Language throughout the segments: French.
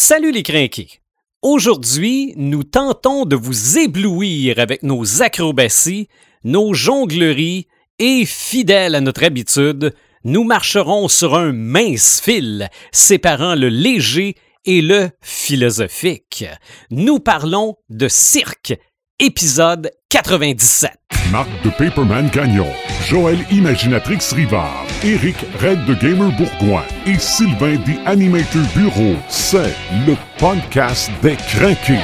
Salut les crinqués! Aujourd'hui, nous tentons de vous éblouir avec nos acrobaties, nos jongleries et, fidèles à notre habitude, nous marcherons sur un mince fil séparant le léger et le philosophique. Nous parlons de cirque, épisode 97. Marc de Paperman Gagnon, Joël Imaginatrix Rivard, Éric Red de Gamer Bourgoin et Sylvain The Animator Bureau, c'est le podcast des crinqués.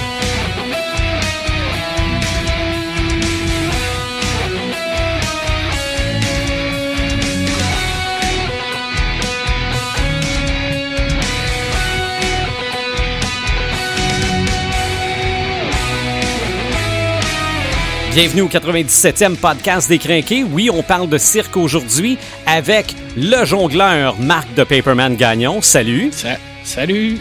Bienvenue au 97e podcast des crinqués. Oui, on parle de cirque aujourd'hui avec le jongleur Marc de Paperman Gagnon. Salut. Salut.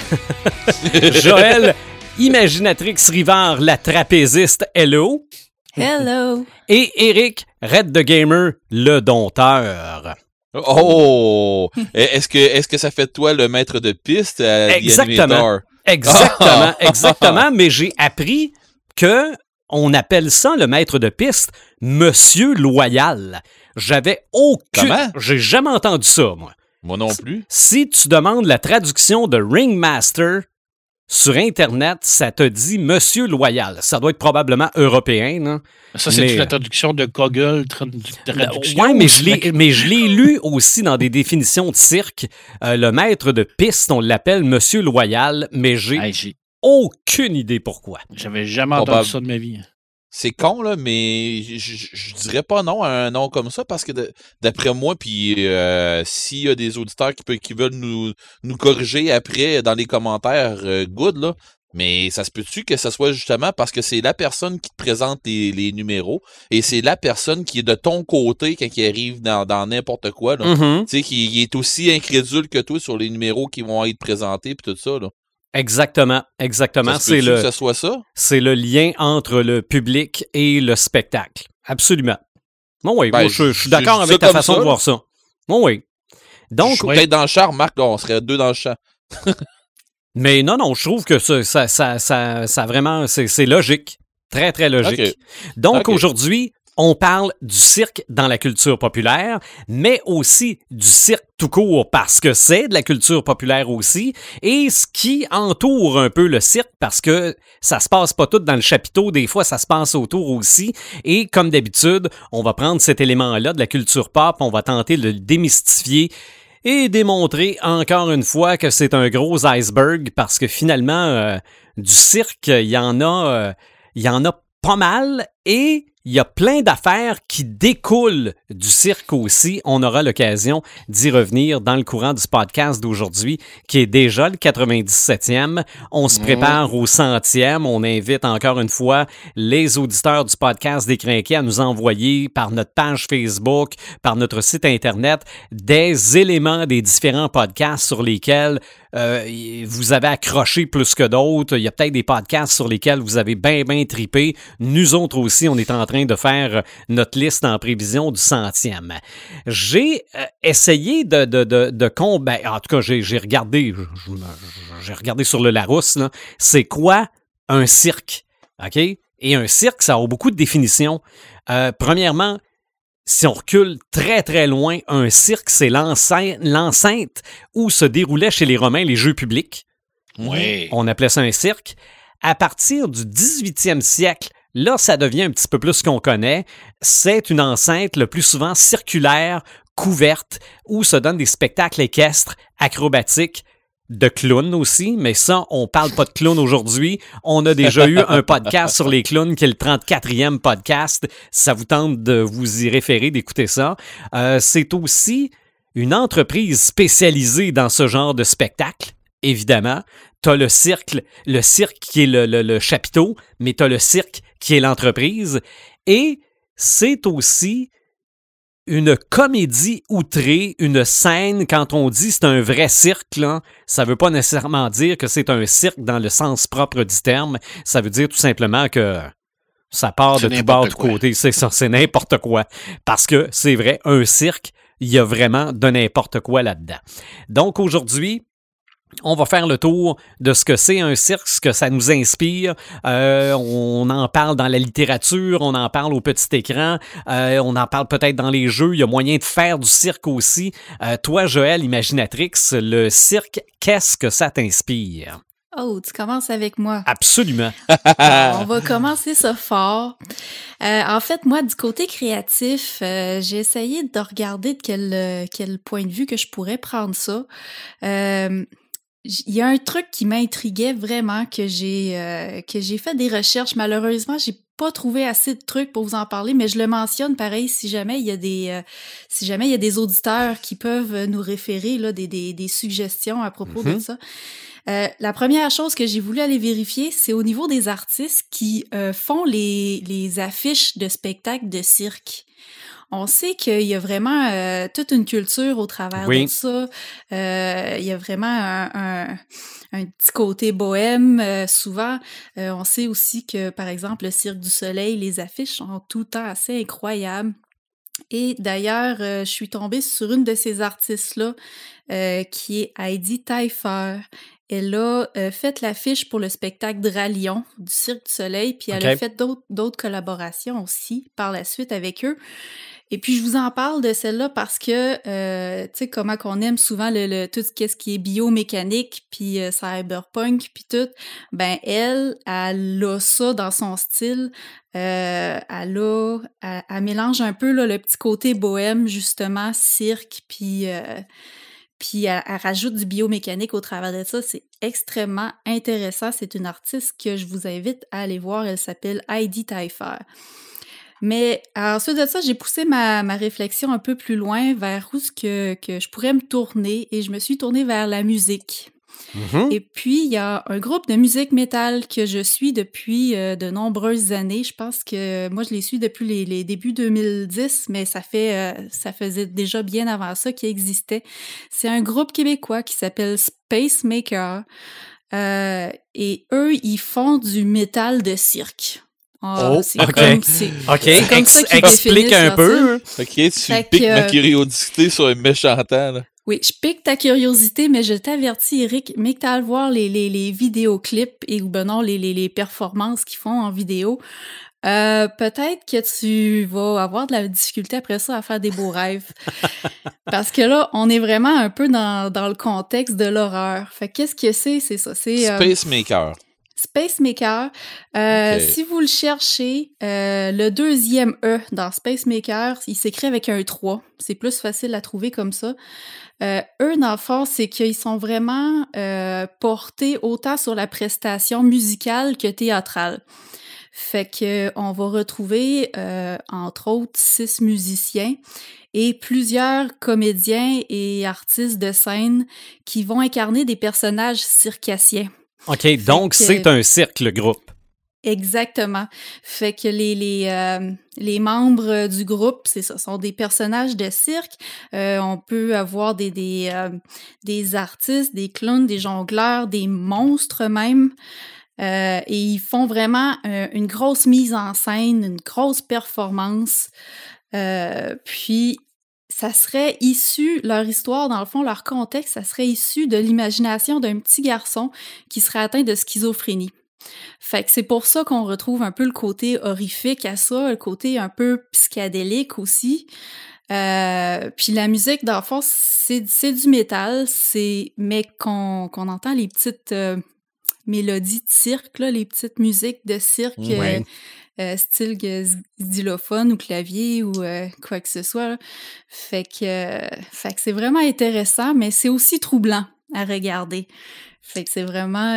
Joël, Imaginatrix Rivard, la trapéziste. Hello. Hello. Et Éric, Red the Gamer, le dompteur. Oh! Est-ce que ça fait de toi le maître de piste à Exactement. Exactement. Mais j'ai appris que on appelle ça, le maître de piste, Monsieur Loyal. J'avais aucune... Comment? J'ai jamais entendu ça, moi. Moi non plus. Si tu demandes la traduction de Ringmaster sur Internet, ça te dit Monsieur Loyal. Ça doit être probablement européen, non? Ça, c'est la traduction de Google Traduction. Oui, mais je l'ai lu aussi dans des définitions de cirque. Le maître de piste, on l'appelle Monsieur Loyal, mais j'ai aucune idée pourquoi. J'avais jamais entendu ça de ma vie. C'est con, là, mais je dirais pas non à un nom comme ça, parce que d'après moi, puis s'il y a des auditeurs qui veulent nous corriger après dans les commentaires, good, là, mais ça se peut-tu que ce soit justement parce que c'est la personne qui te présente les numéros, et c'est la personne qui est de ton côté quand il arrive dans n'importe quoi, là. Mm-hmm. Tu sais, qui est aussi incrédule que toi sur les numéros qui vont être présentés, puis tout ça, là. Exactement. Que ça soit ça? C'est le lien entre le public et le spectacle. Absolument. Bon, oui, moi, je suis d'accord avec ta façon de voir ça. Bon, oui. Donc, peut-être dans le char, Marc, on serait deux dans le champ. Mais non, je trouve que ça vraiment, c'est logique. Très, très logique. Okay. Donc, aujourd'hui, on parle du cirque dans la culture populaire, mais aussi du cirque tout court, parce que c'est de la culture populaire aussi, et ce qui entoure un peu le cirque, parce que ça se passe pas tout dans le chapiteau, des fois ça se passe autour aussi, et comme d'habitude, on va prendre cet élément-là de la culture pop, on va tenter de le démystifier et démontrer encore une fois que c'est un gros iceberg, parce que finalement, du cirque, il y en a pas mal, et il y a plein d'affaires qui découlent du cirque aussi. On aura l'occasion d'y revenir dans le courant du podcast d'aujourd'hui, qui est déjà le 97e. On se prépare au 100e. On invite encore une fois les auditeurs du podcast des Crinqués à nous envoyer par notre page Facebook, par notre site Internet, des éléments des différents podcasts sur lesquels vous avez accroché plus que d'autres. Il y a peut-être des podcasts sur lesquels vous avez bien trippé. Nous autres aussi, on est en train de faire notre liste en prévision du 100e. J'ai essayé en tout cas, j'ai regardé sur le Larousse, là, c'est quoi un cirque? OK? Et un cirque, ça a beaucoup de définitions. Premièrement, si on recule très, très loin, un cirque, c'est l'enceinte où se déroulaient chez les Romains les jeux publics. Oui. On appelait ça un cirque. À partir du 18e siècle, là, ça devient un petit peu plus ce qu'on connaît. C'est une enceinte le plus souvent circulaire, couverte, où se donnent des spectacles équestres, acrobatiques, de clowns aussi, mais ça, on parle pas de clowns aujourd'hui. On a déjà eu un podcast sur les clowns qui est le 34e podcast. Ça vous tente de vous y référer, d'écouter ça. C'est aussi une entreprise spécialisée dans ce genre de spectacle, évidemment. T'as le cirque qui est le chapiteau, mais t'as le cirque qui est l'entreprise. Et c'est aussi une comédie outrée, une scène, quand on dit c'est un vrai cirque, là, ça veut pas nécessairement dire que c'est un cirque dans le sens propre du terme. Ça veut dire tout simplement que ça part de tout bord, de tout côté. C'est ça, c'est n'importe quoi. Parce que c'est vrai, un cirque, il y a vraiment de n'importe quoi là-dedans. Donc aujourd'hui, On va faire le tour de ce que c'est un cirque, ce que ça nous inspire. On en parle dans la littérature, on en parle au petit écran, on en parle peut-être dans les jeux. Il y a moyen de faire du cirque aussi. Toi, Joël, Imaginatrix, le cirque, qu'est-ce que ça t'inspire? Oh, tu commences avec moi. Absolument. On va commencer ça fort. En fait, moi, du côté créatif, j'ai essayé de regarder de quel point de vue que je pourrais prendre ça. Il y a un truc qui m'intriguait vraiment que j'ai fait des recherches. Malheureusement, j'ai pas trouvé assez de trucs pour vous en parler, mais je le mentionne pareil si jamais il y a des auditeurs qui peuvent nous référer là des suggestions à propos de ça. La première chose que j'ai voulu aller vérifier, c'est au niveau des artistes qui font les affiches de spectacles de cirque. On sait qu'il y a vraiment toute une culture au travers de ça. Il y a vraiment un petit côté bohème. Souvent, on sait aussi que, par exemple, le Cirque du Soleil, les affiches sont tout le temps assez incroyables. Et d'ailleurs, je suis tombée sur une de ces artistes-là, qui est Heidi Teifer. Elle a fait l'affiche pour le spectacle Dralion du Cirque du Soleil, puis elle a fait d'autres collaborations aussi par la suite avec eux. Et puis, je vous en parle de celle-là parce que, tu sais, comment qu'on aime souvent tout ce qui est biomécanique, puis cyberpunk, puis tout, ben elle a ça dans son style. Elle mélange un peu là, le petit côté bohème, justement, cirque, puis elle rajoute du biomécanique au travers de ça. C'est extrêmement intéressant. C'est une artiste que je vous invite à aller voir. Elle s'appelle Heidi Teifer. Mais ensuite de ça, j'ai poussé ma réflexion un peu plus loin vers où que je pourrais me tourner et je me suis tournée vers la musique. Et puis, il y a un groupe de musique métal que je suis depuis de nombreuses années. Je pense que moi, je les suis depuis les débuts 2010, mais ça faisait déjà bien avant ça qu'ils existaient. C'est un groupe québécois qui s'appelle Spacemaker. Et eux, ils font du métal de cirque. C'est comme ça qu'ils explique un peu. OK, tu piques ma curiosité sur un méchant temps, là. Oui, je pique ta curiosité, mais je t'avertis, Eric, mais que tu as à voir les vidéoclips et les performances qu'ils font en vidéo, peut-être que tu vas avoir de la difficulté après ça à faire des beaux rêves. Parce que là, on est vraiment un peu dans le contexte de l'horreur. Fait qu'est-ce que c'est? C'est ça. C'est Spacemaker. Spacemaker. Si vous le cherchez, le deuxième E dans Spacemaker, il s'écrit avec un 3. C'est plus facile à trouver comme ça. Eux, dans le fond, c'est qu'ils sont vraiment portés autant sur la prestation musicale que théâtrale. Fait que on va retrouver, entre autres, 6 musiciens et plusieurs comédiens et artistes de scène qui vont incarner des personnages circassiens. OK, donc c'est un cirque, le groupe. Exactement. Fait que les membres du groupe, c'est ça, sont des personnages de cirque. On peut avoir des artistes, des clowns, des jongleurs, des monstres même. Et ils font vraiment une grosse mise en scène, une grosse performance. Puis ça serait issu, leur histoire, dans le fond, leur contexte, ça serait issu de l'imagination d'un petit garçon qui serait atteint de schizophrénie. Fait que c'est pour ça qu'on retrouve un peu le côté horrifique à ça, le côté un peu psychédélique aussi. Puis la musique, dans le fond, c'est du métal, mais qu'on entend les petites mélodies de cirque, là, les petites musiques de cirque, style xylophone ou clavier ou quoi que ce soit. Là. Fait que c'est vraiment intéressant, mais c'est aussi troublant à regarder. Fait que c'est vraiment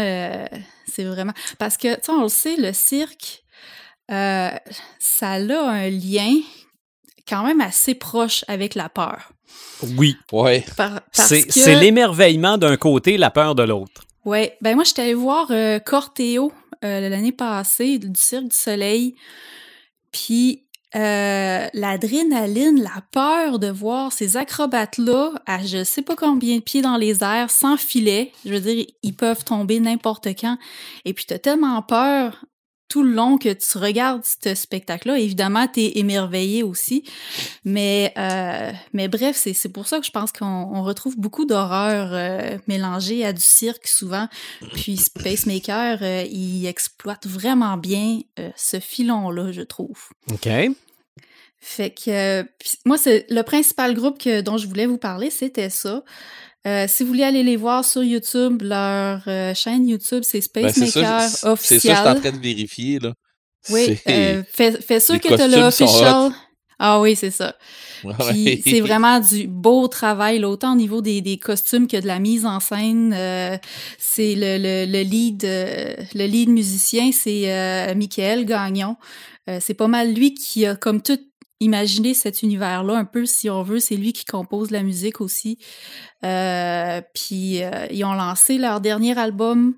parce que, tu sais, on le sait, le cirque, ça a un lien quand même assez proche avec la peur. Oui. Ouais. C'est l'émerveillement d'un côté, la peur de l'autre. Oui. Ben moi, j'étais allée voir Cortéo l'année passée, du Cirque du Soleil. Puis l'adrénaline, la peur de voir ces acrobates-là à je sais pas combien de pieds dans les airs, sans filet. Je veux dire, ils peuvent tomber n'importe quand. Et puis t'as tellement peur tout le long que tu regardes ce spectacle-là. Évidemment, tu es émerveillé aussi. Mais bref, c'est pour ça que je pense qu'on retrouve beaucoup d'horreur mélangée à du cirque souvent. Puis Spacemaker, il exploite vraiment bien ce filon-là, je trouve. OK. Fait que moi, c'est le principal groupe dont je voulais vous parler, c'était ça. Si vous voulez aller les voir sur YouTube, leur chaîne YouTube, c'est Spacemaker Official. C'est ça, je suis en train de vérifier, là. Oui, fais sûr que t'as le official. Ah oui, c'est ça. Puis c'est vraiment du beau travail, là, autant au niveau des costumes que de la mise en scène. C'est le lead musicien, c'est Michael Gagnon. C'est pas mal lui qui a comme tout imaginé cet univers-là, un peu, si on veut. C'est lui qui compose la musique aussi. Puis ils ont lancé leur dernier album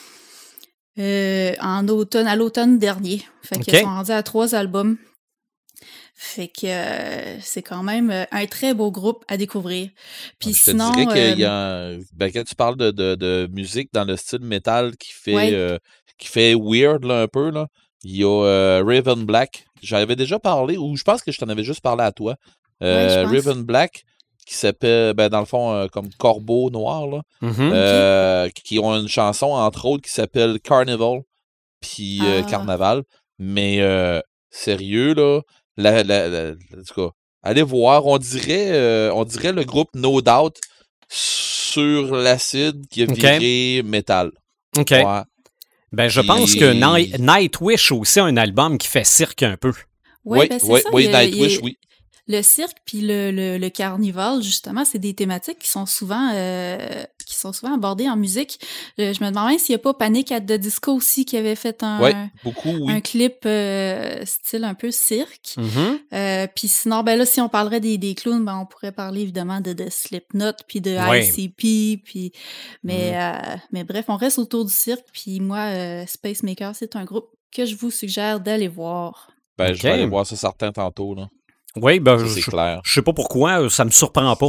à l'automne dernier. Fait qu'ils sont rendus à 3 albums. Fait que c'est quand même un très beau groupe à découvrir. Puis je sinon, te dirais qu'il y a quand tu parles de musique dans le style metal qui fait weird là, un peu, là, il y a Raven Black. J'en avais déjà parlé, ou je pense que je t'en avais juste parlé à toi. Raven Black, qui s'appelle, dans le fond, comme Corbeau Noir, là, qui ont une chanson, entre autres, qui s'appelle Carnival, puis Carnaval. Mais sérieux, là, en tout cas, allez voir, on dirait le groupe No Doubt sur l'acide qui a viré métal. OK. Ouais. Ben, je pense que Nightwish aussi a un album qui fait cirque un peu. Oui, Nightwish, oui. Le cirque puis le carnival, justement, c'est des thématiques qui sont souvent abordées en musique. Je me demandais s'il n'y a pas Panic at the Disco aussi qui avait fait un clip style un peu cirque. Puis sinon, ben là, si on parlerait des clowns, ben on pourrait parler évidemment de Slipknot puis de ICP. Puis, mais bref, on reste autour du cirque. Puis moi, Spacemaker, c'est un groupe que je vous suggère d'aller voir. Ben, je vais aller voir ça certains tantôt, là. Oui, ben, c'est clair. Je sais pas pourquoi, ça me surprend pas.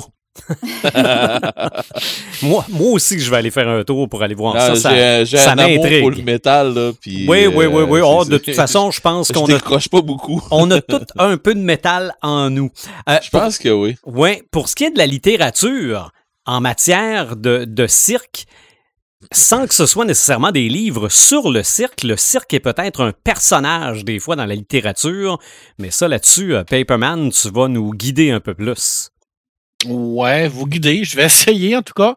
moi aussi, je vais aller faire un tour pour aller voir ça. J'ai un amour pour le métal, là. Puis, oui. De toute façon, je pense qu'on décroche pas beaucoup. On a tout un peu de métal en nous. Je pense que oui. Oui, pour ce qui est de la littérature, en matière de cirque, sans que ce soit nécessairement des livres sur le cirque est peut-être un personnage des fois dans la littérature, mais ça là-dessus, Paperman, tu vas nous guider un peu plus. Ouais, vous guider, je vais essayer en tout cas.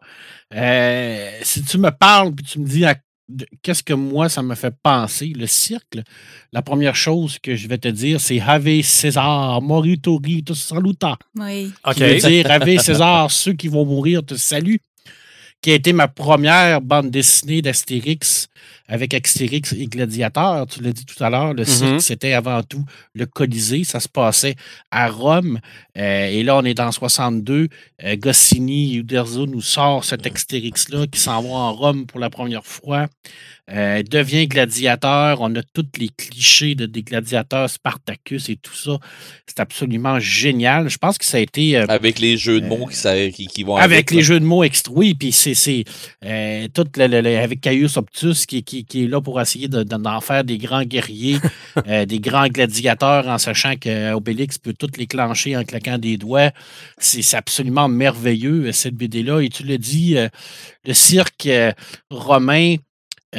Si tu me parles puis tu me dis qu'est-ce que moi ça me fait penser, le cirque, la première chose que je vais te dire, c'est Ave César, moritori te saluta. Oui. Qui veut dire Ave César, ceux qui vont mourir te saluent. Qui a été ma première bande dessinée d'Astérix avec Astérix et Gladiateur. Tu l'as dit tout à l'heure, le cirque, c'était avant tout le Colisée. Ça se passait à Rome. Et là, on est en 62. Goscinny et Uderzo nous sort cet Astérix-là qui s'en va en Rome pour la première fois. Devient gladiateur. On a tous les clichés des gladiateurs, Spartacus et tout ça. C'est absolument génial. Je pense que ça a été... avec les jeux de mots qui vont avec les jeux de mots extra. Oui, puis c'est tout avec Caius Optus qui est là pour essayer d'en faire des grands guerriers, des grands gladiateurs en sachant qu'Obélix peut toutes les clencher en claquant des doigts. C'est absolument merveilleux, cette BD-là. Et tu l'as dit, le cirque romain... où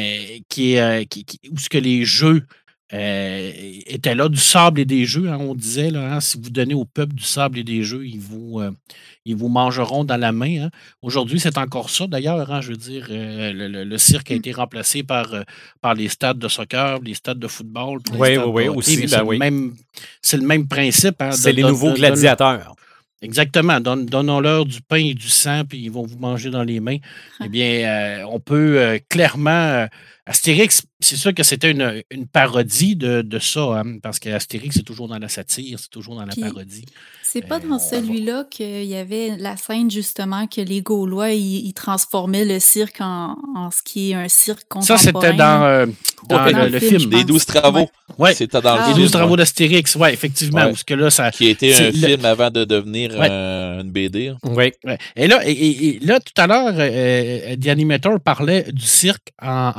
ce que les jeux étaient là, du sable et des jeux, hein, on disait, là, si vous donnez au peuple du sable et des jeux, ils vous mangeront dans la main. Hein. Aujourd'hui, c'est encore ça, d'ailleurs. Hein, je veux dire, le cirque a été remplacé par les stades de soccer, les stades de football. Oui, aussi. C'est le même principe. Hein, c'est les nouveaux gladiateurs. Exactement. Donnons-leur du pain et du sang, puis ils vont vous manger dans les mains. Eh bien, on peut clairement... Astérix, c'est sûr que c'était une parodie de ça, hein, parce qu'Astérix, c'est toujours dans la satire, c'est toujours dans la parodie. C'est pas dans celui-là qu'il y avait la scène, justement, que les Gaulois, ils transformaient le cirque en ce qui est un cirque contemporain. Ça, c'était dans le film. Les 12 travaux. Ouais. C'était dans le film. Les 12 travaux d'Astérix, oui, effectivement. Parce que là, qui était un film avant de devenir une BD. Oui. Ouais. Et là, tout à l'heure, The Animator parlait du cirque en tant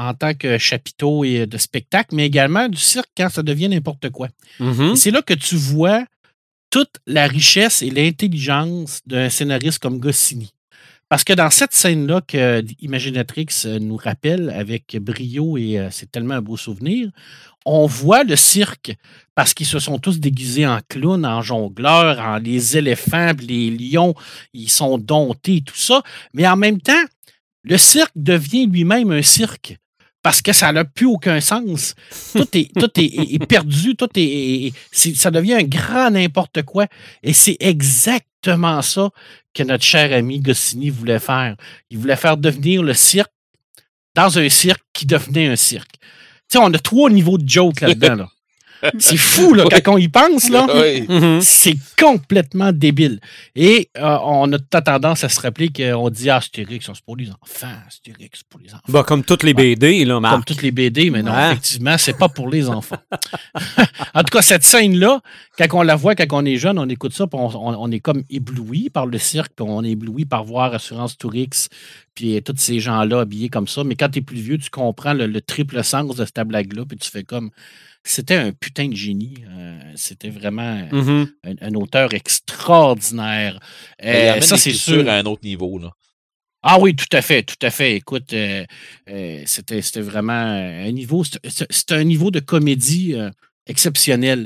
cirque chapiteau et de spectacle, mais également du cirque quand ça devient n'importe quoi. Et c'est là que tu vois toute la richesse et l'intelligence d'un scénariste comme Goscinny. Parce que dans cette scène-là que Imaginatrix nous rappelle avec brio et c'est tellement un beau souvenir, on voit le cirque parce qu'ils se sont tous déguisés en clowns, en jongleurs, en les éléphants, les lions, ils sont domptés et tout ça. Mais en même temps, le cirque devient lui-même un cirque. Parce que ça n'a plus aucun sens. Tout est perdu, ça devient un grand n'importe quoi. Et c'est exactement ça que notre cher ami Goscinny voulait faire. Il voulait faire devenir le cirque dans un cirque qui devenait un cirque. Tu sais, on a 3 niveaux de joke là-dedans. Là. C'est fou, là, quand on y pense, là. Oui. C'est complètement débile. Et on a tendance à se rappeler qu'on dit Astérix, c'est pour les enfants. Astérix, c'est pour les enfants. Bah, comme toutes les BD, là, Marc. Comme toutes les BD, mais non, effectivement, c'est pas pour les enfants. En tout cas, cette scène-là, quand on la voit, quand on est jeune, on écoute ça, puis on est comme ébloui par le cirque, puis on est ébloui par voir Assurance Tourix, puis tous ces gens-là habillés comme ça. Mais quand tu es plus vieux, tu comprends le triple sens de cette blague-là, puis tu fais comme... C'était un putain de génie. C'était vraiment un auteur extraordinaire. Ça, c'est sûr à un autre niveau. Là. Ah oui, tout à fait, tout à fait. Écoute, c'était vraiment un niveau... C'était un niveau de comédie exceptionnel.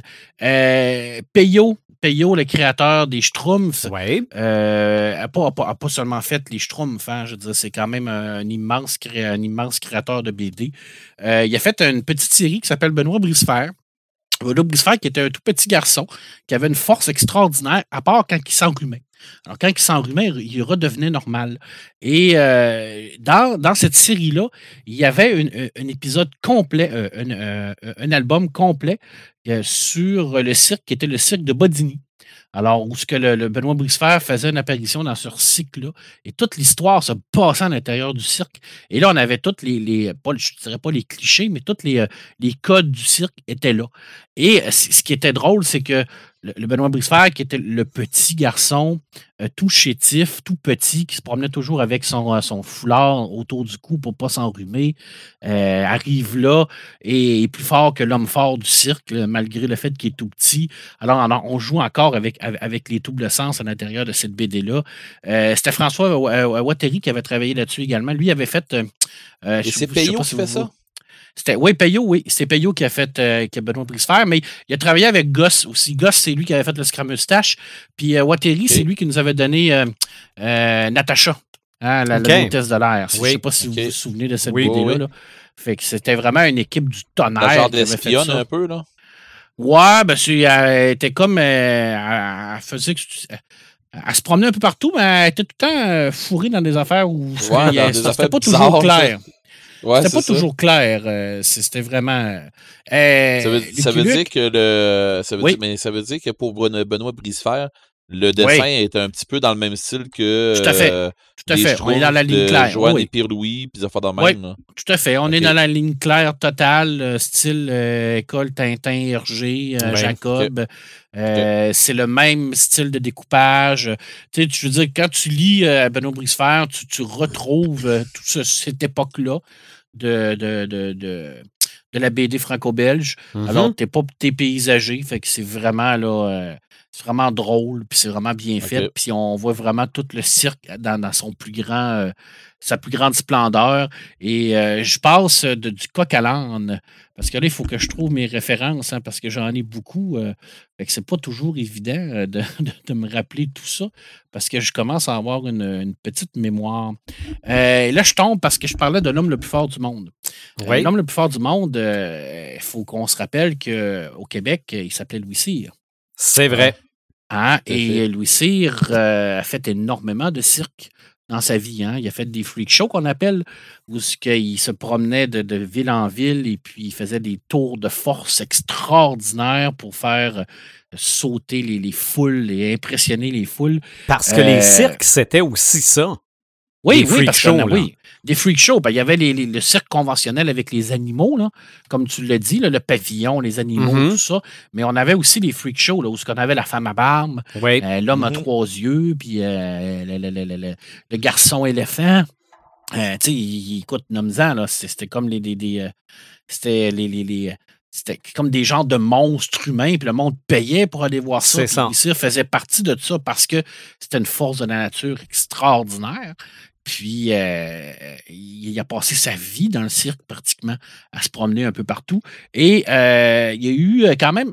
Payot, le créateur des Schtroumpfs, n'a pas seulement fait les Schtroumpfs, je veux dire, c'est quand même un immense créateur de BD. Il a fait une petite série qui s'appelle Benoît Brisefer. Benoît Brisefer qui était un tout petit garçon, qui avait une force extraordinaire, à part quand il s'enrhumait. Alors, quand il s'enrhumait, il redevenait normal. Et dans cette série-là, il y avait un épisode complet, un album complet sur le cirque, qui était le cirque de Bodini. Alors, où ce que le Benoît Brisefer faisait une apparition dans ce cycle-là, et toute l'histoire se passait à l'intérieur du cirque. Et là, on avait toutes je ne dirais pas les clichés, mais tous les codes du cirque étaient là. Et ce qui était drôle, c'est que le Benoît Brisefer, qui était le petit garçon, tout chétif, tout petit, qui se promenait toujours avec son foulard autour du cou pour ne pas s'enrhumer, arrive là et est plus fort que l'homme fort du cirque, malgré le fait qu'il est tout petit. Alors, on joue encore avec les doubles sens à l'intérieur de cette BD-là. C'était François Watteri qui avait travaillé là-dessus également. Lui avait fait... et c'est Payot qui fait ça? Payot, c'est Payot qui a fait qui a Benoît Brisefer, mais il a travaillé avec Goss aussi. Goss, c'est lui qui avait fait le Scramustache. Puis Watteri, c'est lui qui nous avait donné Natacha, la hôtesse de l'air. Je ne sais pas si vous vous souvenez de cette BD-là. Là. Fait que c'était vraiment une équipe du tonnerre. La genre d'espionne un peu, là? Ouais, ben elle était comme... elle faisait... Elle se promenait un peu partout, mais elle était tout le temps fourrée dans des affaires où c'était pas toujours clair. Ouais, c'était pas toujours clair. C'était vraiment. Ça veut dire que ça veut dire que pour Benoît Brisefer, le dessin est un petit peu dans le même style que. Tout à fait. Tout à fait. On est dans la ligne claire. Joanne et Pierre-Louis, puis ça fait de même. Là. Tout à fait. On est dans la ligne claire totale, style école Tintin, Hergé, Jacob. C'est le même style de découpage. Tu sais, je veux dire, quand tu lis Benoît Brisefer, tu retrouves toute cette époque-là de la BD franco-belge. Alors, t'es paysagé, fait que c'est vraiment là. C'est vraiment drôle, puis c'est vraiment bien fait. Puis on voit vraiment tout le cirque dans son plus grand, sa plus grande splendeur. Et je passe du coq à l'âne, parce que là, il faut que je trouve mes références, parce que j'en ai beaucoup. Fait que c'est pas toujours évident de me rappeler tout ça, parce que je commence à avoir une petite mémoire. Et là, je tombe parce que je parlais de l'homme le plus fort du monde. L'homme le plus fort du monde, il faut qu'on se rappelle qu'au Québec, il s'appelait Louis Cyr. C'est vrai. Et Louis Cyr a fait énormément de cirque dans sa vie. Il a fait des freak shows qu'on appelle, où il se promenait de ville en ville et puis il faisait des tours de force extraordinaires pour faire sauter les foules et impressionner les foules. Parce que les cirques, c'était aussi ça. Oui, parce que des freak shows. Ben, il y avait le cirque conventionnel avec les animaux, là, comme tu l'as dit, là, le pavillon, les animaux, tout ça. Mais on avait aussi les freak shows, là, où on avait la femme à barbe, l'homme à 3 yeux, puis le garçon éléphant. tu sais, écoute, nomme-en, là, c'était comme c'était comme des genres de monstres humains, puis le monde payait pour aller voir ça. C'est ça. Louis Cyr faisait partie de ça parce que c'était une force de la nature extraordinaire. Puis, il a passé sa vie dans le cirque pratiquement à se promener un peu partout. Et il y a eu quand même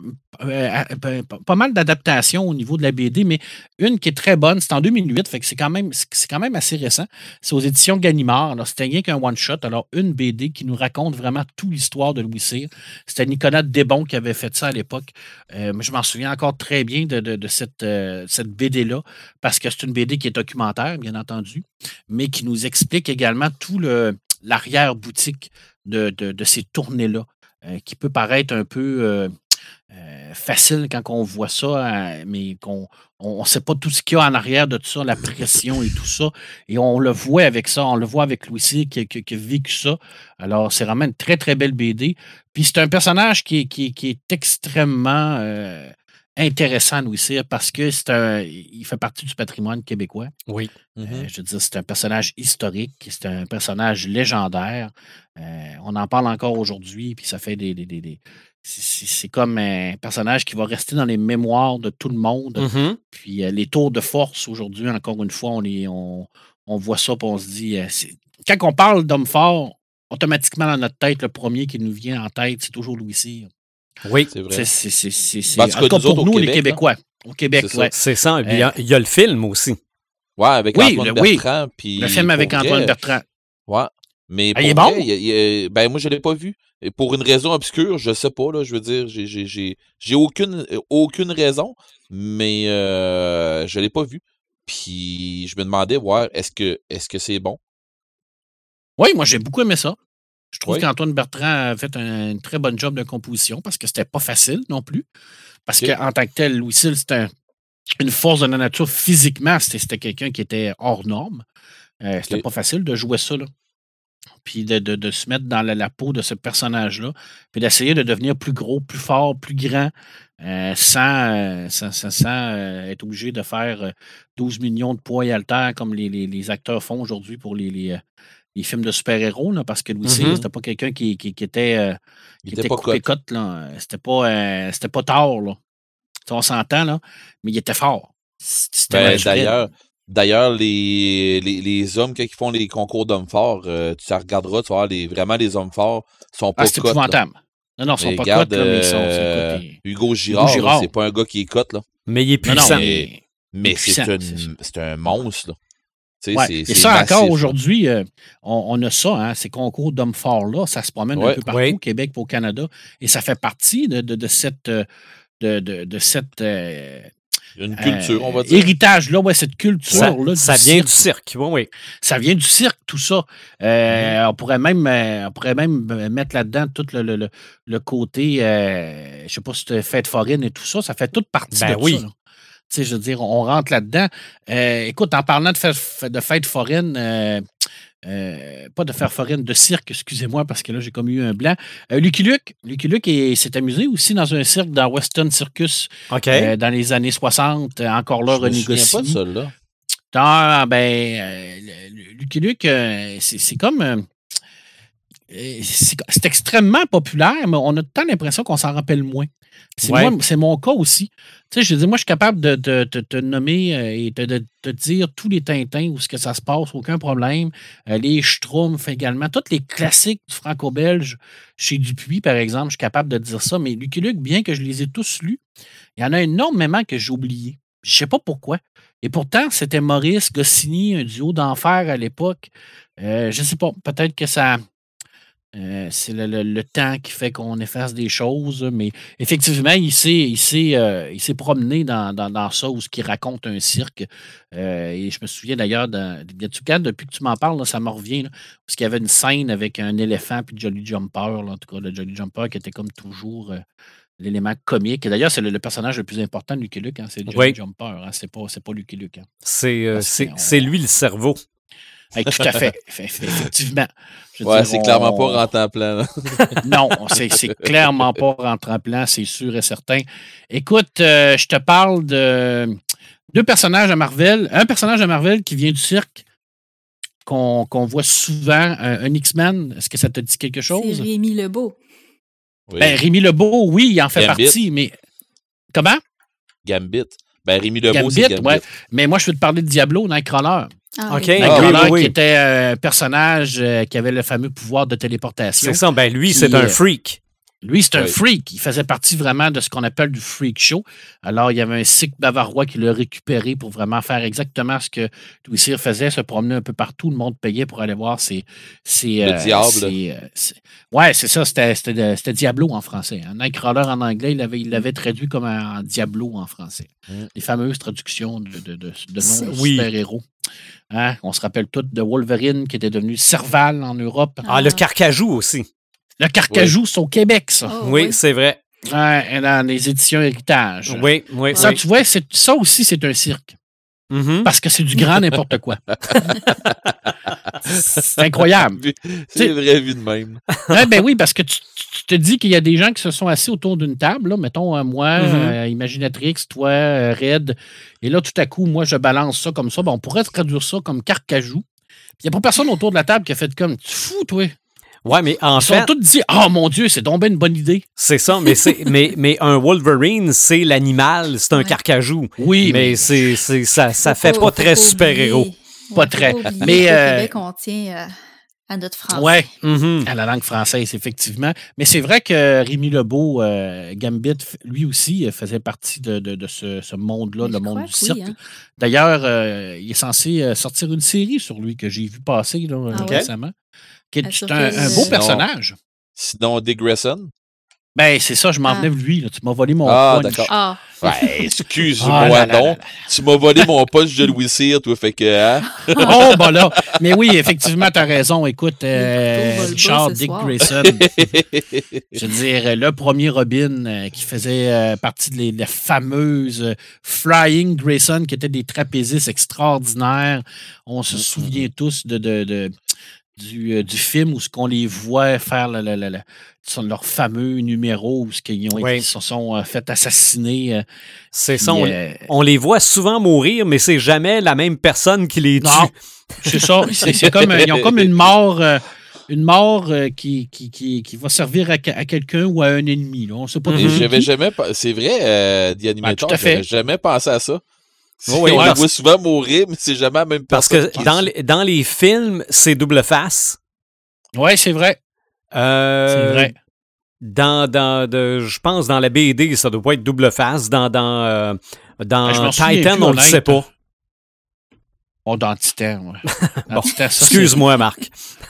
pas mal d'adaptations au niveau de la BD, mais une qui est très bonne, c'est en 2008, fait que c'est quand même assez récent. C'est aux éditions Gallimard. Alors, c'était rien qu'un one-shot. Alors, une BD qui nous raconte vraiment toute l'histoire de Louis Cyr. C'était Nicolas Desbons qui avait fait ça à l'époque. Je m'en souviens encore très bien de cette BD-là, parce que c'est une BD qui est documentaire, bien entendu, mais qui nous explique également tout l'arrière-boutique de ces tournées-là, qui peut paraître un peu facile quand on voit ça, mais qu'on ne sait pas tout ce qu'il y a en arrière de tout ça, la pression et tout ça. Et on le voit avec ça, on le voit avec Louis Cyr qui a vécu ça. Alors, c'est vraiment une très, très belle BD. Puis c'est un personnage qui est extrêmement intéressant, Louis Cyr, parce que il fait partie du patrimoine québécois. Oui. Je veux dire, c'est un personnage historique, c'est un personnage légendaire. On en parle encore aujourd'hui, puis ça fait c'est comme un personnage qui va rester dans les mémoires de tout le monde. Mm-hmm. Puis les tours de force, aujourd'hui, encore une fois, on voit ça, puis on se dit... quand on parle d'homme fort, automatiquement dans notre tête, le premier qui nous vient en tête, c'est toujours Louis Cyr. Oui, c'est vrai. C'est en tout cas, pour nous, Québec, les Québécois. Au Québec, c'est ouais. C'est ça. Il y a le film aussi. Ouais, avec Antoine Bertrand. Puis le film avec Antoine Bertrand. Ouais. Mais il est bon? Ben, moi, je ne l'ai pas vu. Et pour une raison obscure, je ne sais pas, là, je veux dire, j'ai aucune raison, mais je ne l'ai pas vu. Puis je me demandais, ouais, est-ce que c'est bon? Oui, moi, j'ai beaucoup aimé ça. Je trouve qu'Antoine Bertrand a fait un très bon job de composition parce que c'était pas facile non plus. Parce qu'en tant que tel, Louis Cyr, c'était une force de la nature physiquement. C'était quelqu'un qui était hors norme. C'était pas facile de jouer ça, là. Puis de se mettre dans la peau de ce personnage-là, puis d'essayer de devenir plus gros, plus fort, plus grand, sans être obligé de faire 12 millions de poids et haltères comme les acteurs font aujourd'hui pour les films de super-héros, là, parce que Louis Cyr, c'était pas quelqu'un qui était coupé-cote, là. C'était pas tard, là. On s'entend, là, mais il était fort. D'ailleurs, les hommes, quand ils font les concours d'hommes forts, tu regarderas, tu vas voir, vraiment, les hommes forts sont pas cotes. C'est épouvantable. Non, ils sont pas cotes, mais ils sont Hugo Girard. C'est pas un gars qui est cote, là. Mais il est puissant. Mais c'est un monstre, là. Ouais. Et ça, massif, encore aujourd'hui, on a ça, hein, ces concours d'hommes forts-là, ça se promène un peu partout au Québec et au Canada. Et ça fait partie de cette une culture, on va dire. Héritage-là, cette culture-là. Ça vient du cirque, oui. Ça vient du cirque, tout ça. On pourrait même mettre là-dedans tout le côté, je ne sais pas si c'est fête foraine et tout ça, ça fait toute partie de ça. Là. Je veux dire, on rentre là-dedans. Écoute, en parlant de fête foraine, pas de fête foraine, de cirque, excusez-moi, parce que là, j'ai comme eu un blanc. Lucky Luke s'est amusé aussi dans un cirque, dans Western Circus, dans les années 60, encore là, renégocié. Je ne me souviens pas de ça, là. Lucky Luke, c'est comme... c'est extrêmement populaire, mais on a tant l'impression qu'on s'en rappelle moins. C'est mon cas aussi. Tu sais, je dis, moi, je suis capable de te nommer et de te dire tous les Tintins où ce que ça se passe, aucun problème. Les Schtroumpfs également. Tous les classiques du franco-belge chez Dupuis, par exemple, je suis capable de dire ça. Mais Lucky Luke, bien que je les ai tous lus, il y en a énormément que j'ai oubliés. Je ne sais pas pourquoi. Et pourtant, c'était Maurice Goscinny, un duo d'enfer à l'époque. Je ne sais pas, peut-être que ça... c'est le temps qui fait qu'on efface des choses, mais effectivement, il s'est promené dans ça où ce qui raconte un cirque. Et je me souviens d'ailleurs, depuis que tu m'en parles, là, ça me revient, là, parce qu'il y avait une scène avec un éléphant puis Jolly Jumper, là, en tout cas, le Jolly Jumper qui était comme toujours l'élément comique. Et d'ailleurs, c'est le personnage le plus important de Lucky Luke, hein, c'est Jolly Jumper. Hein, c'est pas Lucky Luke. Hein. C'est lui le cerveau. Hey, tout à fait, effectivement. C'est clairement pas rentre en plan. Non, c'est clairement pas rentre en plan, c'est sûr et certain. Écoute, je te parle de deux personnages à Marvel. Un personnage à Marvel qui vient du cirque qu'on voit souvent, un X-Men. Est-ce que ça te dit quelque chose? C'est Rémi Lebeau. Oui. Ben, Rémi Lebeau, oui, il en fait Gambit. partie, mais... Comment? Gambit. Ben, Rémi Lebeau, c'est Gambit, Gambit. ouais. Mais moi, je veux te parler de Diablo, Nightcrawler. Ah, OK. oui. Nightcrawler oui. qui était un personnage qui avait le fameux pouvoir de téléportation. C'est ça. Ben, lui, Qui, c'est un freak. Lui, c'est un Oui. freak. Il faisait partie vraiment de ce qu'on appelle du freak show. Alors, il y avait un cycle bavarois qui l'a récupéré pour vraiment faire exactement ce que Louis Cyr faisait, se promener un peu partout. Le monde payait pour aller voir Le diable. Ouais, c'est ça. C'était Diablo en français. Hein. Nightcrawler en anglais, il l'avait traduit comme un Diablo en français. Les fameuses traductions de noms de Oui. super-héros. Hein? On se rappelle tous de Wolverine qui était devenu Serval en Europe. Ah, le Carcajou aussi. Le Carcajou, c'est au Québec, ça. Oh, Oui, c'est vrai. Ouais, dans les éditions Héritage. Oui, oui, Ça, oui. tu vois, ça aussi, c'est un cirque. Mhm. Parce que c'est du grand n'importe quoi. C'est incroyable. C'est vrai vu de même. Ouais, ben oui, parce que tu te dis qu'il y a des gens qui se sont assis autour d'une table, là, mettons moi, Imaginatrix, toi, Red, et là, tout à coup, moi, je balance ça comme ça. Ben, on pourrait traduire ça comme Carcajou. Puis il n'y a pas personne autour de la table qui a fait comme, tu fous, toi. Ouais, mais en Ils sont fait, tous dit, oh mon Dieu, c'est donc bien une bonne idée. c'est ça, mais un Wolverine, c'est l'animal, c'est un Ouais. carcajou. Oui, mais ça fait pas très super-héros. Pas très. Mais Mais, au Québec, on tient à notre français. Ouais. Mhm. À la langue française, effectivement. Mais c'est vrai que Rémi Lebeau, Gambit, lui aussi, faisait partie de ce monde-là, Mais le je monde crois du que cirque. oui, hein. D'ailleurs, il est censé sortir une série sur lui que j'ai vu passer là, Ah récemment. Qui est Sur un quel- beau Sinon- personnage. Sinon, Dick Grayson. Ben, c'est ça, je m'en Ah. venais de lui. Là. Tu m'as volé mon Ah, punch. d'accord. Ah, Ouais, excuse-moi Ah, là, là, donc. Tu m'as volé mon punch de Louis Cyr, toi, fait que... Hein? Oh, ben là. Mais oui, effectivement, tu as raison. Écoute, Les couteaux volent Richard pas ce Dick soir. Grayson, je veux dire, le premier Robin qui faisait partie de la fameuse Flying Grayson, qui étaient des trapézistes extraordinaires. On se souvient tous du film où ce qu'on les voit faire leur fameux numéro où Oui. ils se sont fait assassiner. C'est Puis, ça, on les voit souvent mourir, mais c'est jamais la même personne qui les tue. Non, c'est ça. C'est comme, ils ont comme une mort qui va servir à quelqu'un ou à un ennemi. Là. On ne sait pas Et trop j'avais qui. jamais... C'est vrai, The Animator, tout à fait. j'avais jamais pensé à ça. Oui, on les parce- voit souvent mourir, mais c'est jamais la même Parce personne. que dans les films, c'est double face. Oui, c'est vrai. C'est vrai. Je pense dans la BD, ça doit pas être double face. Dans je m'en souviens Titan, plus, on le sait honnête. pas. Oh, dans Titan, ouais. Dans Bon, Titan, ça, excuse-moi, Marc.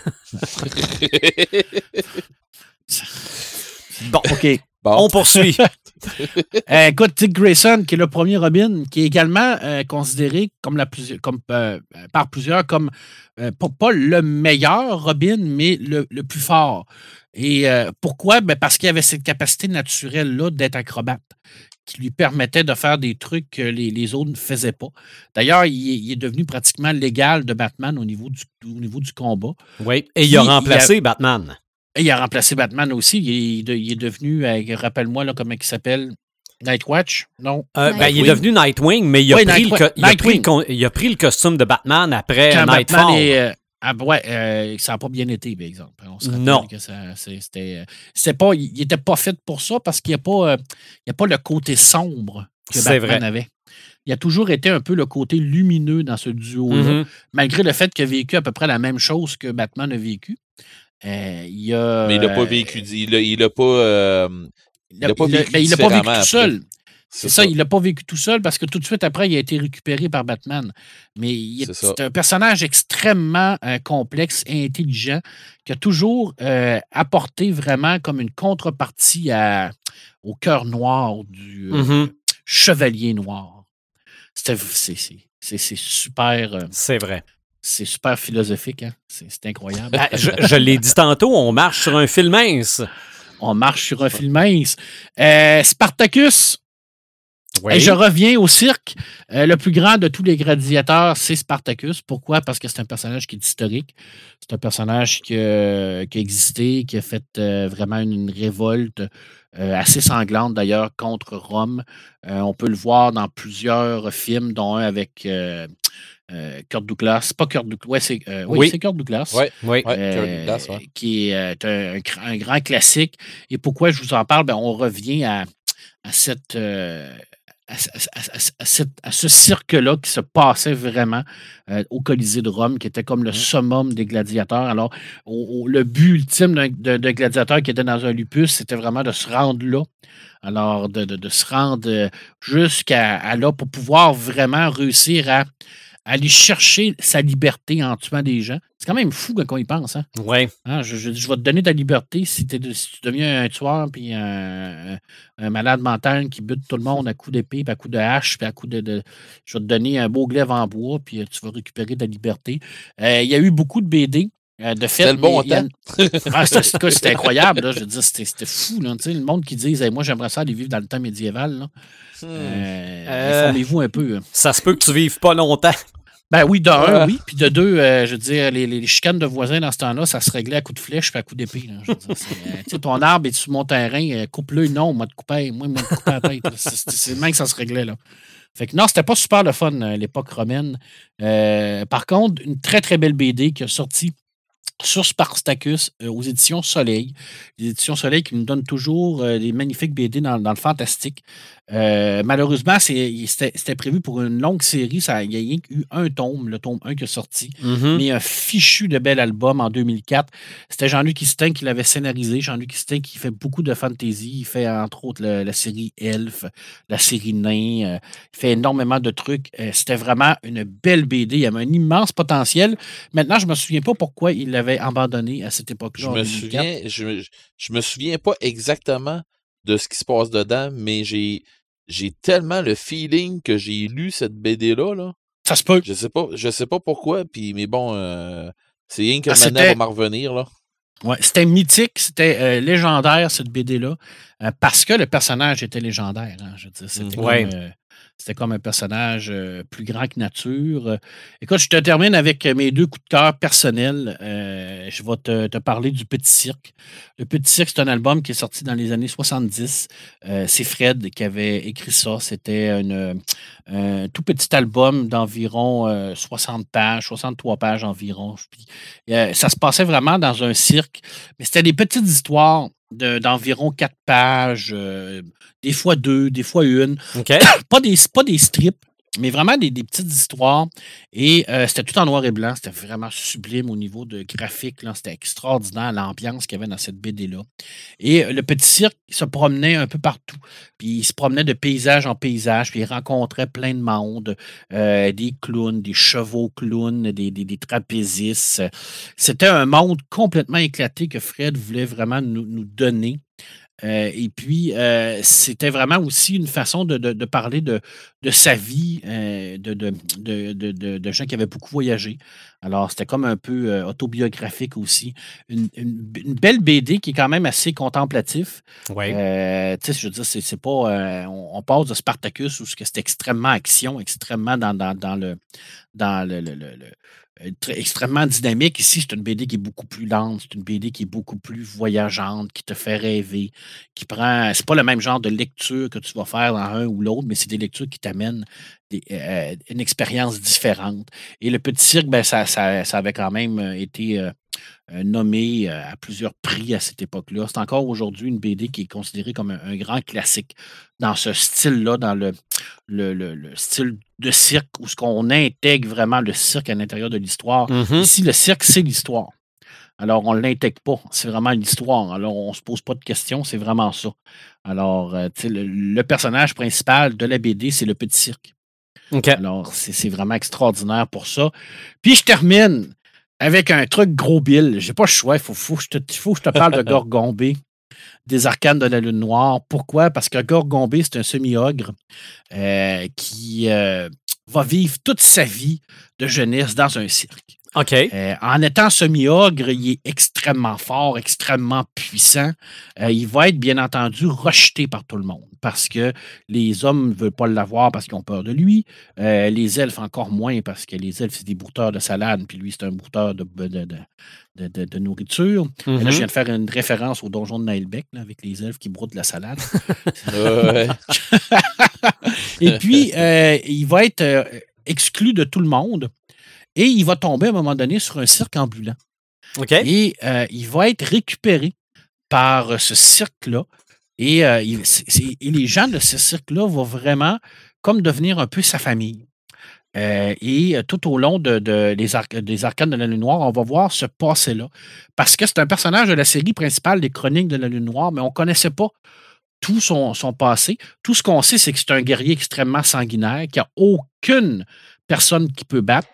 Bon, OK. Bon. on poursuit. Écoute, Dick Grayson, qui est le premier Robin, qui est également considéré comme par plusieurs comme pas le meilleur Robin, mais le plus fort. Et pourquoi? Ben parce qu'il avait cette capacité naturelle-là d'être acrobate, qui lui permettait de faire des trucs que les autres ne faisaient pas. D'ailleurs, il est devenu pratiquement l'égal de Batman au niveau du combat. Oui, et il a remplacé Batman. Et il a remplacé Batman aussi. Il est devenu, rappelle-moi là, comment il s'appelle, Nightwatch? Non. Il est Nightwing. devenu Nightwing, mais il a, Oui, pris, Nightwing. il a pris le costume de Batman après Quand Batman Nightfall. ça n'a pas bien été, par exemple. On se rappelle Non. que c'était pas, il n'était pas fait pour ça parce qu'il n'y a pas le côté sombre que C'est Batman vrai. avait. Il a toujours été un peu le côté lumineux dans ce duo-là, Mhm. malgré le fait qu'il a vécu à peu près la même chose que Batman a vécu. Mais il n'a pas vécu. Il n'a pas il a pas vécu différemment tout seul. après. C'est ça, il l'a pas vécu tout seul parce que tout de suite après, il a été récupéré par Batman. Mais c'est un personnage extrêmement complexe et intelligent qui a toujours apporté vraiment comme une contrepartie au cœur noir du chevalier noir. C'est super. C'est vrai. C'est super philosophique, hein? C'est incroyable. Ben, je l'ai dit tantôt, on marche sur un fil mince. On marche sur un fil mince. Spartacus. Oui. Et je reviens au cirque. Le plus grand de tous les gladiateurs, c'est Spartacus. Pourquoi? Parce que c'est un personnage qui est historique. C'est un personnage qui a existé, qui a fait vraiment une révolte assez sanglante d'ailleurs contre Rome. On peut le voir dans plusieurs films, dont un avec Kirk Douglas. Pas Kirk Douglas. Ouais, c'est Kirk Douglas. Oui, Kirk Douglas, ouais. Qui est un grand classique. Et pourquoi je vous en parle? Ben, on revient à ce cirque-là qui se passait vraiment au Colisée de Rome, qui était comme le summum des gladiateurs. Alors, le but ultime d'un gladiateur qui était dans un lupus, c'était vraiment de se rendre là. Alors, de se rendre jusqu'à là pour pouvoir vraiment réussir à aller chercher sa liberté en tuant des gens. C'est quand même fou quand on y pense. Hein? Oui. Hein, je vais te donner ta liberté si tu deviens un tueur puis un malade mental qui bute tout le monde à coups d'épée, puis à coups de hache, puis à coups de... Je vais te donner un beau glaive en bois, puis tu vas récupérer ta liberté. Il y a eu beaucoup de BD. De fait, c'était le bon temps. C'était incroyable. Là, je veux dire, c'était fou. Là, le monde qui dit moi, j'aimerais ça aller vivre dans le temps médiéval. Informez-vous un peu. Ça se peut que tu vives pas longtemps. Ben oui, de un, oui. Puis de deux, je veux dire, les chicanes de voisins dans ce temps-là, ça se réglait à coups de flèche puis à coups d'épée. Ton arbre est sur mon terrain, coupe-le. Non, moi, te couper la tête. C'est le même que ça se réglait. Là. Fait que non, c'était pas super le fun, l'époque romaine. Par contre, une très, très belle BD qui a sorti sur Spartacus aux éditions Soleil. Les éditions Soleil qui nous donnent toujours des magnifiques BD dans le fantastique. Malheureusement, c'était prévu pour une longue série. Il y a eu un tome, le tome 1 qui est sorti, mais un fichu de bel album en 2004. C'était Jean-Luc Istin qui l'avait scénarisé. Jean-Luc Istin qui fait beaucoup de fantasy. Il fait entre autres la série Elf, la série Nain. Il fait énormément de trucs. C'était vraiment une belle BD. Il y avait un immense potentiel. Maintenant, je ne me souviens pas pourquoi il l'avait abandonné à cette époque-là. Je me souviens pas exactement de ce qui se passe dedans, mais j'ai tellement le feeling que j'ai lu cette BD-là. Là. Ça se peut. Je sais pas pourquoi, mais bon, c'est rien que maintenant va m'en revenir. Là. Ouais, c'était mythique, c'était légendaire, cette BD-là, parce que le personnage était légendaire. Hein, je veux dire, c'était comme un personnage plus grand que nature. Écoute, je te termine avec mes deux coups de cœur personnels. Je vais te parler du Petit Cirque. Le Petit Cirque, c'est un album qui est sorti dans les années 70. C'est Fred qui avait écrit ça. C'était un tout petit album d'environ 60 pages, 63 pages environ. Puis, ça se passait vraiment dans un cirque, mais c'était des petites histoires d'environ 4 pages, des fois 2, des fois 1. Okay. Pas des strips, mais vraiment des petites histoires. Et c'était tout en noir et blanc. C'était vraiment sublime au niveau de graphique. Là. C'était extraordinaire l'ambiance qu'il y avait dans cette BD-là. Et le Petit Cirque se promenait un peu partout. Puis il se promenait de paysage en paysage. Puis il rencontrait plein de monde. Des clowns, des chevaux clowns, des trapézistes. C'était un monde complètement éclaté que Fred voulait vraiment nous donner. Et puis, c'était vraiment aussi une façon de parler de sa vie, de gens qui avaient beaucoup voyagé. Alors, c'était comme un peu autobiographique aussi. Une belle BD qui est quand même assez contemplatif. Ouais. Je veux dire, c'est pas... on passe de Spartacus où c'est extrêmement action, extrêmement extrêmement dynamique. Ici, c'est une BD qui est beaucoup plus lente, c'est une BD qui est beaucoup plus voyageante, qui te fait rêver, qui prend... C'est pas le même genre de lecture que tu vas faire dans un ou l'autre, mais c'est des lectures qui t'amènent une expérience différente. Et le Petit Cirque, ben, ça avait quand même été nommé à plusieurs prix à cette époque-là. C'est encore aujourd'hui une BD qui est considérée comme un grand classique dans ce style-là, dans le style de cirque où on intègre vraiment le cirque à l'intérieur de l'histoire. Ici, le cirque, c'est l'histoire. Alors, on ne l'intègre pas. C'est vraiment l'histoire. Alors, on ne se pose pas de questions. C'est vraiment ça. Alors, le personnage principal de la BD, c'est le Petit Cirque. Okay. Alors, c'est vraiment extraordinaire pour ça. Puis, je termine avec un truc gros Bill. J'ai pas le choix. Il faut que je te parle de Gorgon B, des Arcanes de la Lune Noire. Pourquoi? Parce que Gorgon B, c'est un semi-ogre qui va vivre toute sa vie de jeunesse dans un cirque. OK. En étant semi-ogre, il est extrêmement fort, extrêmement puissant. Il va être, bien entendu, rejeté par tout le monde parce que les hommes ne veulent pas l'avoir parce qu'ils ont peur de lui. Les elfes, encore moins, parce que les elfes, c'est des brouteurs de salade, puis lui, c'est un brouteur de nourriture. Et là, je viens de faire une référence au donjon de Nailbeck, là, avec les elfes qui broutent de la salade. Et puis, il va être exclu de tout le monde. Et il va tomber à un moment donné sur un cirque ambulant. OK. Et il va être récupéré par ce cirque-là. Et les gens de ce cirque-là vont vraiment comme devenir un peu sa famille. Et tout au long des Arcanes de la Lune Noire, on va voir ce passé-là. Parce que c'est un personnage de la série principale des Chroniques de la Lune Noire, mais on ne connaissait pas tout son passé. Tout ce qu'on sait, c'est que c'est un guerrier extrêmement sanguinaire, qui n'a aucune personne qui peut battre.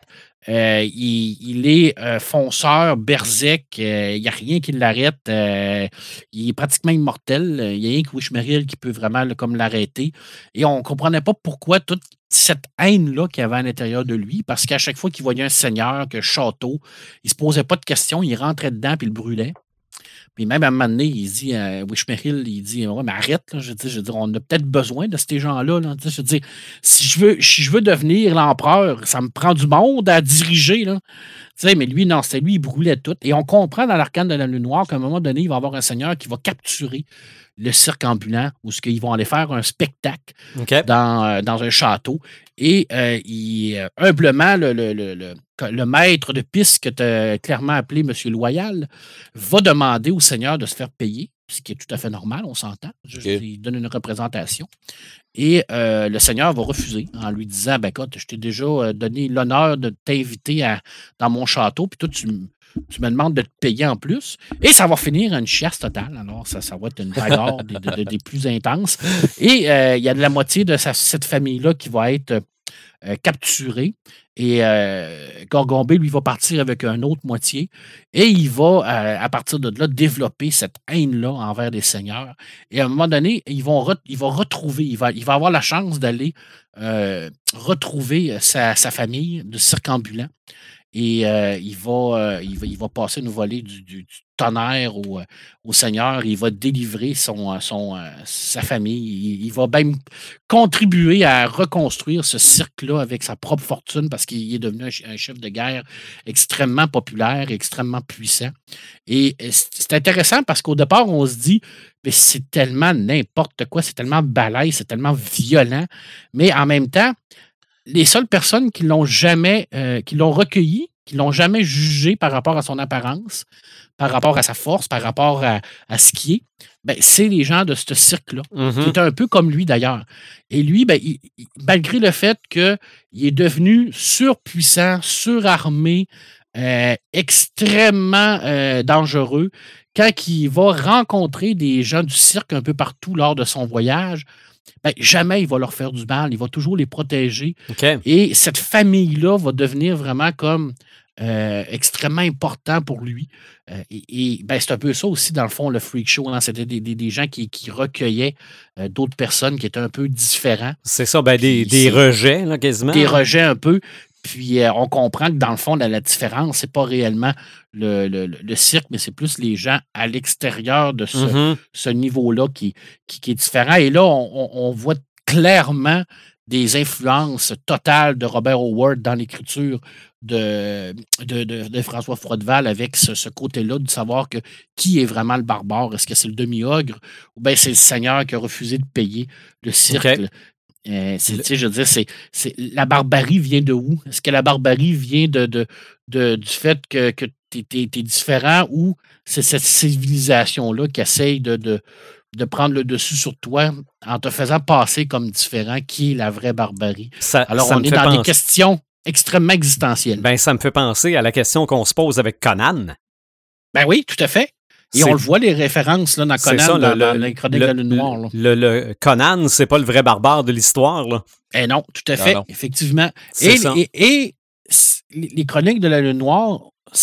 Il est fonceur, berserk, il n'y a rien qui l'arrête. Il est pratiquement immortel. Il n'y a rien que Wishmeril qui peut vraiment comme l'arrêter. Et on ne comprenait pas pourquoi toute cette haine-là qu'il y avait à l'intérieur de lui, parce qu'à chaque fois qu'il voyait un seigneur, un château, il ne se posait pas de questions, il rentrait dedans puis il le brûlait. Puis même à un moment donné, il dit à Wishmeril, il dit ouais, mais arrête, là, je veux dire, on a peut-être besoin de ces gens-là. Là, je veux dire, si je veux devenir l'empereur, ça me prend du monde à diriger. Là. Mais lui, non, c'était lui, il brûlait tout. Et on comprend dans l'Arcane de la Lune Noire qu'à un moment donné, il va y avoir un seigneur qui va capturer le cirque ambulant où ils vont aller faire un spectacle dans un château. Et humblement, le maître de piste que tu as clairement appelé M. Loyal va demander au seigneur de se faire payer, ce qui est tout à fait normal, on s'entend. Il donne une représentation. Et le seigneur va refuser en lui disant ben, écoute, je t'ai déjà donné l'honneur de t'inviter dans mon château, puis toi, tu me demandes de te payer en plus. Et ça va finir en une chiasse totale. Alors, ça va être une bagarre des plus intenses. Et il y a de la moitié de cette famille-là qui va être capturée. Et Gorgombé, lui, va partir avec une autre moitié. Et il va, à partir de là, développer cette haine-là envers les seigneurs. Et à un moment donné, il va retrouver, il va avoir la chance d'aller retrouver sa famille de cirque ambulant. Et il va passer une volée du tonnerre au Seigneur. Il va délivrer sa famille. Il va même contribuer à reconstruire ce cirque-là avec sa propre fortune parce qu'il est devenu un chef de guerre extrêmement populaire et extrêmement puissant. Et c'est intéressant parce qu'au départ, on se dit mais c'est tellement n'importe quoi, c'est tellement balèze, c'est tellement violent. Mais en même temps, les seules personnes qui l'ont jamais, qui l'ont recueilli, qui l'ont jamais jugé par rapport à son apparence, par rapport à sa force, par rapport à ce qui est, ben, c'est les gens de ce cirque-là, qui est un peu comme lui d'ailleurs. Et lui, ben, malgré le fait qu'il est devenu surpuissant, surarmé, extrêmement dangereux, quand il va rencontrer des gens du cirque un peu partout lors de son voyage, ben, jamais il va leur faire du mal. Il va toujours les protéger. Et cette famille-là va devenir vraiment comme extrêmement important pour lui. Ben, c'est un peu ça aussi, dans le fond, le freak show. Hein? C'était des gens qui recueillaient d'autres personnes qui étaient un peu différents. C'est ça, ben, des rejets, là, quasiment. Des rejets un peu. Puis on comprend que dans le fond, la différence, c'est pas réellement le cirque, mais c'est plus les gens à l'extérieur de ce niveau-là qui est différent. Et là, on voit clairement des influences totales de Robert Howard dans l'écriture de François Froideval avec ce côté-là de savoir que qui est vraiment le barbare. Est-ce que c'est le demi-ogre ou bien c'est le seigneur qui a refusé de payer le cirque? Je veux dire, la barbarie vient de où? Est-ce que la barbarie vient du fait que tu es différent ou c'est cette civilisation-là qui essaye de prendre le dessus sur toi en te faisant passer comme différent qui est la vraie barbarie? Alors, on est dans des questions extrêmement existentielles. Ben, ça me fait penser à la question qu'on se pose avec Conan. Ben oui, tout à fait. Et on le voit, les références là, dans Conan, dans les Chroniques de la Lune Noire. Le Conan, c'est pas le vrai barbare de l'histoire. Là. Eh non, tout à fait, effectivement. Et les Chroniques de la Lune Noire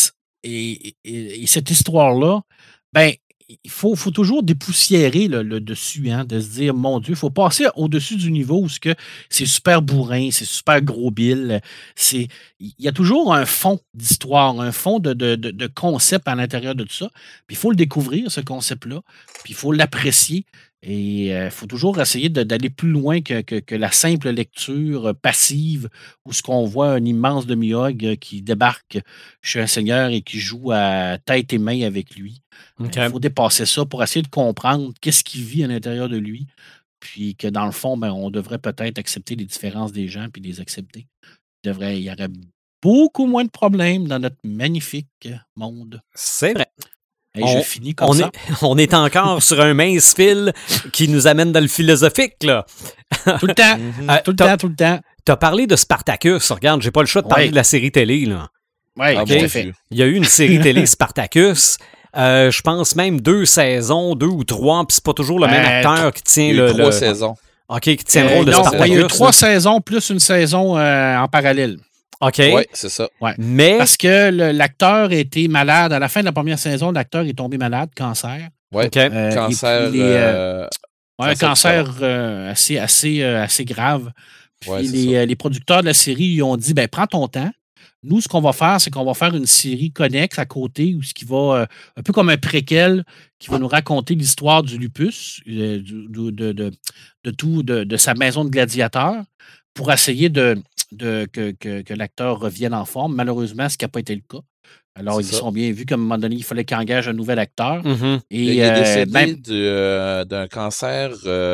et cette histoire-là, ben, il faut toujours dépoussiérer le dessus, hein, de se dire, mon Dieu, il faut passer au-dessus du niveau où c'est super bourrin, c'est super gros bill. Il y a toujours un fond d'histoire, un fond de concept à l'intérieur de tout ça. Puis il faut le découvrir, ce concept-là. Puis il faut l'apprécier. Et il faut toujours essayer d'aller plus loin que la simple lecture passive où ce qu'on voit un immense demi-ogre qui débarque chez un seigneur et qui joue à tête et main avec lui. Il faut dépasser ça pour essayer de comprendre qu'est-ce qu'il vit à l'intérieur de lui. Puis que dans le fond, ben, on devrait peut-être accepter les différences des gens puis les accepter. il y aurait beaucoup moins de problèmes dans notre magnifique monde. C'est vrai. Et je finis comme ça. On est encore sur un mince fil qui nous amène dans le philosophique, là. Tout le temps. Tout le temps. T'as parlé de Spartacus. Regarde, j'ai pas le choix de parler de la série télé, là. Oui, tout à fait. Il y a eu une série télé Spartacus. Je pense même 2 saisons, 2 ou 3, puis c'est pas toujours le même acteur qui tient le... 3 saisons. OK, qui tient le rôle de Spartacus. Il y a eu 3 saisons plus une saison en parallèle. OK. Oui, c'est ça. Ouais. Mais... Parce que l'acteur était malade. À la fin de la première saison, l'acteur est tombé malade, cancer. Oui, cancer... un cancer assez grave. Puis les producteurs de la série lui ont dit, prends ton temps. Nous, ce qu'on va faire, c'est qu'on va faire une série connexe à côté, où ce qui va, un peu comme un préquel, qui va nous raconter l'histoire du lupus, de sa maison de gladiateur, pour essayer que l'acteur revienne en forme. Malheureusement, ce qui n'a pas été le cas. Alors, ils sont bien vus qu'à un moment donné, il fallait qu'il engage un nouvel acteur. Mm-hmm. Et il est décédé d'un cancer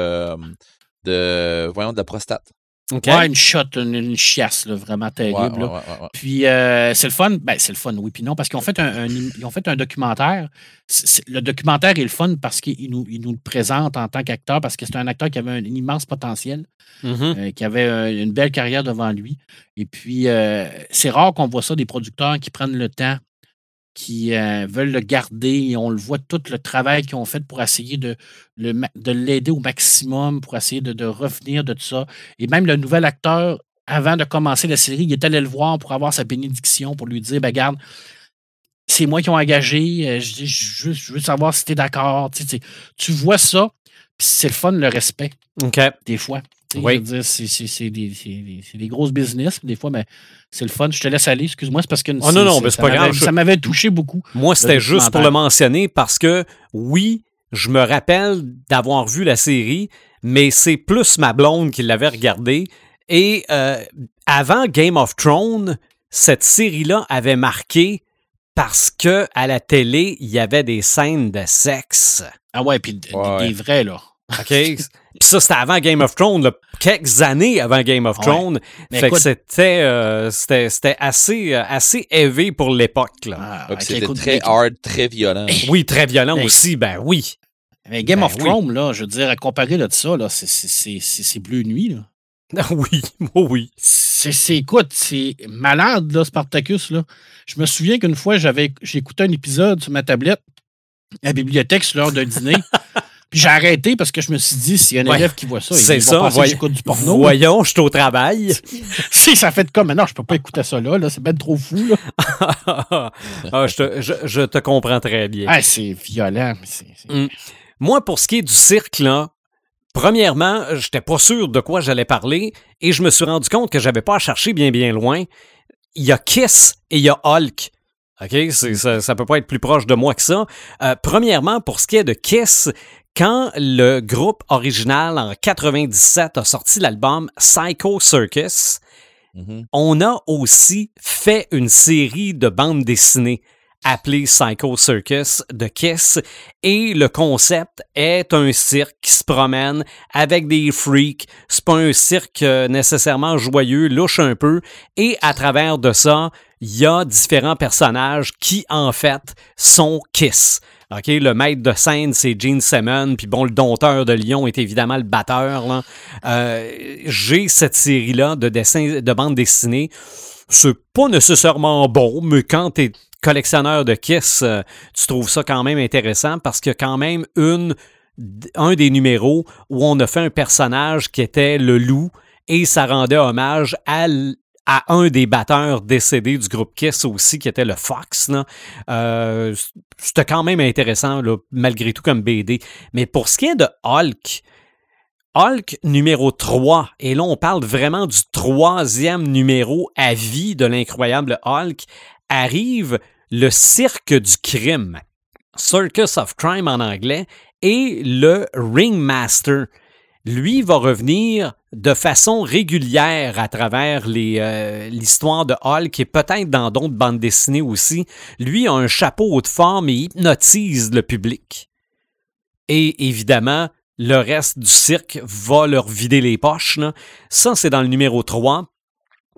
de la prostate. Okay. Ouais, une chiasse, là, vraiment terrible. Ouais. Puis c'est le fun. C'est le fun, oui, puis non, parce qu'ils ont fait un documentaire. Le documentaire est le fun parce qu'il nous le présente en tant qu'acteur, parce que c'est un acteur qui avait un immense potentiel, qui avait une belle carrière devant lui. Et puis, c'est rare qu'on voit ça, des producteurs qui prennent le temps, qui veulent le garder, et on le voit tout le travail qu'ils ont fait pour essayer de l'aider au maximum, pour essayer de revenir de tout ça. Et même le nouvel acteur, avant de commencer la série, il est allé le voir pour avoir sa bénédiction, pour lui dire, regarde, c'est moi qui ont engagé, je veux savoir si tu es d'accord. Tu vois ça, puis c'est le fun, le respect, des fois. Oui. Je veux dire, c'est des grosses business, des fois, mais c'est le fun. Je te laisse aller, excuse-moi, c'est parce que c'est pas grave. Ça m'avait touché beaucoup. Moi, c'était juste pour le mentionner parce que, oui, je me rappelle d'avoir vu la série, mais c'est plus ma blonde qui l'avait regardée. Et avant Game of Thrones, cette série-là avait marqué parce que à la télé, il y avait des scènes de sexe. Ah ouais, puis des vrais, là. OK? Puis ça, c'était avant Game of Thrones, là, quelques années avant Game of Thrones. Fait que c'était assez élevé pour l'époque, là. C'était très hard, très violent. Oui, très violent aussi, oui. Mais Game of Thrones, là, je veux dire, à comparer de ça, là, c'est Bleu Nuit, là. Oui. Écoute, c'est malade, là, Spartacus, là. Je me souviens qu'une fois, j'ai écouté un épisode sur ma tablette à la bibliothèque sur l'heure d'un dîner. Puis j'ai arrêté parce que je me suis dit, s'il y a un élève qui voit ça, il va penser que j'écoute du porno. Voyons, je suis au travail. Si, ça fait comme, non, je peux pas écouter ça là, c'est ben trop fou. Là. Je te comprends très bien. Ah, c'est violent. Moi, pour ce qui est du cirque, là, premièrement, j'étais pas sûr de quoi j'allais parler et je me suis rendu compte que j'avais pas à chercher bien loin. Il y a Kiss et il y a Hulk. OK? Ça peut pas être plus proche de moi que ça. Premièrement, pour ce qui est de Kiss, quand le groupe original, en 97, a sorti l'album Psycho Circus, on a aussi fait une série de bandes dessinées appelée Psycho Circus de Kiss, et le concept est un cirque qui se promène avec des freaks. C'est pas un cirque nécessairement joyeux, louche un peu, et à travers de ça, il y a différents personnages qui, en fait, sont Kiss. OK, le maître de scène, c'est Gene Simmons, puis bon, le dompteur de lion est évidemment le batteur, là. J'ai cette série-là de dessins, de bandes dessinées. C'est pas nécessairement bon, mais quand t'es collectionneur de Kiss, tu trouves ça quand même intéressant parce qu'il y a quand même un des numéros où on a fait un personnage qui était le loup et ça rendait hommage à un des batteurs décédés du groupe Kiss aussi, qui était le Fox. Là. C'était quand même intéressant, là, malgré tout, comme BD. Mais pour ce qui est de Hulk numéro 3, et là on parle vraiment du 3e numéro à vie de l'incroyable Hulk, arrive le cirque du crime, Circus of Crime en anglais, et le Ringmaster. Lui va revenir de façon régulière à travers l'histoire de Hulk et peut-être dans d'autres bandes dessinées aussi. Lui a un chapeau haute forme et hypnotise le public. Et évidemment, le reste du cirque va leur vider les poches, là. Ça, c'est dans le numéro 3.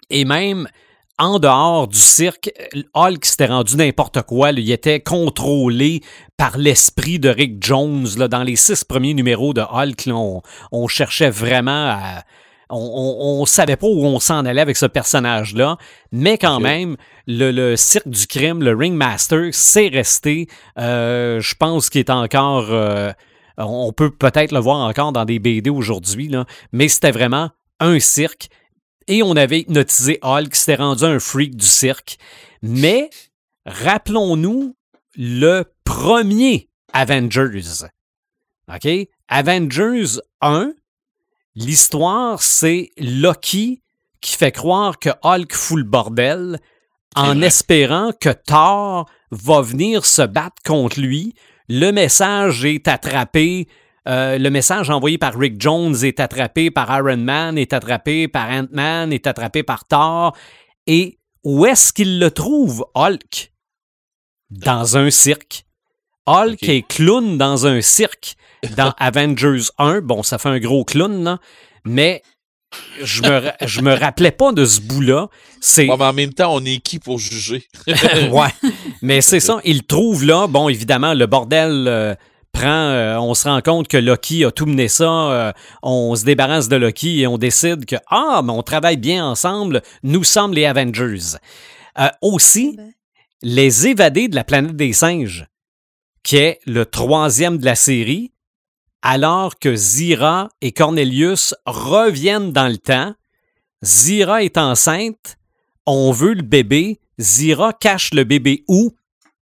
Et même en dehors du cirque, Hulk s'était rendu n'importe quoi. Là. Il était contrôlé par l'esprit de Rick Jones. Là. Dans les 6 premiers numéros de Hulk, là, on cherchait vraiment à... On savait pas où on s'en allait avec ce personnage-là, mais quand même, le cirque du crime, le Ringmaster, c'est resté. Je pense qu'il est encore... on peut peut-être le voir encore dans des BD aujourd'hui, là, mais c'était vraiment un cirque. Et on avait hypnotisé Hulk, s'était rendu un freak du cirque. Mais rappelons-nous le premier Avengers. OK? Avengers 1, l'histoire, c'est Loki qui fait croire que Hulk fout le bordel en espérant que Thor va venir se battre contre lui. Le message est attrapé. Le message envoyé par Rick Jones est attrapé par Iron Man, est attrapé par Ant-Man, est attrapé par Thor. Et où est-ce qu'il le trouve, Hulk? Dans un cirque. Hulk est clown dans un cirque. Dans Avengers 1, bon, ça fait un gros clown, là, mais je me rappelais pas de ce bout-là. Ouais, mais en même temps, on est qui pour juger? Ouais, mais c'est ça. Il le trouve là. Bon, évidemment, le bordel... on se rend compte que Loki a tout mené ça, on se débarrasse de Loki et on décide que, mais on travaille bien ensemble, nous sommes les Avengers. Aussi, les évadés de la planète des singes, qui est le 3e de la série, alors que Zira et Cornelius reviennent dans le temps. Zira est enceinte, on veut le bébé, Zira cache le bébé où?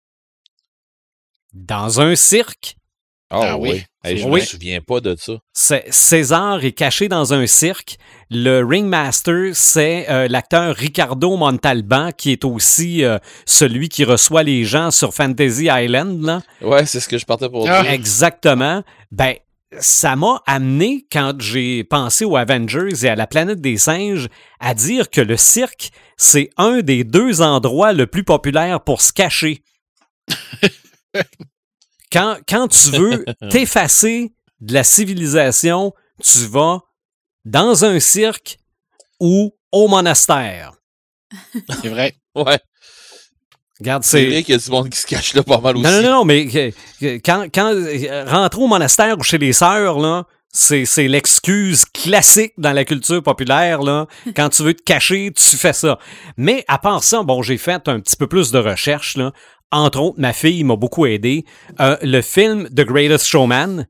Dans un cirque. Ah oui. Hey, je me souviens pas de ça. César est caché dans un cirque. Le Ringmaster, c'est l'acteur Ricardo Montalban, qui est aussi celui qui reçoit les gens sur Fantasy Island. Là. Ouais, c'est ce que je partais pour dire. Exactement. Ben, ça m'a amené, quand j'ai pensé aux Avengers et à la planète des singes, à dire que le cirque, c'est un des 2 endroits le plus populaires pour se cacher. Quand tu veux t'effacer de la civilisation, tu vas dans un cirque ou au monastère. C'est vrai. Ouais. Regarde, c'est vrai qu'il y a du monde qui se cache là pas mal aussi. Non, mais quand rentrer au monastère ou chez les sœurs, là, c'est l'excuse classique dans la culture populaire, là. Quand tu veux te cacher, tu fais ça. Mais à part ça, bon, j'ai fait un petit peu plus de recherche, là. Entre autres, ma fille m'a beaucoup aidé. Le film The Greatest Showman,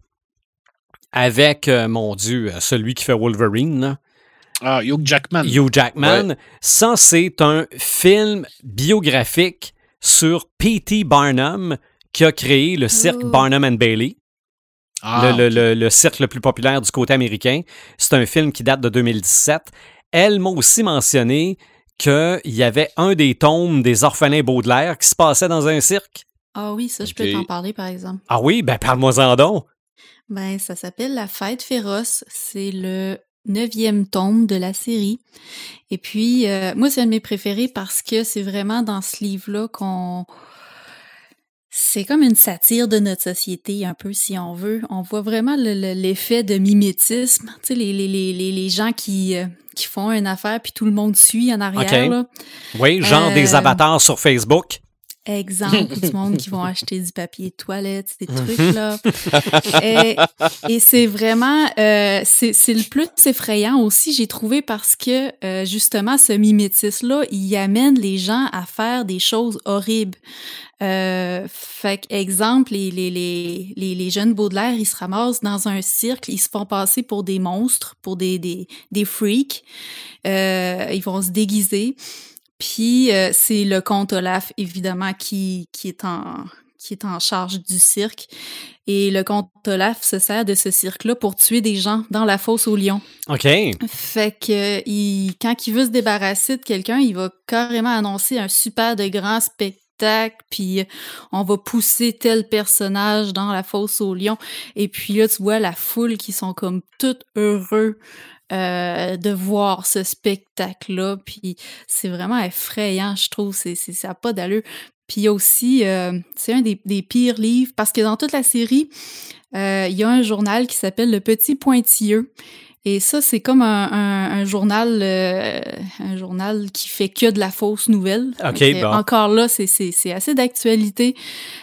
avec, mon Dieu, celui qui fait Wolverine. Là. Hugh Jackman. Hugh Jackman. Ouais. Ça, c'est un film biographique sur P.T. Barnum, qui a créé le cirque Barnum and Bailey. Le cirque le plus populaire du côté américain. C'est un film qui date de 2017. Elle m'a aussi mentionné qu'il y avait un des tomes des orphelins Baudelaire qui se passait dans un cirque. Ah oui, ça, je peux t'en parler, par exemple. Ah oui? Ben, parle-moi-en donc. Ben, ça s'appelle La Fête féroce. C'est le 9e tome de la série. Et puis, moi, c'est un de mes préférés parce que c'est vraiment dans ce livre-là qu'on... C'est comme une satire de notre société, un peu, si on veut. On voit vraiment l'effet de mimétisme. Tu sais, les gens qui font une affaire, puis tout le monde suit en arrière. Okay. Là. Oui, genre des avatars sur Facebook. Exemple, du monde qui vont acheter du papier de toilette, des trucs, là. Et c'est vraiment... c'est le plus effrayant aussi, j'ai trouvé, parce que, justement, ce mimétisme-là, il amène les gens à faire des choses horribles. Fait exemple, les jeunes Baudelaire, ils se ramassent dans un cirque, ils se font passer pour des monstres, pour des freaks. Ils vont se déguiser. Puis c'est le comte Olaf, évidemment, qui est en charge du cirque. Et le comte Olaf se sert de ce cirque-là pour tuer des gens dans la fosse aux lions. OK. Fait que quand il veut se débarrasser de quelqu'un, il va carrément annoncer un super de grand spectacle, puis on va pousser tel personnage dans la fosse aux lions. Et puis là, tu vois la foule qui sont comme toutes heureux de voir ce spectacle-là, puis c'est vraiment effrayant, je trouve, ça n'a pas d'allure. Puis il y a aussi, c'est un des pires livres, parce que dans toute la série, il y a un journal qui s'appelle Le Petit Pointilleux, Et ça, c'est comme un journal qui fait que de la fausse nouvelle. OK, bon. Encore là, c'est assez d'actualité.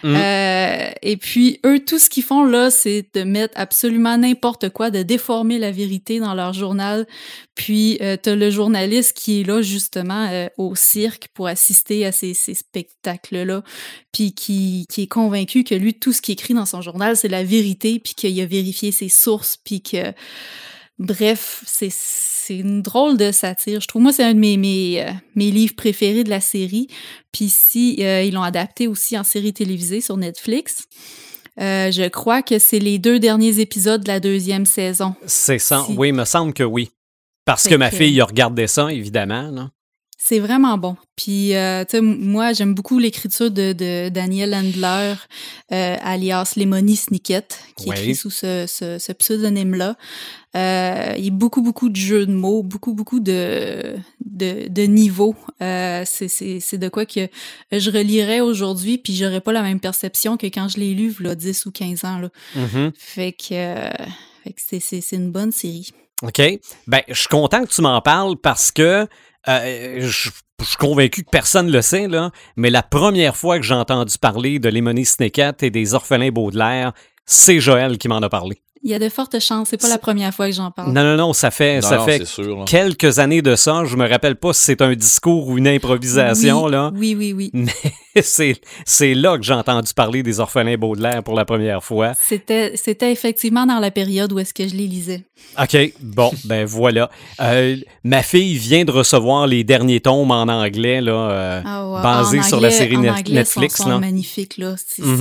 Et puis, eux, tout ce qu'ils font là, c'est de mettre absolument n'importe quoi, de déformer la vérité dans leur journal. Puis, t'as le journaliste qui est là, justement, au cirque pour assister à ces spectacles-là, puis qui est convaincu que lui, tout ce qu'il écrit dans son journal, c'est la vérité, puis qu'il a vérifié ses sources, puis que... Bref, c'est une drôle de satire. Je trouve, moi, c'est un de mes livres préférés de la série. Puis ici, ils l'ont adapté aussi en série télévisée sur Netflix. Je crois que c'est les 2 derniers épisodes de la 2e saison. C'est ça. Oui, il me semble que oui. Parce que ma fille a regardé ça, évidemment. Là. C'est vraiment bon. Puis, tu sais, moi, j'aime beaucoup l'écriture de Daniel Handler, alias Lemony Snicket, qui écrit sous ce pseudonyme-là. Il y a beaucoup de jeux de mots, beaucoup de niveaux. C'est de quoi que je relirais aujourd'hui, puis j'aurais pas la même perception que quand je l'ai lu, il y a 10 ou 15 ans. Là. Fait que c'est une bonne série. OK. Ben, je suis content que tu m'en parles parce que je suis convaincu que personne ne le sait, là, mais la première fois que j'ai entendu parler de Lemony Snicket et des Orphelins Baudelaire, c'est Joël qui m'en a parlé. Il y a de fortes chances. C'est pas la première fois que j'en parle. Non, ça fait sûr, quelques années de ça. Je me rappelle pas si c'est un discours ou une improvisation. Là. Oui. Mais c'est là que j'ai entendu parler des Orphelins Baudelaire pour la première fois. C'était effectivement dans la période où est-ce que je les lisais. OK, bon, ben voilà. Ma fille vient de recevoir les derniers tomes en anglais, là, basés sur la série Netflix. Sont magnifiques, là.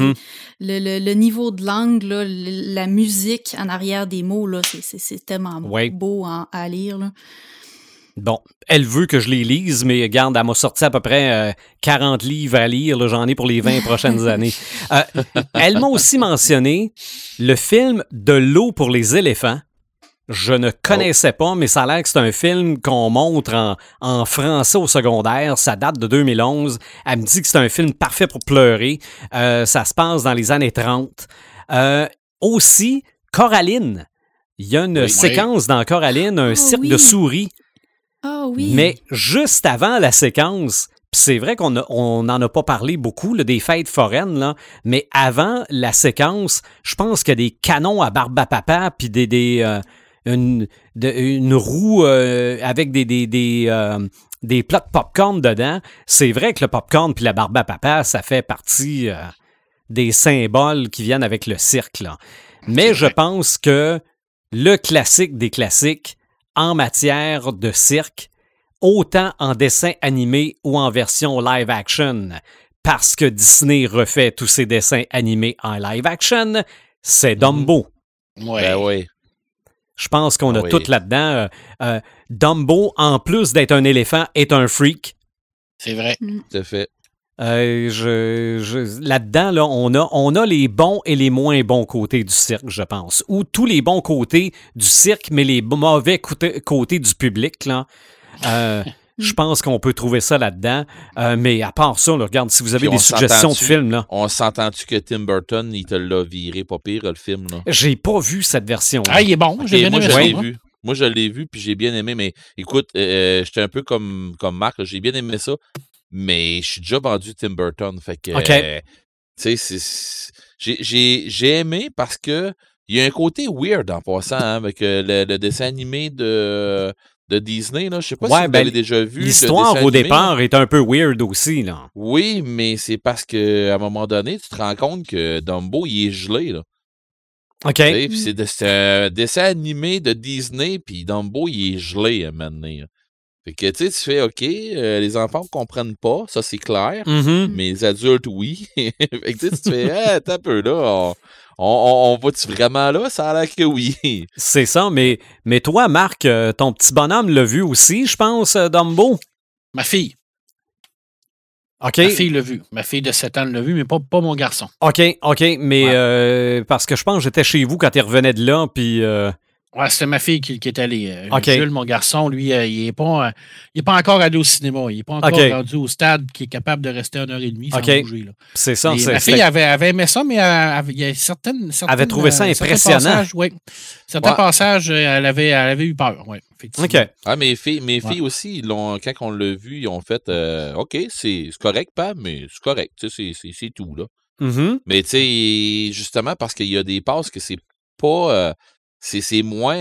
Le niveau de langue, là, la musique en arrière des mots, là, c'est tellement beau à lire, là. Bon, elle veut que je les lise, mais regarde, elle m'a sorti à peu près 40 livres à lire. Là, j'en ai pour les 20 prochaines années. Elle m'a aussi mentionné le film De l'eau pour les éléphants. Je ne connaissais pas, mais ça a l'air que c'est un film qu'on montre en français au secondaire. Ça date de 2011. Elle me dit que c'est un film parfait pour pleurer. Ça se passe dans les années 30. Aussi, Coraline. Il y a une séquence dans Coraline, un cirque de souris. Ah oui. Mais juste avant la séquence, pis c'est vrai qu'on n'en a pas parlé beaucoup là, des fêtes foraines, là, mais avant la séquence, je pense qu'il y a des canons à barbe à papa puis une roue avec des plats de popcorn dedans. C'est vrai que le popcorn puis la barbe à papa, ça fait partie des symboles qui viennent avec le cirque, là. Mais je pense que le classique des classiques en matière de cirque, autant en dessin animé ou en version live action, parce que Disney refait tous ses dessins animés en live action, c'est Dumbo. Ben oui. Je pense qu'on a tout là-dedans. Dumbo, en plus d'être un éléphant, est un freak. C'est vrai. Tout à fait. Là-dedans, là, on a les bons et les moins bons côtés du cirque, je pense. Ou tous les bons côtés du cirque, mais les mauvais côtés du public, là. Je pense qu'on peut trouver ça là-dedans. Mais à part ça, là, regarde, si vous avez des suggestions de films, là. On s'entend-tu que Tim Burton, il te l'a viré pas pire, le film, là? J'ai pas vu cette version. Ah, il est bon. Moi, je l'ai vu. Moi, je l'ai vu, puis j'ai bien aimé. Mais écoute, j'étais un peu comme Marc, là, j'ai bien aimé ça. Mais je suis déjà vendu Tim Burton. Fait que, tu sais, j'ai aimé parce que il y a un côté weird en passant, hein, avec le dessin animé de Disney. Là. Je sais pas si vous l'avez déjà vu. L'histoire au départ est un peu weird aussi. Là. Oui, mais c'est parce qu'à un moment donné, tu te rends compte que Dumbo, il est gelé. Là. OK. C'est un dessin animé de Disney, puis Dumbo, il est gelé à un moment donné. Fait que, tu sais, tu fais, OK, les enfants ne comprennent pas, ça, c'est clair, mais les adultes, oui. Fait que, tu fais, t'as un peu là, on va-tu vraiment là? Ça a l'air que oui. C'est ça, mais toi, Marc, ton petit bonhomme l'a vu aussi, je pense, Dumbo? Ma fille. OK. Ma fille l'a vu. Ma fille de 7 ans l'a vu, mais pas mon garçon. OK, mais parce que je pense que j'étais chez vous quand il revenait de là, puis... Ouais, c'était ma fille qui est allée. OK. Jules, mon garçon, lui, il n'est pas encore allé au cinéma. Il n'est pas encore OK. rendu au stade qui est capable de rester 1h30 sans OK. bouger. Là. C'est ça. Mais c'est- ma c'est- fille avait aimé ça, mais il y a certaines avait trouvé ça certains impressionnant. passages, oui. Certains Ouais. passages, elle avait eu peur. Oui, effectivement. OK. Ah, mes filles aussi, quand on l'a vu, ils ont fait OK, c'est correct, Pam, mais c'est correct. Tu sais, c'est tout, là. Mhm. Mais tu sais, justement, parce qu'il y a des passes que c'est pas. C'est moins.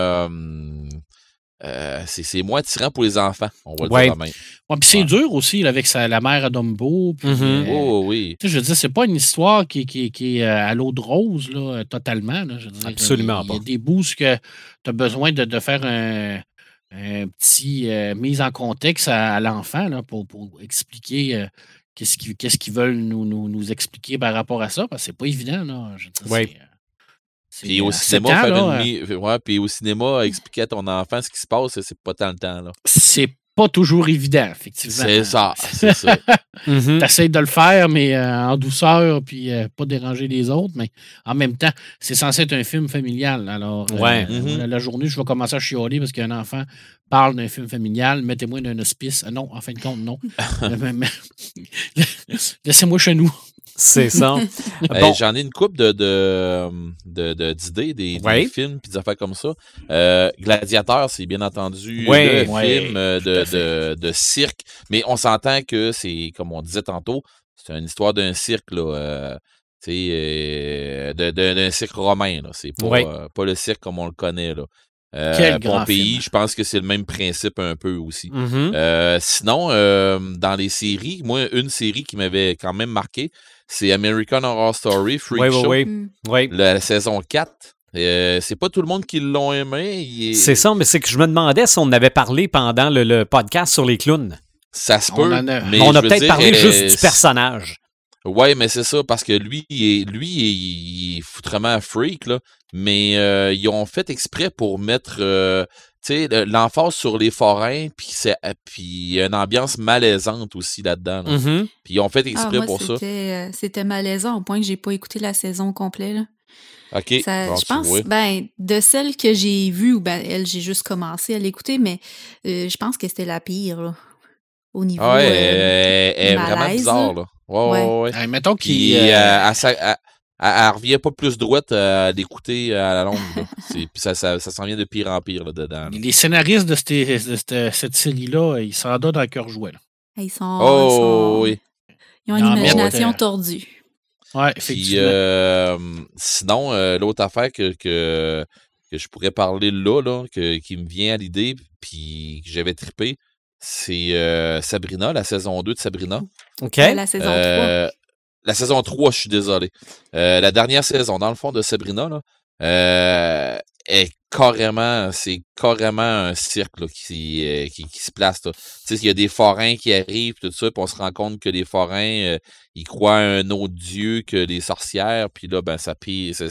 C'est moins attirant pour les enfants, on va le Ouais. dire de même. Ouais, puis c'est Ouais. dur aussi là, avec la mère à Dumbo. Puis, Mhm. Oh, oui. tu sais, je veux dire, c'est pas une histoire qui est à l'eau de rose, là, totalement. Là, je veux dire, Absolument il y a pas. des bouts que tu as besoin de faire un petit mise en contexte à l'enfant là, pour expliquer qu'est-ce qu'ils veulent nous expliquer par rapport à ça. Parce que c'est pas évident. Là, je veux dire, Ouais. Puis au cinéma, puis au cinéma, expliquer à ton enfant ce qui se passe, c'est pas tant le temps, là. c'est pas toujours évident, effectivement. C'est ça, c'est ça. Mhm. T'essayes de le faire, mais en douceur, puis pas déranger les autres. Mais en même temps, c'est censé être un film familial. Alors, Ouais. la journée, je vais commencer à chialer parce qu'un enfant parle d'un film familial. Mettez-moi d'un hospice. Non, en fin de compte, non. Laissez-moi chez nous. C'est ça. Bon. J'en ai une couple d'idées, des films puis des affaires comme ça. Gladiateur, c'est bien entendu le film de cirque, mais on s'entend que c'est, comme on disait tantôt, c'est une histoire d'un cirque, là, d'un cirque romain. Là. C'est pas le cirque comme on le connaît. Là. Pompéi, je pense que c'est le même principe un peu aussi. Mhm. Sinon, dans les séries, moi, une série qui m'avait quand même marqué, c'est American Horror Story, Freak Show, la saison 4. C'est pas tout le monde qui l'ont aimé. C'est ça, mais c'est que je me demandais si on en avait parlé pendant le podcast sur les clowns. Ça se peut, mais on a peut-être parlé juste du personnage. Ouais, mais c'est ça, parce que lui, il est foutrement freak, là. Mais ils ont fait exprès pour mettre l'emphase sur les forains, puis il y a une ambiance malaisante aussi là-dedans. Là. Mm-hmm. Puis ils ont fait exprès moi, pour ça. C'était malaisant au point que j'ai pas écouté la saison complète. Là. OK. Je pense, de celle que j'ai vue, ou j'ai juste commencé à l'écouter, mais je pense que c'était la pire, là, au niveau elle est vraiment bizarre, là. Ouais. Mettons elle revient pas plus droite à l'écouter à la longue. Puis ça s'en vient de pire en pire là, dedans. Là. Les scénaristes de cette série-là, ils s'en donnent à cœur joie. Là. Ils ont une imagination tordue. Oui, effectivement. Puis, sinon, l'autre affaire que je pourrais parler là qui me vient à l'idée, puis que j'avais trippé, c'est Sabrina, la saison 2 de Sabrina. OK. La saison 3. La saison 3, je suis désolé. La dernière saison, dans le fond, de Sabrina, là, c'est carrément un cirque là, qui se place. Tu sais, il y a des forains qui arrivent, tout ça, puis on se rend compte que les forains, ils croient à un autre dieu que les sorcières, puis là, ben, ça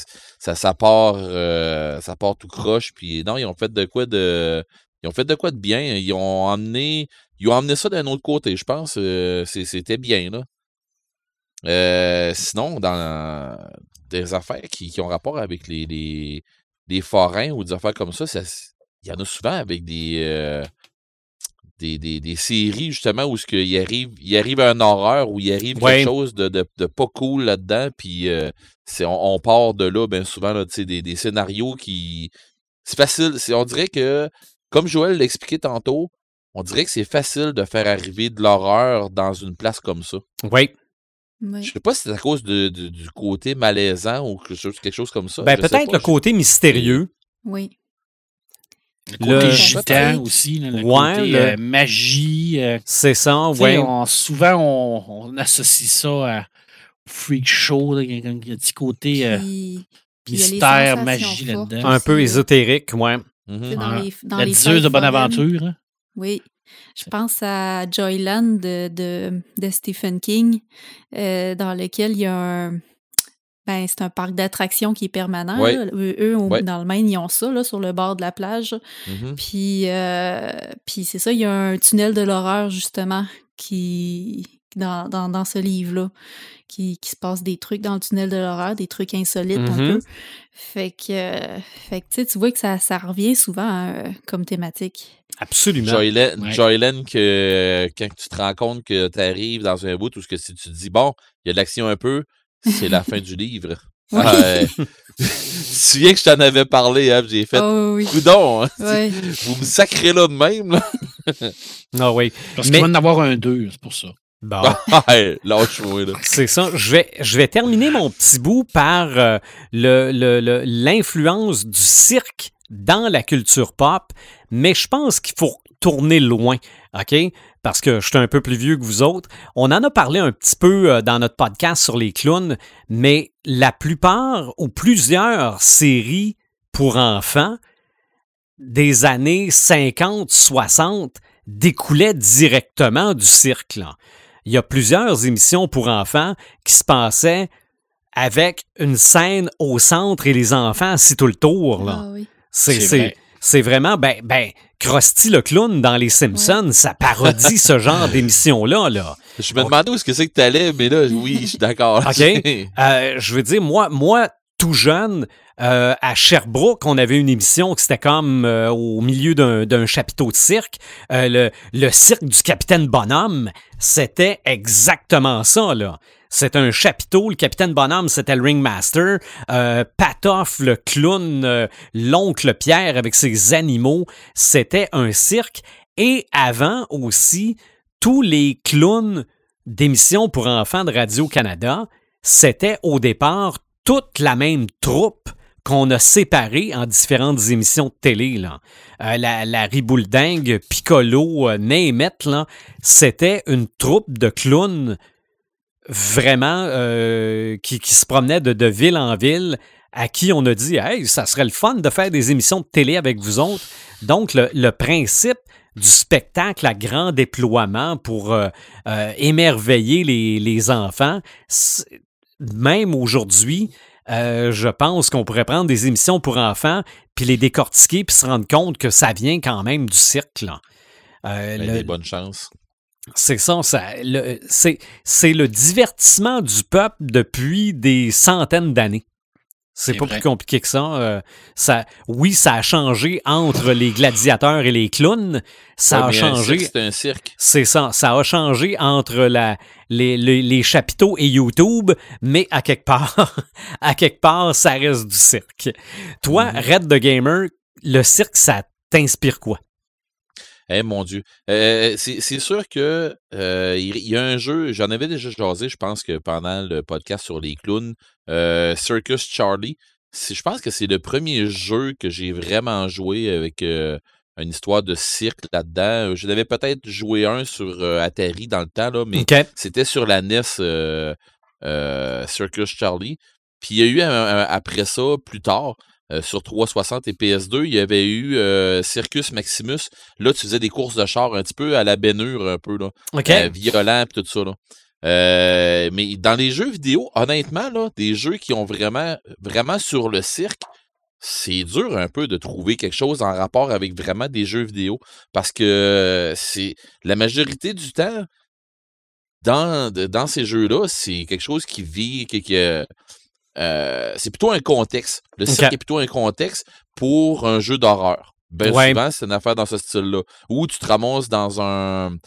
part tout croche, puis non, ils ont fait de quoi de bien. Ils ont amené ça d'un autre côté, je pense. C'était bien, là. Sinon, dans des affaires qui ont rapport avec les forains ou des affaires comme ça, il y en a souvent avec des séries, justement, où il arrive un horreur, où il arrive quelque chose de pas cool là-dedans, puis on part de là, bien souvent, là, des scénarios qui... C'est facile, on dirait que, comme Joël l'expliquait tantôt, on dirait que c'est facile de faire arriver de l'horreur dans une place comme ça. Oui. Oui. Je sais pas si c'est à cause du côté malaisant ou quelque chose comme ça. Ben, peut-être le côté mystérieux. Oui. Le côté gitan aussi, le côté magie. C'est ça, oui. Souvent, on associe ça à freak show, il y a un petit côté mystère, magie là-dedans. Un peu ésotérique, ouais. La diseuse de Bonaventure. Hein? Oui. Je pense à Joyland de Stephen King, dans lequel il y a c'est un parc d'attractions qui est permanent. Ouais. Là. Eux, dans le Maine, ils ont ça là, sur le bord de la plage. Mm-hmm. Puis c'est ça, il y a un tunnel de l'horreur, justement, qui dans ce livre-là, qui se passe des trucs dans le tunnel de l'horreur, des trucs insolites un peu. Fait que tu vois que ça revient souvent comme thématique. Absolument. Joylen, que quand tu te rends compte que tu arrives dans un bout où si tu te dis, bon, il y a de l'action un peu, c'est la fin du livre. Oui. Tu te souviens que je t'en avais parlé, hein? J'ai fait coudon, hein? Oui. Vous me sacrez là de même, là. Ah oui. Parce qu'il va en avoir un 2, c'est pour ça. Bon. Lâche-moi, là. C'est ça. Je vais terminer mon petit bout par l'influence du cirque dans la culture pop, mais je pense qu'il faut tourner loin, OK? Parce que je suis un peu plus vieux que vous autres. On en a parlé un petit peu dans notre podcast sur les clowns, mais la plupart ou plusieurs séries pour enfants des années 50, 60 découlaient directement du cirque, là. Il y a plusieurs émissions pour enfants qui se passaient avec une scène au centre et les enfants assis tout le tour, là. Ah oui. C'est vraiment, Krusty le clown dans Les Simpsons, ça parodie ce genre d'émission-là, là. Je me demandais où est-ce que c'est que t'allais, mais là, oui, je suis d'accord. OK. Je veux dire, moi, tout jeune, à Sherbrooke, on avait une émission qui c'était comme au milieu d'un chapiteau de cirque. Le cirque du Capitaine Bonhomme, c'était exactement ça, là. C'est un chapiteau. Le Capitaine Bonhomme, c'était le ringmaster. Patoff, le clown, l'oncle Pierre avec ses animaux, c'était un cirque. Et avant aussi, tous les clowns d'émissions pour enfants de Radio-Canada, c'était au départ toute la même troupe qu'on a séparée en différentes émissions de télé, là. La Ribouledingue, Piccolo, Németh, là, c'était une troupe de clowns vraiment qui se promenait de ville en ville, à qui on a dit « Hey, ça serait le fun de faire des émissions de télé avec vous autres. » Donc, le principe du spectacle à grand déploiement pour émerveiller les enfants, même aujourd'hui, je pense qu'on pourrait prendre des émissions pour enfants puis les décortiquer puis se rendre compte que ça vient quand même du cirque, là. Des bonnes chances. C'est ça, c'est le divertissement du peuple depuis des centaines d'années. C'est pas plus compliqué que ça. Oui, ça a changé entre les gladiateurs et les clowns. Ça a changé. C'est un cirque. C'est ça. Ça a changé entre les chapiteaux et YouTube, mais à quelque part, ça reste du cirque. Toi, Red the Gamer, le cirque, ça t'inspire quoi? Eh mon Dieu. C'est sûr que il y a un jeu, j'en avais déjà jasé, je pense que pendant le podcast sur les clowns, Circus Charlie. Je pense que c'est le premier jeu que j'ai vraiment joué avec une histoire de cirque là-dedans. Je l'avais peut-être joué un sur Atari dans le temps, là, mais c'était sur la NES Circus Charlie. Puis il y a eu après ça, plus tard, sur 360 et PS2, il y avait eu Circus Maximus. Là, tu faisais des courses de char un petit peu à la baignure, un peu, là. Violent et tout ça, là. Mais dans les jeux vidéo, honnêtement, là, des jeux qui ont vraiment sur le cirque, c'est dur un peu de trouver quelque chose en rapport avec vraiment des jeux vidéo. Parce que c'est la majorité du temps, dans ces jeux-là, c'est quelque chose qui vit, c'est plutôt un contexte. Le cirque est plutôt un contexte pour un jeu d'horreur. Souvent, c'est une affaire dans ce style-là. Où tu te ramasses dans un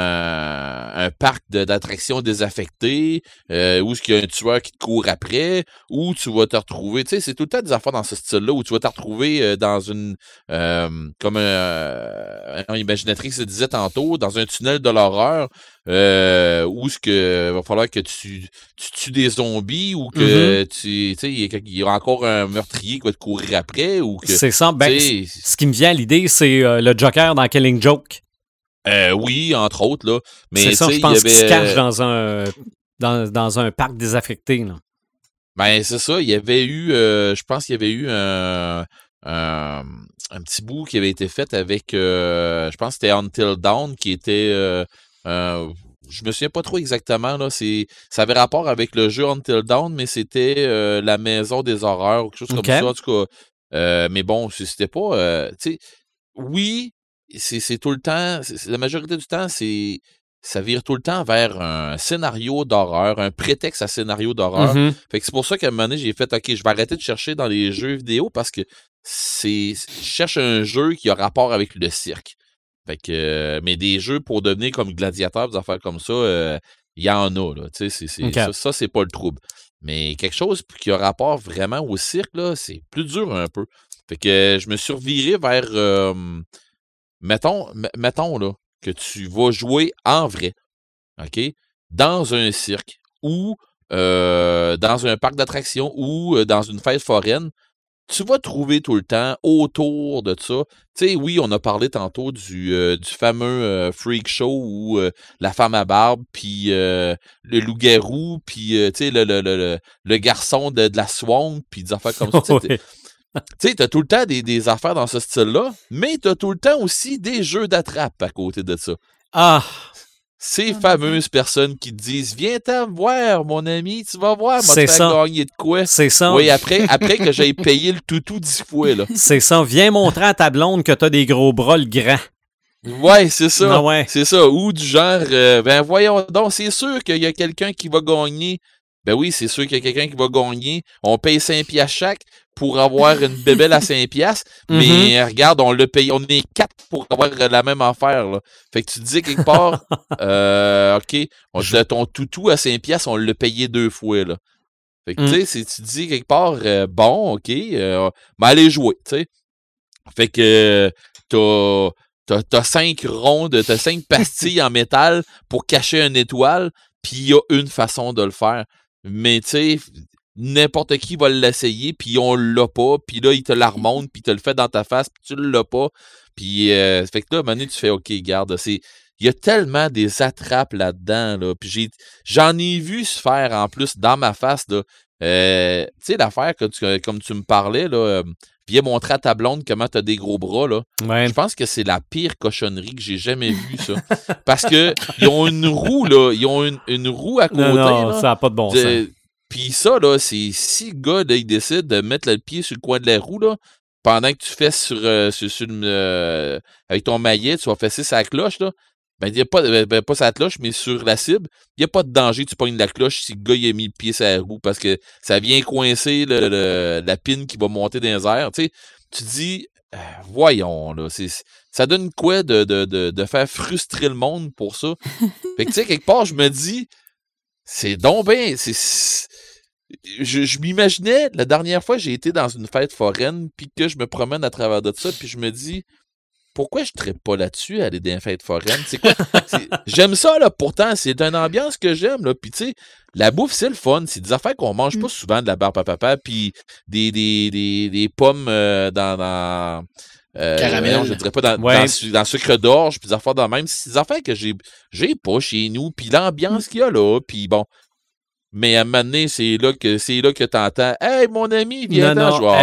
parc d'attractions désaffecté, où il y a un tueur qui te court après, où tu vas te retrouver, tu sais, c'est tout le temps des affaires dans ce style-là, où tu vas te retrouver dans une, comme un imaginatrix se disait tantôt, dans un tunnel de l'horreur, où va falloir que tu tues des zombies, ou que tu sais, il y a encore un meurtrier qui va te courir après, ou que... C'est ça, ce qui me vient à l'idée, c'est le Joker dans Killing Joke. Oui, entre autres, là. Mais c'est ça, je pense qu'il se cache dans un parc désaffecté, là. Ben, c'est ça. Il y avait eu, je pense qu'il y avait eu un petit bout qui avait été fait avec, je pense que c'était Until Dawn, qui était, je me souviens pas trop exactement, là. Ça avait rapport avec le jeu Until Dawn, mais c'était la maison des horreurs, ou quelque chose comme ça, en tout cas. Mais bon, c'était pas, tu sais, oui, c'est tout le temps, la majorité du temps, c'est ça vire tout le temps vers un scénario d'horreur, un prétexte à scénario d'horreur. Fait que c'est pour ça qu'à un moment donné, j'ai fait, OK, je vais arrêter de chercher dans les jeux vidéo parce que je cherche un jeu qui a rapport avec le cirque. Fait que, mais des jeux pour devenir comme gladiateur, des affaires comme ça, il y en a, là. Tu sais, ça, c'est pas le trouble. Mais quelque chose qui a rapport vraiment au cirque, là, c'est plus dur un peu. Fait que je me suis reviré vers, mettons, là, que tu vas jouer en vrai, OK? Dans un cirque ou dans un parc d'attractions ou dans une fête foraine, tu vas trouver tout le temps autour de ça. Tu sais, oui, on a parlé tantôt du fameux freak show où la femme à barbe, puis le loup-garou, puis tu sais, le garçon de la swamp, puis des affaires comme ça. Tu sais, t'as tout le temps des affaires dans ce style-là, mais t'as tout le temps aussi des jeux d'attrape à côté de ça. Ah! Ces fameuses personnes qui te disent « Viens-t'en voir, mon ami, tu vas voir, moi, tu vas gagner de quoi? » C'est ça. Oui, après que j'aie payé le toutou 10 fois, là. C'est ça. Viens montrer à ta blonde que t'as des gros bras, le grand. Ouais, c'est ça. Ah ouais. C'est ça. Ou du genre, ben voyons donc, c'est sûr qu'il y a quelqu'un qui va gagner. Ben oui, c'est sûr qu'il y a quelqu'un qui va gagner. On paye 5 piastres chaque pour avoir une bébelle à 5 piastres. Mais regarde, on l'a payé. On est 4 pour avoir la même affaire, là. Fait que tu te dis quelque part, OK, ton toutou à 5 piastres, on l'a payé 2 fois, là. Fait que tu sais, tu te dis quelque part, bon, OK, ben allez jouer, tu sais. Fait que t'as 5 rondes, t'as 5 pastilles en métal pour cacher une étoile, puis il y a une façon de le faire. Mais tu sais, n'importe qui va l'essayer, puis on l'a pas, puis là, il te la remonte, puis il te le fait dans ta face, puis tu l'as pas. Puis, fait que là, à un moment donné, tu fais, OK, garde, il y a tellement des attrapes là-dedans, là, puis j'en ai vu se faire, en plus, dans ma face, là. Tu sais, l'affaire, comme tu me parlais, là, viens montrer à ta blonde comment t'as des gros bras, là. Ouais. Je pense que c'est la pire cochonnerie que j'ai jamais vue, ça. Parce que ils ont une roue, là. Ils ont une roue à côté, non, là, ça n'a pas de bon sens. Puis ça, là, c'est si le gars, là, il décide de mettre le pied sur le coin de la roue, là, pendant que tu fais avec ton maillet, tu vas fesser sa cloche, là. Ben, il n'y a pas sa cloche, mais sur la cible, il n'y a pas de danger, tu pognes la cloche si le gars il a mis le pied sur la roue parce que ça vient coincer la pine qui va monter dans les airs. Tu sais, tu dis, voyons, là, ça donne quoi de faire frustrer le monde pour ça? Fait que, tu sais, quelque part, je me dis, c'est donc bien, je m'imaginais, la dernière fois, j'ai été dans une fête foraine, puis que je me promène à travers de ça, puis je me dis, pourquoi je ne traite pas là-dessus, aller dans une fête foraine? C'est quoi? J'aime ça, là, pourtant, c'est une ambiance que j'aime, là, puis tu sais, la bouffe, c'est le fun, c'est des affaires qu'on mange pas souvent, de la barbe à papa, puis des pommes dans caramel. Non, je dirais pas dans sucre d'orge, puis des affaires dans même. C'est des affaires que j'ai pas chez nous, puis l'ambiance qu'il y a là, puis bon. Mais à un moment donné, c'est là que t'entends « Hey, mon ami, viens-t'en! »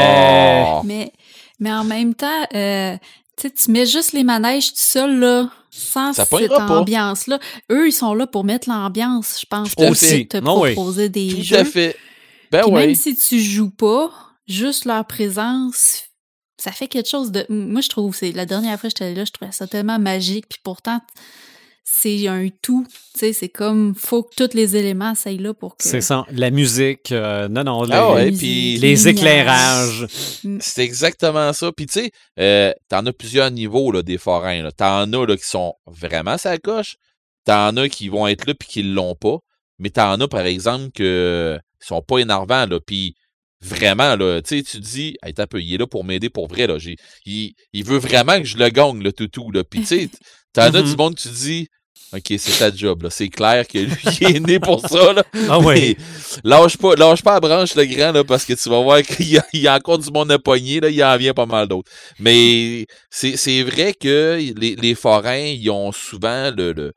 Mais en même temps, tu mets juste les manèges tout seul, là, sans cette ambiance-là. Eux, ils sont là pour mettre l'ambiance, je pense, pour te proposer des jeux. Tout à fait. Ben puis oui. même si tu joues pas, juste leur présence, ça fait quelque chose de... Moi, je trouve, la dernière fois que j'étais là, je trouvais ça tellement magique, puis pourtant... C'est un tout, tu sais, c'est comme, faut que tous les éléments soient là pour que... C'est ça, la musique, les éclairages. C'est exactement ça. Puis tu sais, t'en as plusieurs niveaux, là, des forains, là. T'en as, là, qui sont vraiment sa coche, t'en as qui vont être là puis qui l'ont pas, mais t'en as, par exemple, qui sont pas énervants, là, puis vraiment, là, tu sais, tu te dis, hey, t'as peu, il est là pour m'aider pour vrai, là, il veut vraiment que je le gagne, le toutou, là, puis tu sais, t'en as du monde, tu te dis, OK, c'est ta job, là. C'est clair que lui, il est né pour ça, là. Ah oui. Lâche pas la branche, le grand, là, parce que tu vas voir qu'il y a encore du monde à pogner, là. Il en vient pas mal d'autres. Mais c'est vrai que les forains, ils ont souvent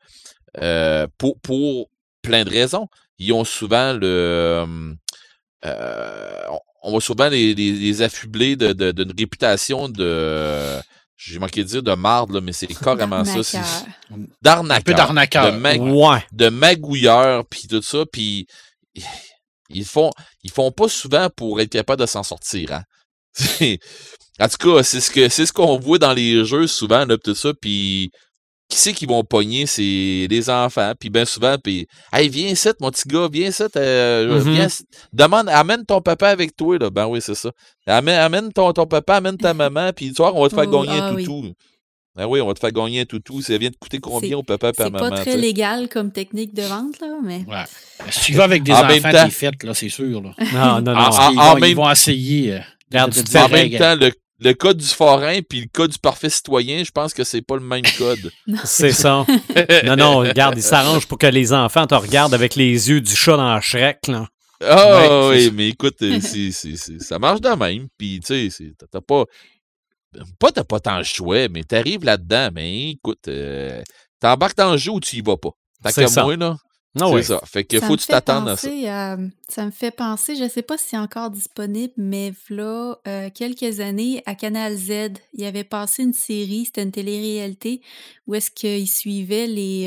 pour plein de raisons, ils ont souvent on va souvent les affubler d'une réputation de... J'ai manqué de dire de marde, là, mais c'est carrément ça. D'arnaqueur. Un peu d'arnaqueur. De magouilleur, puis tout ça. Puis ils font pas souvent pour être capable de s'en sortir. Hein? En tout cas, c'est ce qu'on voit dans les jeux souvent, là, tout ça. Puis qui c'est qui vont pogner? C'est les enfants. Puis bien souvent, puis hey, viens ici, mon petit gars, viens ici. Viens, amène ton papa avec toi. Là. Ben oui, c'est ça. Amène ton papa, amène ta maman, puis tu vois, on va te faire gagner un toutou. Oui. Ben oui, on va te faire gagner un toutou. Ça vient de coûter combien au papa et à maman? C'est pas très légal comme technique de vente, là, mais... Ouais. Si tu vas avec des enfants, t'es fait, là, c'est sûr. Là. Non. Ils vont essayer en même temps, le code du forain puis le code du parfait citoyen, je pense que c'est pas le même code. C'est ça. Non, regarde, il s'arrange pour que les enfants te regardent avec les yeux du chat dans Shrek, là. Oui, mais écoute, ça marche de même. Puis, tu sais, t'as pas tant le choix, mais t'arrives là-dedans, mais écoute, t'embarques dans le jeu ou tu y vas pas. Tant qu'à moi, là. C'est ça. Fait que faut que tu t'attendes à ça. Ça me fait penser, je sais pas si c'est encore disponible, mais là, quelques années, à Canal Z, il y avait passé une série, c'était une télé-réalité, où est-ce qu'ils suivaient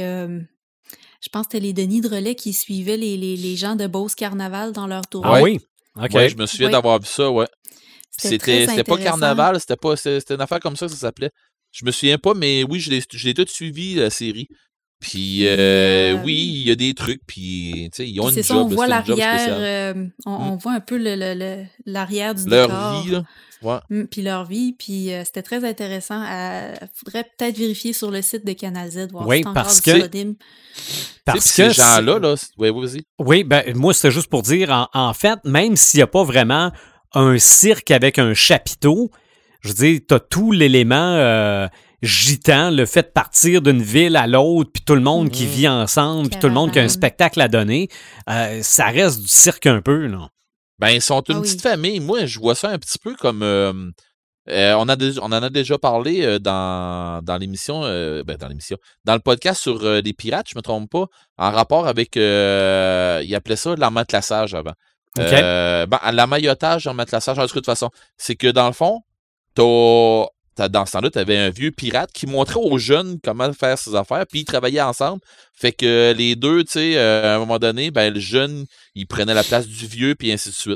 je pense que c'était les Denis Drolet qui suivaient les gens de Beauce Carnaval dans leur tournée. Ah oui? OK. Ouais, je me souviens d'avoir vu ça, ouais. C'était pas Carnaval, c'était une affaire comme ça s'appelait. Je me souviens pas, mais oui, je l'ai tout suivi, la série. Puis, oui, il y a des trucs, puis, tu sais, ils ont une job. On voit l'arrière, on voit un peu l'arrière du leur décor. Vie, là. Ouais. Puis leur vie, puis c'était très intéressant. Faudrait peut-être vérifier sur le site de Canal Z, voir si c'est encore disponible. Parce que ces gens-là, ouais, vas-y. Oui, ben moi, c'était juste pour dire, en fait, même s'il n'y a pas vraiment un cirque avec un chapiteau, je veux dire, t'as tout l'élément... gitan, le fait de partir d'une ville à l'autre, puis tout le monde qui vit ensemble, puis tout le monde qui a un spectacle à donner, ça reste du cirque un peu, là. Ben, ils sont une petite famille. Moi, je vois ça un petit peu comme... on en a déjà parlé dans l'émission, dans le podcast sur les pirates, je me trompe pas, en rapport avec... ils appelaient ça l'emmatelassage avant. Okay. L'emmaillotage, l'emmatelassage, en tout cas, de toute façon, c'est que dans le fond, dans ce temps-là, tu avais un vieux pirate qui montrait aux jeunes comment faire ses affaires, puis ils travaillaient ensemble. Fait que les deux, tu sais, à un moment donné, ben, le jeune, il prenait la place du vieux, puis ainsi de suite.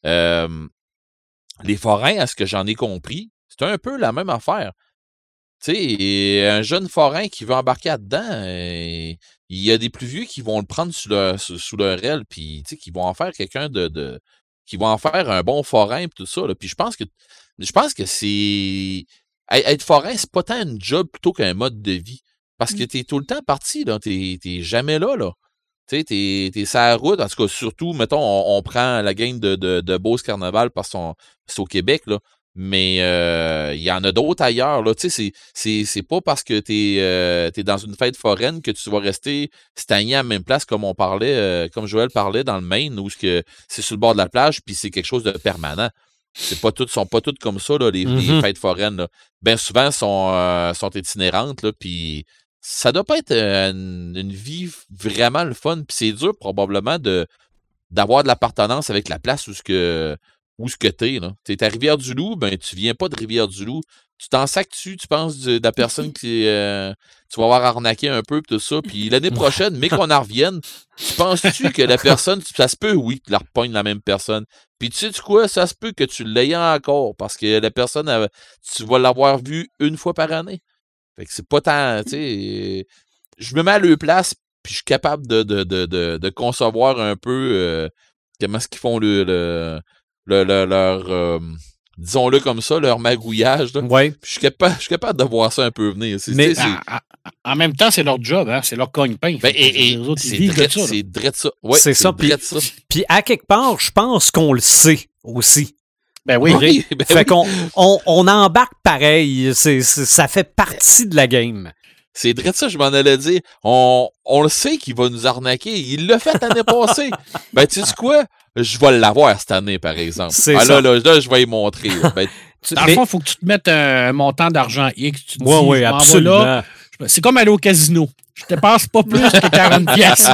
Les forains, à ce que j'en ai compris, c'est un peu la même affaire. Tu sais, un jeune forain qui veut embarquer là-dedans, il y a des plus vieux qui vont le prendre sous leur aile, puis tu sais, qui vont en faire quelqu'un qui vont en faire un bon forain, puis tout ça. Là. Puis je pense que c'est... Être forain, c'est pas tant un job plutôt qu'un mode de vie. Parce que t'es tout le temps parti, là. T'es jamais là. Tu sais, t'es sur la route. En tout cas, surtout, mettons, on prend la gang de Beauce Carnaval parce que c'est au Québec, là. Mais il y en a d'autres ailleurs, là. Tu sais, c'est pas parce que t'es dans une fête foraine que tu vas rester stagné à la même place comme on parlait, comme Joël parlait dans le Maine, où c'est sur le bord de la plage, puis c'est quelque chose de permanent. Sont pas toutes comme ça, là, les fêtes foraines. Là. Bien souvent, sont itinérantes, là, puis ça doit pas être une vie vraiment le fun. Puis c'est dur, probablement, d'avoir de l'appartenance avec la place où ce que t'es. T'es à Rivière-du-Loup, ben tu viens pas de Rivière-du-Loup. Tu t'en sacs-tu, tu penses de la personne qui tu vas avoir arnaqué un peu, tout ça. Puis l'année prochaine, mais qu'on en revienne, tu penses-tu que la personne, ça se peut, oui, que tu la repognes la même personne. Puis tu sais quoi, ça se peut que tu l'aies encore, parce que la personne, tu vas l'avoir vue une fois par année. Fait que c'est pas tant, tu sais, je me mets à leur place, puis je suis capable de concevoir un peu comment est-ce qu'ils font leur disons-le comme ça, leur magouillage. Là. Ouais. Je suis capable de voir ça un peu venir. Mais en même temps, c'est leur job, hein? C'est leur cogne-pain. Ben, c'est drette ça. Ouais, c'est ça. Puis à quelque part, je pense qu'on le sait aussi. Ben oui. Fait qu'on embarque pareil. Ça fait partie de la game. C'est drette ça, je m'en allais dire. On le sait qu'il va nous arnaquer. Il l'a fait l'année passée. Ben, tu sais quoi? Je vais l'avoir cette année, par exemple. C'est ça. Là, je vais y montrer. Ben, dans le fond, il faut que tu te mettes un montant d'argent X. Tu te dis, oui, absolument. Là, c'est comme aller au casino. Je te passe pas plus que 40 pièces.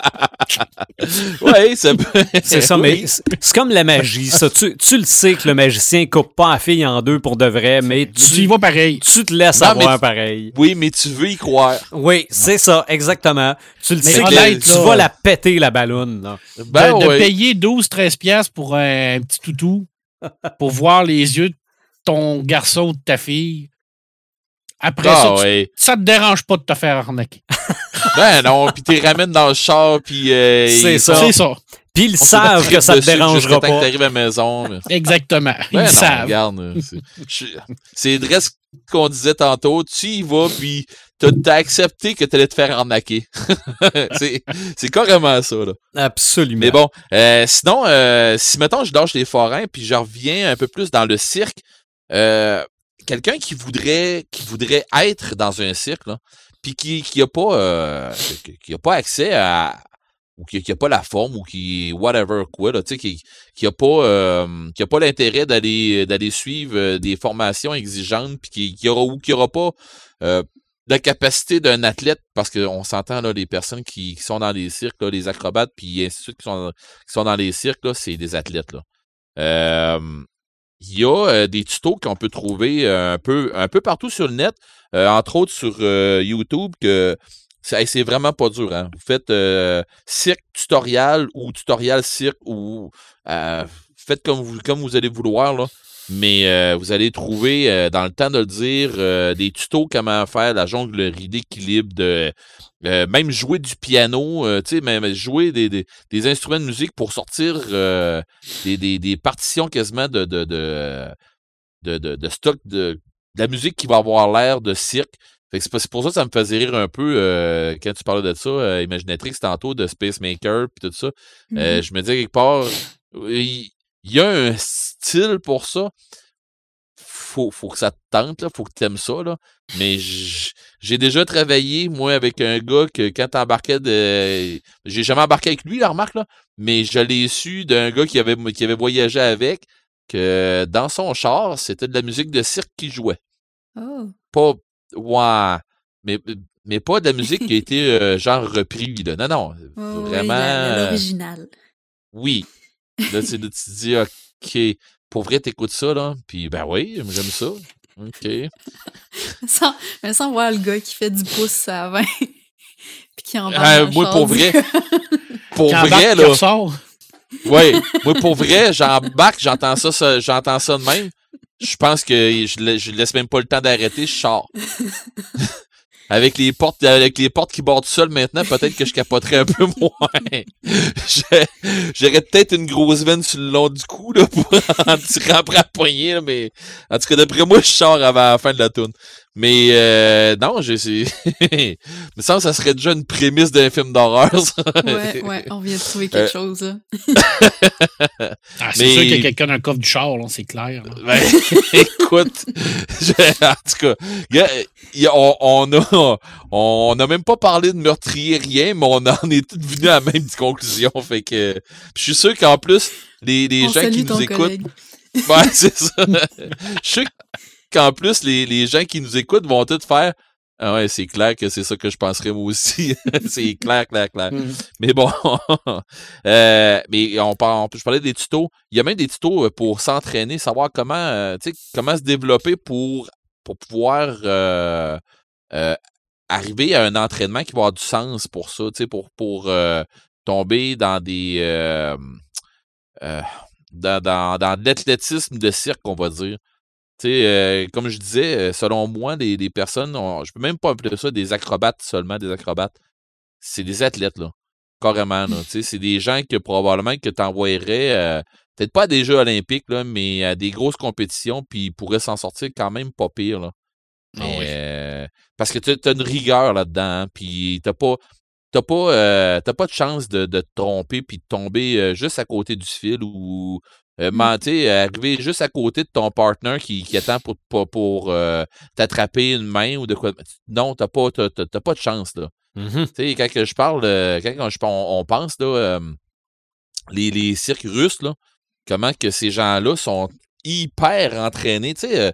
Oui, c'est ça, mais c'est comme la magie. Ça. Tu le sais que le magicien coupe pas la fille en deux pour de vrai, mais tu y vas pareil. Tu te laisses avoir pareil. Oui, mais tu veux y croire. Oui, c'est ça, exactement. Tu le sais que tu vas la péter, la balloune. Là. De payer 12-13 pièces pour un petit toutou pour voir les yeux de ton garçon ou de ta fille. Après ça te dérange pas de te faire arnaquer. Ben non, puis t'es ramènes dans le char, puis... c'est ça. Puis ils savent que ça te dérangera pas. T'arrives à la maison. Mais... Exactement. Ben ils savent. Regarde, c'est ce qu'on disait tantôt. Tu y vas, puis t'as accepté que t'allais te faire arnaquer. c'est carrément ça, là. Absolument. Mais bon, sinon, si, mettons, je lâche les forains, puis je reviens un peu plus dans le cirque, quelqu'un qui voudrait être dans un cirque, là, puis qui a pas accès à... ou qui a pas la forme, ou qui whatever quoi, là, tu sais, qui a pas l'intérêt d'aller suivre des formations exigeantes, puis qui aura pas la capacité d'un athlète, parce qu'on s'entend là, les personnes qui sont dans les cirques, là, les acrobates, puis ainsi de suite, qui sont dans les cirques, là, c'est des athlètes, là. Il y a des tutos qu'on peut trouver un peu partout sur le net, entre autres sur YouTube, que c'est vraiment pas dur, hein. Vous faites cirque tutoriel ou tutoriel cirque, ou faites comme vous allez vouloir, là. Mais vous allez trouver, dans le temps de le dire, des tutos comment faire la jonglerie d'équilibre, même jouer du piano, tu sais, même jouer des instruments de musique pour sortir des partitions quasiment de stock de la musique qui va avoir l'air de cirque. Fait que c'est pour ça que ça me faisait rire un peu quand tu parlais de ça, Imaginatrix tantôt, de Space Maker puis tout ça. Je me disais quelque part, il y a un style pour ça. Faut que ça te tente, là, faut que tu aimes ça, là. Mais j'ai déjà travaillé, moi, avec un gars que quand t'embarquais j'ai jamais embarqué avec lui, la remarque, là, mais je l'ai su d'un gars qui avait voyagé avec, que dans son char, c'était de la musique de cirque qui jouait. Oh. Pas... Ouais. Mais pas de la musique qui a été genre repris, là. Non. Vraiment... Oui, l'original. Oui. Là, tu te dis, OK, pour vrai, t'écoutes ça, là? Puis, ben oui, j'aime ça. OK. sans voir le gars qui fait du pouce à 20 puis qui embarque moi, pour vrai, là... Oui, moi, pour vrai, j'embarque, j'entends ça de même. Je pense que je laisse même pas le temps d'arrêter, je sors. Avec les portes qui bordent seules maintenant, peut-être que je capoterais un peu moins. J'aurais peut-être une grosse veine sur le long du cou, là, pour en tirer après la poignée, là, mais en tout cas, d'après moi, je sors avant la fin de la toune. Mais non, mais ça serait déjà une prémisse d'un film d'horreur, ça. Ouais, on vient de trouver quelque chose, là. C'est sûr qu'il y a quelqu'un dans le coffre du char, là, c'est clair. Ben, écoute, en tout cas, on a même pas parlé de meurtrier, rien, mais on en est tous venus à la même conclusion. Fait que je suis sûr qu'en plus, les gens qui nous écoutent... Ouais, c'est ça. Je suis sûr qu'en plus, les gens qui nous écoutent vont tous faire « Ah ouais, c'est clair que c'est ça que je penserais moi aussi. » C'est clair. Mais bon, mais je parlais des tutos. Il y a même des tutos pour s'entraîner, savoir comment se développer pour pouvoir arriver à un entraînement qui va avoir du sens pour ça, pour tomber dans des... dans de l'athlétisme de cirque, on va dire. Comme je disais, selon moi, les personnes, je peux même pas appeler ça des acrobates seulement, des acrobates. C'est des athlètes, là. Carrément, là. C'est des gens que probablement que t'envoyerais, peut-être pas à des Jeux olympiques, là, mais à des grosses compétitions, puis ils pourraient s'en sortir quand même pas pire, là. Parce que t'as une rigueur là-dedans, hein, puis t'as pas de chance de te tromper puis de tomber juste à côté du fil ou arriver juste à côté de ton partner qui attend pour t'attraper une main ou de quoi. Non, t'as pas de chance, là. Mm-hmm. Quand je parle, on pense, là, les cirques russes, là, comment que ces gens-là sont hyper entraînés.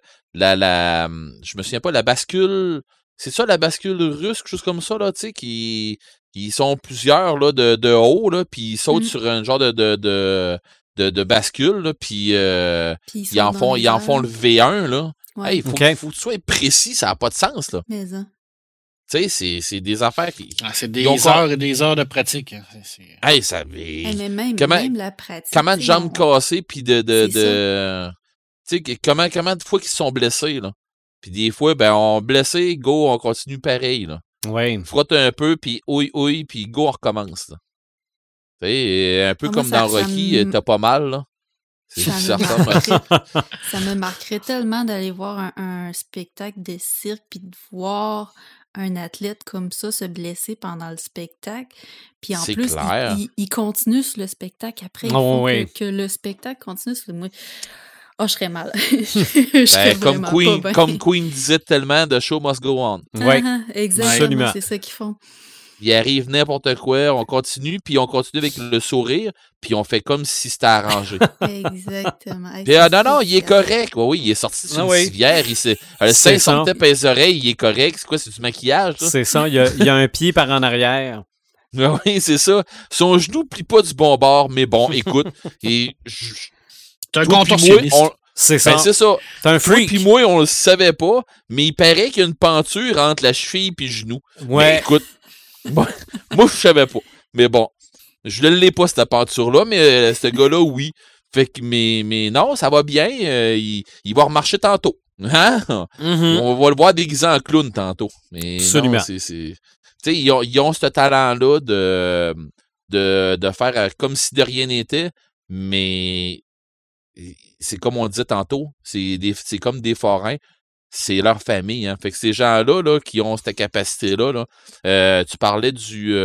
Je me souviens pas, la bascule, c'est ça la bascule russe, quelque chose comme ça, là, qui sont plusieurs là, de haut, là, puis ils sautent sur un genre de bascule, là, puis ils en font le V1, là. Ouais. Hey, faut que tu sois précis, ça n'a pas de sens, là. Mais ça. C'est des affaires qui... c'est des heures et des heures de pratique. Hey, ça... Mais même la pratique. Comment de jambes cassées, puis comment de fois qu'ils se sont blessés, là. Puis des fois, ben, on blessé, go, on continue pareil, là. Ouais. On frotte un peu, puis ouille, puis go, on recommence, là. Tu sais, un peu comme dans Rocky, t'as pas mal, là. Ça me marquerait tellement d'aller voir un spectacle de cirque puis de voir un athlète comme ça se blesser pendant le spectacle. Puis en plus, il continue sur le spectacle après. Il faut que le spectacle continue sur le... Moi, je serais mal. Comme Queen disait tellement, the show must go on. Oui, exactement. C'est ça qu'ils font. Il arrive n'importe quoi, on continue, puis on continue avec le sourire, puis on fait comme si c'était arrangé. Exactement. Puis, non, il est correct. Oui, il est sorti d'une civière, le sein sortait par les oreilles, il est correct. C'est quoi, c'est du maquillage, là? C'est ça, il y a un pied par en arrière. Oui, c'est ça. Son genou plie pas du bon bord, mais bon, écoute, c'est un contorsionniste. C'est ça. Ben, c'est ça. C'est un freak. Puis moi, on le savait pas, mais il paraît qu'il y a une penture entre la cheville et le genou. Ouais. Mais écoute, moi, je savais pas. Mais bon, je ne l'ai pas, cette penture-là, mais ce gars-là, oui. Fait que, mais non, ça va bien. Il va remarcher tantôt. Hein? Mm-hmm. On va le voir déguisé en clown tantôt. Mais absolument. Non, tu sais, ils ont ce talent-là de faire comme si de rien n'était, mais c'est comme on disait tantôt, c'est comme des forains. C'est leur famille. Hein. Fait que ces gens-là là, qui ont cette capacité-là, tu parlais du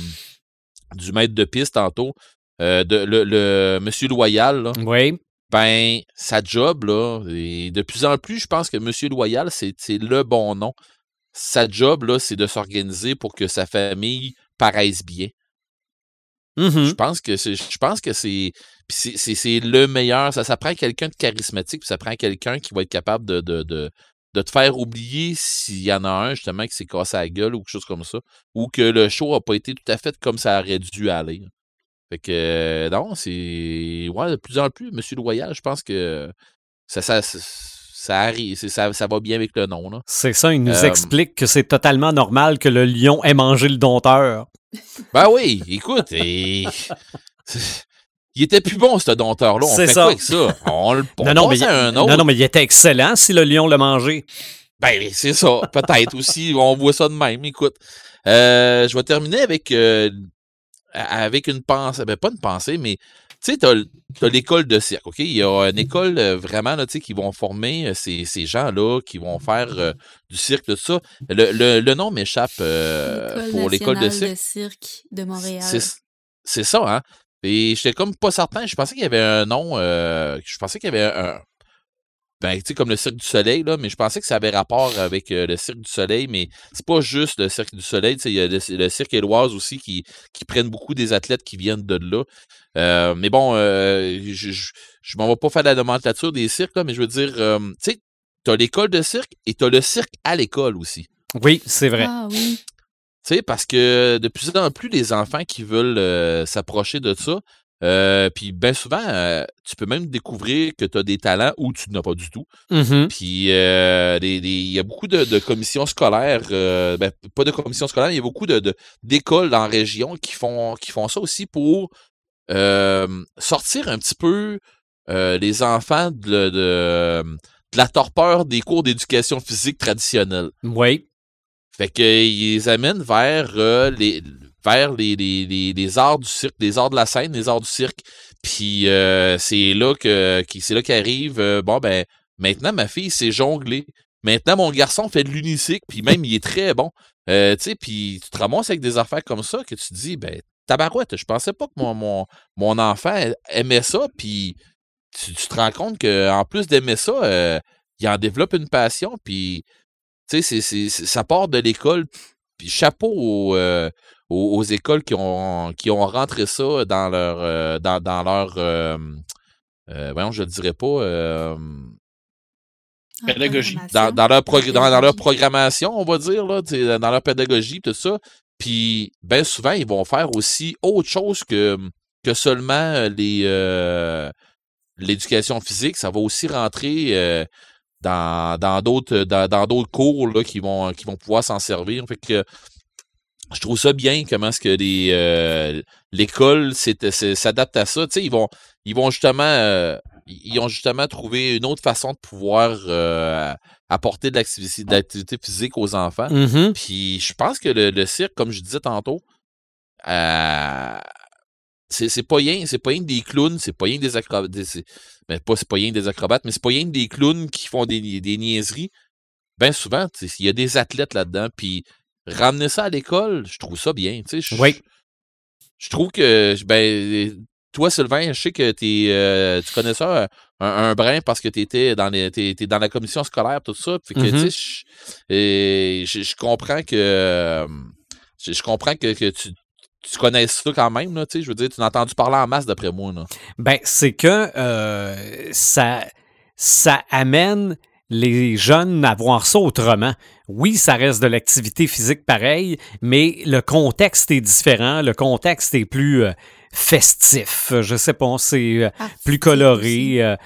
maître de piste tantôt, le Monsieur Loyal. Là, oui. Ben, sa job, là, et de plus en plus, je pense que Monsieur Loyal, c'est le bon nom. Sa job, là, c'est de s'organiser pour que sa famille paraisse bien. Mm-hmm. Je pense que c'est le meilleur. Ça prend quelqu'un de charismatique, puis ça prend quelqu'un qui va être capable de te faire oublier s'il y en a un, justement, qui s'est cassé la gueule ou quelque chose comme ça, ou que le show n'a pas été tout à fait comme ça aurait dû aller. Fait que, non, c'est... Ouais, de plus en plus, Monsieur Loyal, je pense que ça arrive, ça va bien avec le nom. Là. C'est ça, il nous explique que c'est totalement normal que le lion ait mangé le dompteur. Ben oui, écoute, il était plus bon, ce dompteur-là. On fait quoi avec ça? On passe à un autre. Non, mais il était excellent si le lion l'a mangé. Ben, c'est ça. Peut-être aussi. On voit ça de même. Écoute, je vais terminer avec une pensée. Ben, pas une pensée, mais tu sais, t'as l'école de cirque, OK? Il y a une école vraiment, là, tu sais, qui vont former ces gens-là, qui vont faire du cirque, tout ça. Le nom m'échappe pour l'école de cirque de Montréal. C'est ça, hein? Et j'étais comme pas certain. Je pensais qu'il y avait un nom. Je pensais qu'il y avait un. Ben, tu sais, comme le Cirque du Soleil, là, mais je pensais que ça avait rapport avec le Cirque du Soleil, mais c'est pas juste le Cirque du Soleil. Tu sais, il y a le Cirque Éloise aussi qui prennent beaucoup des athlètes qui viennent de là. Mais bon, je m'en vais pas faire la nomenclature des cirques, là, mais je veux dire, tu sais, t'as l'école de cirque et t'as le cirque à l'école aussi. Oui, c'est vrai. Ah oui. Tu sais, parce que de plus en plus, les enfants qui veulent s'approcher de ça, puis bien souvent, tu peux même découvrir que tu as des talents ou tu n'as pas du tout. Mm-hmm. Puis il y a beaucoup de commissions scolaires, pas de commissions scolaires, il y a beaucoup d'écoles dans la région qui font ça aussi pour sortir un petit peu les enfants de la torpeur des cours d'éducation physique traditionnels. Oui. Fait qu'ils les amènent vers les arts du cirque, les arts de la scène, les arts du cirque. Puis c'est là qu'arrive, bon, ben, maintenant, ma fille sait jongler. Maintenant, mon garçon fait de l'unicycle, puis même, il est très bon. Tu sais, puis tu te ramasses avec des affaires comme ça que tu te dis, ben, tabarouette, je pensais pas que mon enfant aimait ça, puis tu te rends compte qu'en plus d'aimer ça, il en développe une passion, puis tu sais, ça part de l'école, puis chapeau aux écoles qui ont rentré ça dans leur voyons, je le dirais pas pédagogie. Dans leur programmation, on va dire, là, dans leur pédagogie, tout ça. Puis bien souvent, ils vont faire aussi autre chose que seulement l'éducation physique. Ça va aussi rentrer dans d'autres cours là, qui vont pouvoir s'en servir. Fait que je trouve ça bien comment est-ce que l'école s'adapte à ça. Tu sais, ils ont justement trouvé une autre façon de pouvoir apporter de l'activité physique aux enfants. Puis je pense que le cirque, comme je disais tantôt, c'est pas rien que des clowns, c'est pas rien que des acrobates. C'est pas rien que des acrobates, mais c'est pas rien que des clowns qui font des niaiseries. Ben souvent, il y a des athlètes là-dedans, puis ramener ça à l'école, je trouve ça bien. Oui. Je trouve que, toi, Sylvain, je sais que tu connais ça un brin parce que t'es dans la commission scolaire, tout ça. Fait que, je comprends que tu connais ça quand même, là, je veux dire, tu l'as entendu parler en masse d'après moi, là. Ben, c'est que ça amène les jeunes à voir ça autrement. Oui, ça reste de l'activité physique pareil, mais le contexte est différent. Le contexte est plus festif. Je sais pas, c'est plus coloré.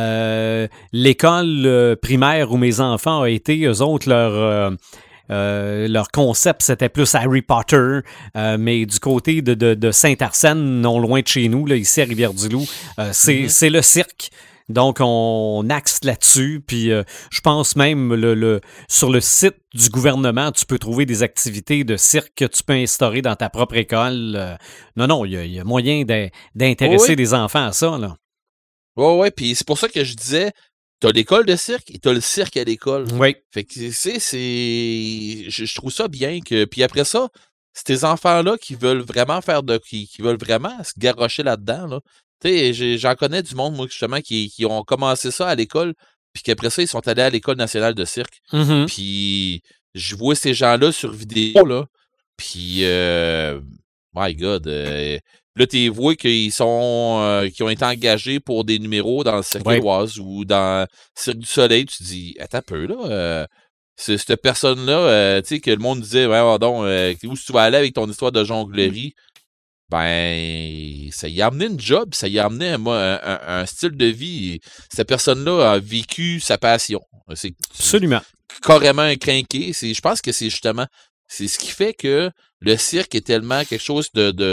L'école primaire où mes enfants ont été, eux autres, leur concept, c'était plus Harry Potter, mais du côté de Saint-Arsène, non loin de chez nous, là, ici à Rivière-du-Loup, c'est le cirque. Donc, on axe là-dessus, puis je pense même sur le site du gouvernement, tu peux trouver des activités de cirque que tu peux instaurer dans ta propre école. Non, il y a moyen d'intéresser les enfants à ça, là. Ouais, puis c'est pour ça que je disais, t'as l'école de cirque et t'as le cirque à l'école. Oui. Fait que je trouve ça bien que. Puis après ça, c'est tes enfants-là qui veulent vraiment qui veulent vraiment se garrocher là-dedans, là. Tu sais, j'en connais du monde, moi, justement, qui ont commencé ça à l'école, puis qu'après ça, ils sont allés à l'École nationale de cirque. Puis je vois ces gens-là sur vidéo, là, puis my God, là, tu vois qu'ils qui ont été engagés pour des numéros dans le Cirque Éloise ou dans le Cirque du Soleil. Tu te dis, attends un peu, là, cette personne-là, tu sais, que le monde disait, où tu vas aller avec ton histoire de jonglerie? Ben, ça y a amené une job, ça y a amené un style de vie. Cette personne-là a vécu sa passion. Absolument. Carrément un crinqué. Je pense que c'est justement, c'est ce qui fait que le cirque est tellement quelque chose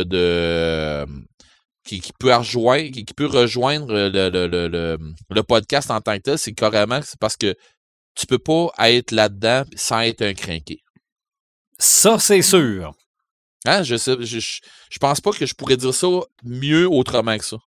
qui peut rejoindre le podcast en tant que tel. C'est carrément, c'est parce que tu peux pas être là-dedans sans être un crinqué. Ça, c'est sûr. Hein, je pense pas que je pourrais dire ça mieux autrement que ça.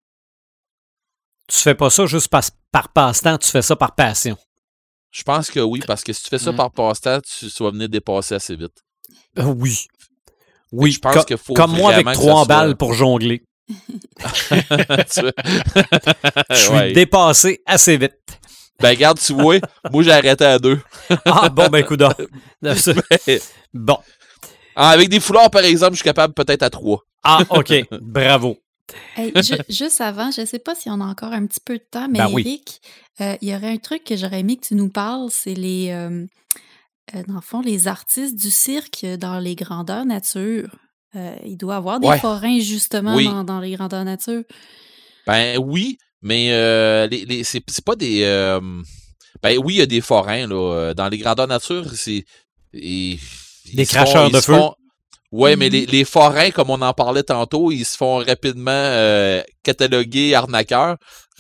Tu fais pas ça juste par passe-temps, tu fais ça par passion. Je pense que oui, parce que si tu fais ça par passe-temps, tu vas venir dépasser assez vite. Oui. Oui, je pense qu'il faut comme moi avec 3 balles pour jongler. Je suis dépassé assez vite. Ben, regarde, tu vois, moi j'ai arrêté à 2. Ah, bon, ben, coudonc. Bon. Avec des foulards, par exemple, je suis capable peut-être à 3. Ah, OK. Bravo. Hey, juste avant, je ne sais pas si on a encore un petit peu de temps, mais Eric, il y aurait un truc que j'aurais aimé que tu nous parles, c'est dans le fond, les artistes du cirque dans les grandeurs nature. Il doit y avoir des forains, justement, dans les grandeurs nature. Ben oui, mais c'est pas des... ben oui, il y a des forains, là. Dans les grandeurs nature, c'est... Des cracheurs de feu. Oui, mais les forains, comme on en parlait tantôt, ils se font rapidement cataloguer arnaqueurs.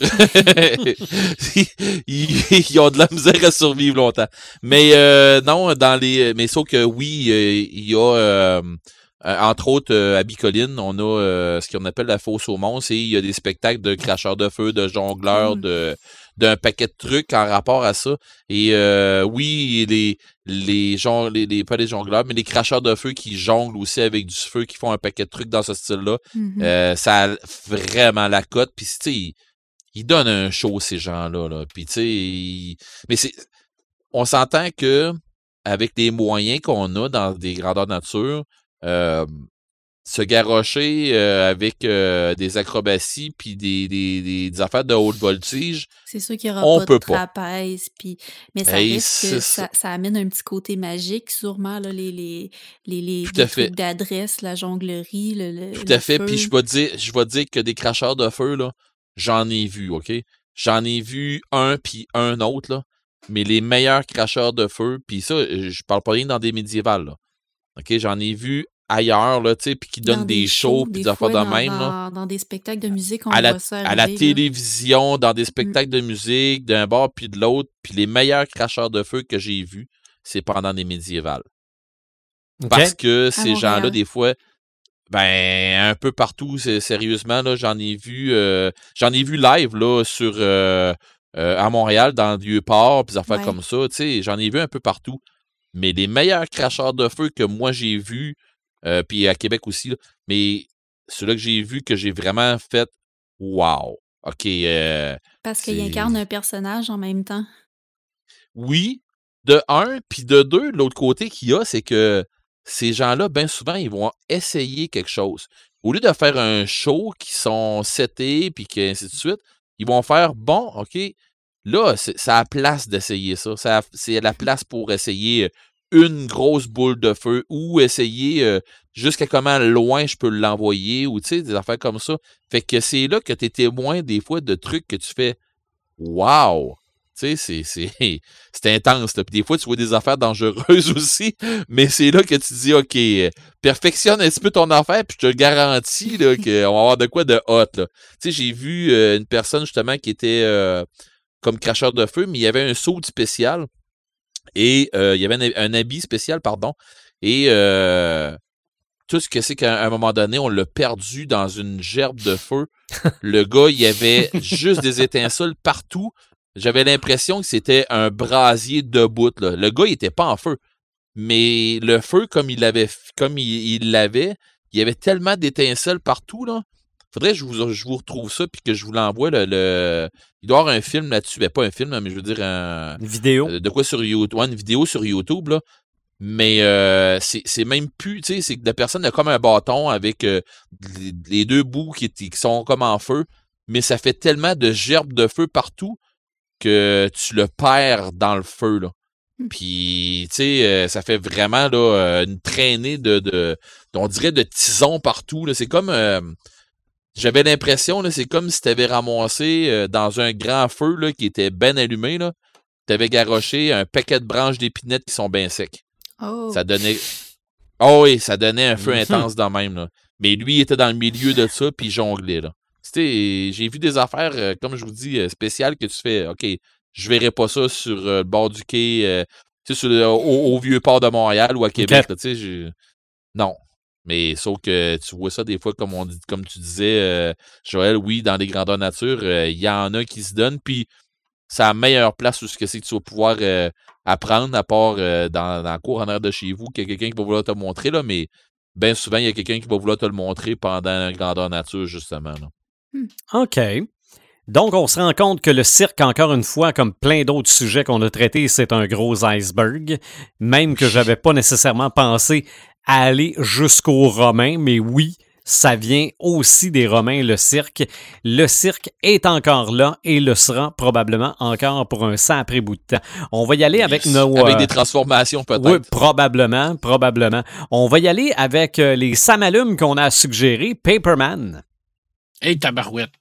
Ils ont de la misère à survivre longtemps. Mais non, mais sauf que oui, il y a entre autres à Bicoline, on a ce qu'on appelle la fosse aux monstres, et il y a des spectacles de cracheurs de feu, de jongleurs, d'un paquet de trucs en rapport à ça. Et oui, pas les jongleurs, mais les cracheurs de feu qui jonglent aussi avec du feu, qui font un paquet de trucs dans ce style-là. Ça a vraiment la cote. Puis, tu sais, ils donnent un show, ces gens-là. Là. Puis, tu sais, on s'entend que avec les moyens qu'on a dans des grandeurs nature, se garrocher avec des acrobaties puis des affaires de haute voltige. C'est sûr qu'il n'y aura pas de trapèze. Mais ça reste que ça amène un petit côté magique, sûrement, là, les trucs d'adresse, la jonglerie, Tout à fait. Puis je vais te dire que des cracheurs de feu, là, j'en ai vu, OK? J'en ai vu un puis un autre, là. Mais les meilleurs cracheurs de feu, puis ça, je parle pas rien dans des médiévales, là. OK? J'en ai vu ailleurs, là, tu sais, puis qui donnent des shows, puis des affaires de même. Dans des spectacles de musique, on voit ça arriver, à la télévision, dans des spectacles de musique, d'un bord puis de l'autre. Puis les meilleurs cracheurs de feu que j'ai vus, c'est pendant des médiévales. Okay. Parce que ces gens-là, des fois, un peu partout, sérieusement, là, j'en ai vu live là, à Montréal, dans le Vieux-Port, puis des affaires comme ça. Tu sais, j'en ai vu un peu partout. Mais les meilleurs cracheurs de feu que moi j'ai vus, puis à Québec aussi, là, mais ceux-là que j'ai vus, que j'ai vraiment fait « wow ». OK. Parce qu'il incarne un personnage en même temps. Oui, de un, puis de deux, l'autre côté qu'il y a, c'est que ces gens-là, bien souvent, ils vont essayer quelque chose. Au lieu de faire un show qui sont setés, puis ainsi de suite, ils vont faire « bon, OK ». Là, c'est à la place d'essayer ça. C'est la place pour essayer une grosse boule de feu ou essayer jusqu'à comment loin je peux l'envoyer ou tu sais, des affaires comme ça. Fait que c'est là que tu es témoin des fois de trucs que tu fais « wow ». Tu sais, c'est intense. Puis des fois, tu vois des affaires dangereuses aussi, mais c'est là que tu dis « OK, perfectionne un petit peu ton affaire, puis je te garantis là, qu'on va avoir de quoi de hot. » Tu sais, j'ai vu une personne justement qui était... comme cracheur de feu, mais il y avait un saut spécial et il y avait un habit spécial, pardon, et tout ce que c'est qu'à un moment donné, on l'a perdu dans une gerbe de feu. Le gars, il y avait juste des étincelles partout. J'avais l'impression que c'était un brasier debout, là. Le gars, il était pas en feu, mais le feu, comme il l'avait, il y avait tellement d'étincelles partout, là. Faudrait que je vous retrouve ça puis que je vous l'envoie. Il doit y avoir un film là-dessus. Ben, pas un film, mais je veux dire une vidéo. De quoi sur YouTube? Ouais, une vidéo sur YouTube, là. Mais c'est même plus, tu sais, c'est que la personne a comme un bâton avec les deux bouts qui sont comme en feu, mais ça fait tellement de gerbes de feu partout que tu le perds dans le feu, là. Puis, tu sais, ça fait vraiment là, une traînée on dirait de tisons partout, là. C'est comme... j'avais l'impression, là, c'est comme si tu avais ramassé dans un grand feu là, qui était bien allumé, là, tu avais garoché un paquet de branches d'épinettes qui sont bien secs. Oh. Ça donnait... Oh oui, ça donnait un feu intense dans même. Là. Mais lui, il était dans le milieu de ça, puis il jonglait. Là. J'ai vu des affaires, comme je vous dis, spéciales que tu fais. OK, je verrai pas ça sur le bord du quai, au Vieux-Port de Montréal ou à Québec. Okay. Là, non. Mais sauf que tu vois ça des fois, comme tu disais, Joël, oui, dans les grandeurs nature, il y en a qui se donnent, puis c'est la meilleure place où c'est que tu vas pouvoir apprendre, à part dans la cour en arrière de chez vous, qu'il y a quelqu'un qui va vouloir te montrer, là, mais bien souvent, il y a quelqu'un qui va vouloir te le montrer pendant la grandeur nature, justement. Là. OK. Donc, on se rend compte que le cirque, encore une fois, comme plein d'autres sujets qu'on a traités, c'est un gros iceberg, même que j'avais pas nécessairement pensé à aller jusqu'aux Romains, mais oui, ça vient aussi des Romains, le cirque. Le cirque est encore là et le sera probablement encore pour un sacré bout de temps. On va y aller avec nos... Avec des transformations, peut-être. Oui, probablement. On va y aller avec les samalumes qu'on a suggérés, Paperman. Hey, tabarouette.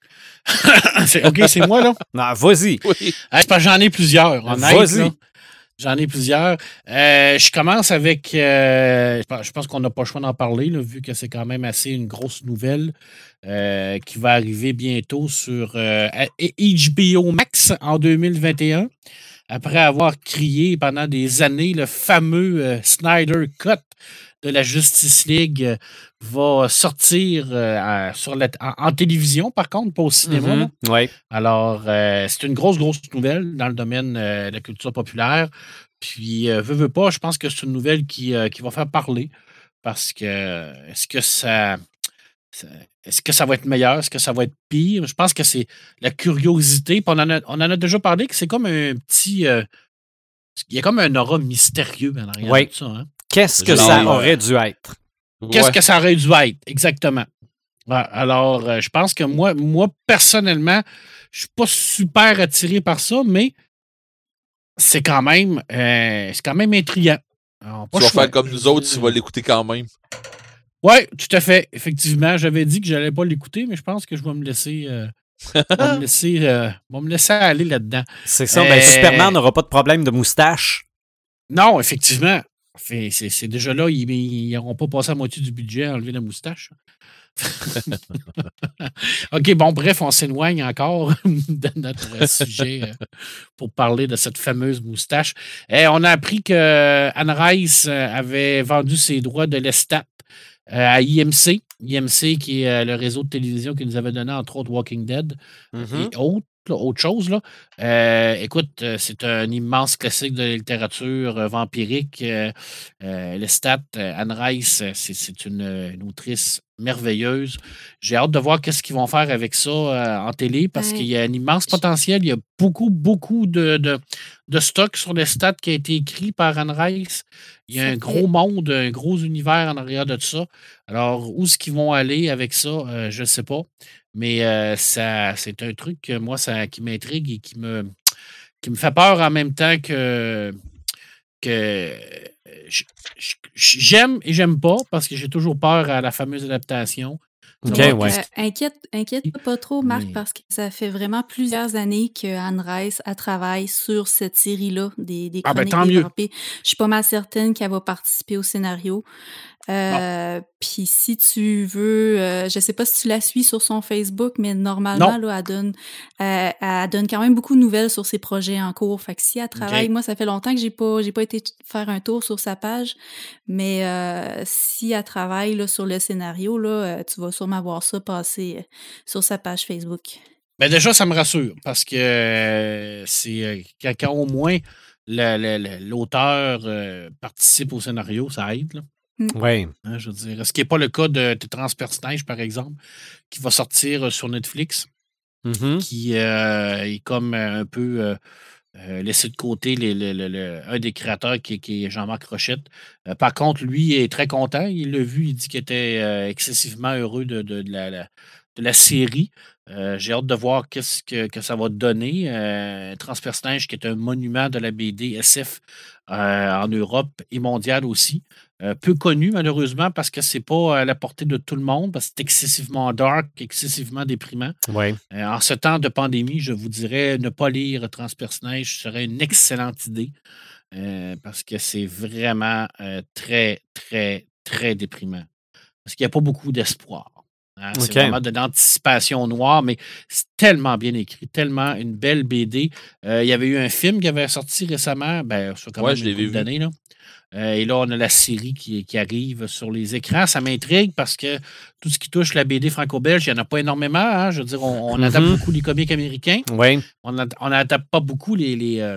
OK, c'est moi, là? Non, vas-y. Oui. Parce que j'en ai plusieurs. Vas-y. Là. J'en ai plusieurs. Je commence avec... je pense qu'on n'a pas le choix d'en parler, là, vu que c'est quand même assez une grosse nouvelle qui va arriver bientôt sur HBO Max en 2021. Après avoir crié pendant des années, le fameux Snyder Cut de la Justice League va sortir en télévision, par contre, pas au cinéma. Mm-hmm. Oui. Alors, c'est une grosse nouvelle dans le domaine de la culture populaire. Puis, veux pas, je pense que c'est une nouvelle qui va faire parler. Parce que, est-ce que ça va être meilleur? Est-ce que ça va être pire? Je pense que c'est la curiosité. Puis on en a déjà parlé, que c'est comme un petit... il y a comme un aura mystérieux en arrière de ça. Hein? Qu'est-ce que ça aurait dû être? Qu'est-ce que ça aurait dû être? Exactement. Alors, je pense que moi personnellement, je suis pas super attiré par ça, mais c'est quand même intriguant. Alors, tu vas faire comme nous autres, tu vas l'écouter quand même. Oui, tout à fait. Effectivement, j'avais dit que je n'allais pas l'écouter, mais je pense que je vais me laisser... me laisser aller là-dedans. C'est ça. Superman n'aura pas de problème de moustache. Non, effectivement. C'est déjà là, ils n'auront pas passé la moitié du budget à enlever la moustache. OK, bon, bref, on s'éloigne encore de notre sujet pour parler de cette fameuse moustache. On a appris que Anne Rice avait vendu ses droits de l'Estat à IMC. IMC, qui est le réseau de télévision qui nous avait donné, entre autres, Walking Dead et autre chose. Là. Écoute, c'est un immense classique de la littérature vampirique. Lestat, Anne Rice, c'est une autrice merveilleuse. J'ai hâte de voir qu'est-ce qu'ils vont faire avec ça en télé parce qu'il y a un immense potentiel. Il y a beaucoup de stock sur Lestat qui a été écrit par Anne Rice. Il y a un gros monde, un gros univers en arrière de ça. Alors, où est-ce qu'ils vont aller avec ça, je ne sais pas. Mais c'est un truc, moi, qui m'intrigue et qui me fait peur en même temps que j'aime et j'aime pas parce que j'ai toujours peur à la fameuse adaptation. Inquiète pas trop, Marc, parce que ça fait vraiment plusieurs années que Anne Rice travaille sur cette série-là des chroniques des vampires. Je suis pas mal certaine qu'elle va participer au scénario. Puis si tu veux, je sais pas si tu la suis sur son Facebook, mais normalement, là, elle donne quand même beaucoup de nouvelles sur ses projets en cours. Fait que si elle travaille, moi, ça fait longtemps que j'ai pas été faire un tour sur sa page, mais si elle travaille là, sur le scénario, là, tu vas sûrement voir ça passer sur sa page Facebook. Ben déjà, ça me rassure parce que c'est quand au moins l'auteur participe au scénario, ça aide, là. Oui. Hein, je veux dire, ce qui n'est pas le cas de Transperce-Neige, par exemple, qui va sortir sur Netflix, qui est comme un peu laissé de côté un des créateurs qui est Jean-Marc Rochette. Par contre, lui est très content. Il l'a vu, il dit qu'il était excessivement heureux de la série. J'ai hâte de voir qu'est-ce que ça va donner. Transperce-Neige, qui est un monument de la BD SF en Europe et mondiale aussi. Peu connu, malheureusement, parce que c'est pas à la portée de tout le monde, parce que c'est excessivement dark, excessivement déprimant. Ouais. En ce temps de pandémie, je vous dirais, ne pas lire Transperce-Neige serait une excellente idée, parce que c'est vraiment très, très, très déprimant. Parce qu'il n'y a pas beaucoup d'espoir. Hein? C'est vraiment de l'anticipation noire, mais c'est tellement bien écrit, tellement une belle BD. Il y avait eu un film qui avait sorti récemment, sur quand même une couple d'années, là. Et là, on a la série qui arrive sur les écrans. Ça m'intrigue parce que tout ce qui touche la BD franco-belge, il n'y en a pas énormément. Hein? Je veux dire, on adapte beaucoup les comics américains. Oui. On n'adapte pas beaucoup la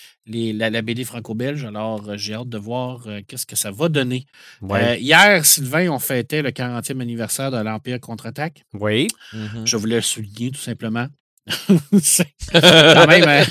BD franco-belge. Alors, j'ai hâte de voir qu'est-ce que ça va donner. Ouais. Hier, Sylvain, on fêtait le 40e anniversaire de l'Empire contre-attaque. Oui. Je voulais le souligner, tout simplement. C'est quand même...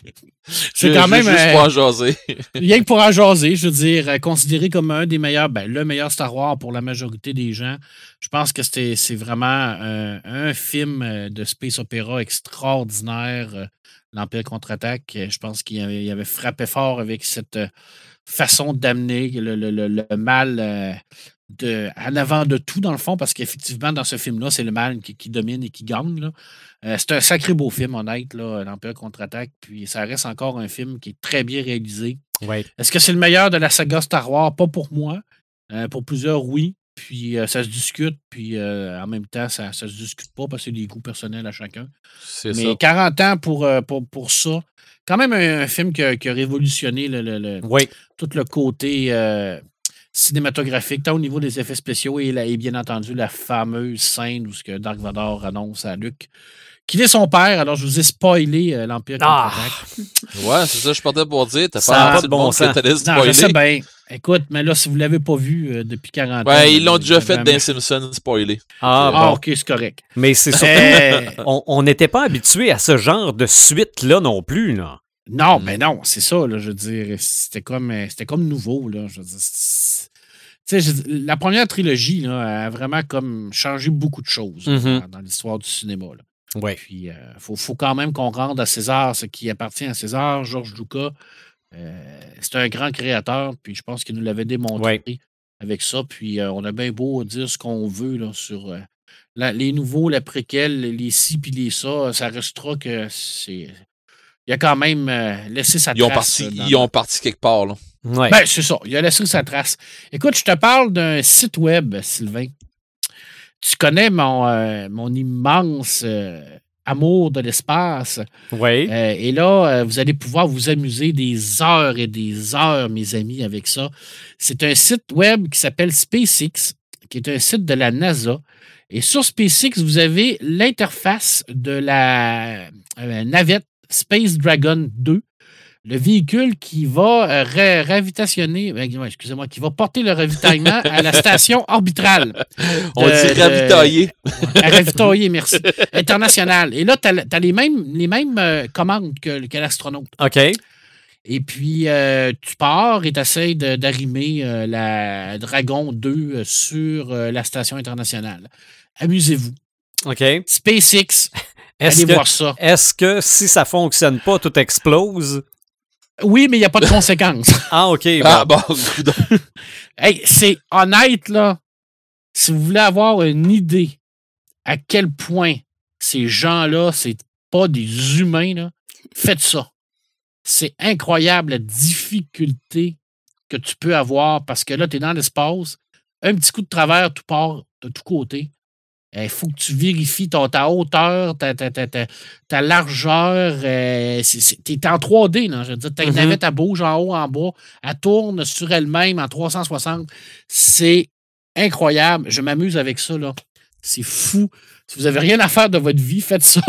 C'est quand même juste pour en jaser. Rien que pour en jaser, je veux dire, considéré comme un des meilleurs, le meilleur Star Wars pour la majorité des gens. Je pense que c'est vraiment un film de space opéra extraordinaire, l'Empire contre-attaque. Je pense qu'il avait frappé fort avec cette façon d'amener le mal en avant de tout, dans le fond, parce qu'effectivement, dans ce film-là, c'est le mal qui domine et qui gagne, là. C'est un sacré beau film, honnête, là, l'Empire contre-attaque. Puis ça reste encore un film qui est très bien réalisé. Ouais. Est-ce que c'est le meilleur de la saga Star Wars? Pas pour moi. Pour plusieurs, oui. Puis ça se discute. Puis en même temps, ça se discute pas parce que c'est des goûts personnels à chacun. C'est Mais ça. 40 ans pour ça. Quand même un film qui a révolutionné tout le côté cinématographique, tant au niveau des effets spéciaux et bien entendu la fameuse scène où ce que Dark Vador annonce à Luke qu'il est son père. Alors, je vous ai spoilé l'Empire contre-attaque. Ouais, c'est ça, je partais pour dire. T'as pas de bon sens que t'allais spoiler. Non, je sais bien. Écoute, mais là, si vous ne l'avez pas vu depuis 40 ans... Ouais, ils l'ont déjà fait dans Simpsons, spoiler. Bon. OK, c'est correct. Mais c'est surtout... on n'était pas habitué à ce genre de suite-là non plus, là. Non, mais non, c'est ça, là, je veux dire. C'était comme nouveau, là. Je veux dire, la première trilogie là, a vraiment comme changé beaucoup de choses dans l'histoire du cinéma. Là. Ouais. Puis, faut quand même qu'on rende à César ce qui appartient à César. George Lucas, c'est un grand créateur, puis je pense qu'il nous l'avait démontré avec ça. Puis, on a bien beau dire ce qu'on veut là, sur les nouveaux, la préquelle, les ci puis les ça. Ça restera que c'est... Il a quand même laissé sa trace. Ils ont parti quelque part, là. Ouais. Ben, c'est ça. Il a laissé sa trace. Écoute, je te parle d'un site web, Sylvain. Tu connais mon immense amour de l'espace. Oui. Et là, vous allez pouvoir vous amuser des heures et des heures, mes amis, avec ça. C'est un site web qui s'appelle SpaceX, qui est un site de la NASA. Et sur SpaceX, vous avez l'interface de la navette Space Dragon 2, le véhicule qui va ravitationner, excusez-moi, qui va porter le ravitaillement à la station orbitale. On dit ravitailler. Ravitailler, merci. International. Et là, tu as les mêmes commandes que l'astronaute. OK. Et puis, tu pars et tu essaies d'arrimer la Dragon 2 sur la station internationale. Amusez-vous. OK. SpaceX, allez voir ça. Est-ce que si ça fonctionne pas, tout explose? Oui, mais il n'y a pas de conséquences. Ah, OK. Ah, bon, Hey, c'est honnête, là. Si vous voulez avoir une idée à quel point ces gens-là, c'est pas des humains, là, faites ça. C'est incroyable la difficulté que tu peux avoir parce que là, tu es dans l'espace, un petit coup de travers, tout part de tous côtés. Il faut que tu vérifies ta hauteur, ta largeur. Tu es en 3D, là. Je veux dire, tu as une navette, elle bouge en haut, en bas. Elle tourne sur elle-même en 360. C'est incroyable. Je m'amuse avec ça, là. C'est fou. Si vous n'avez rien à faire de votre vie, faites ça.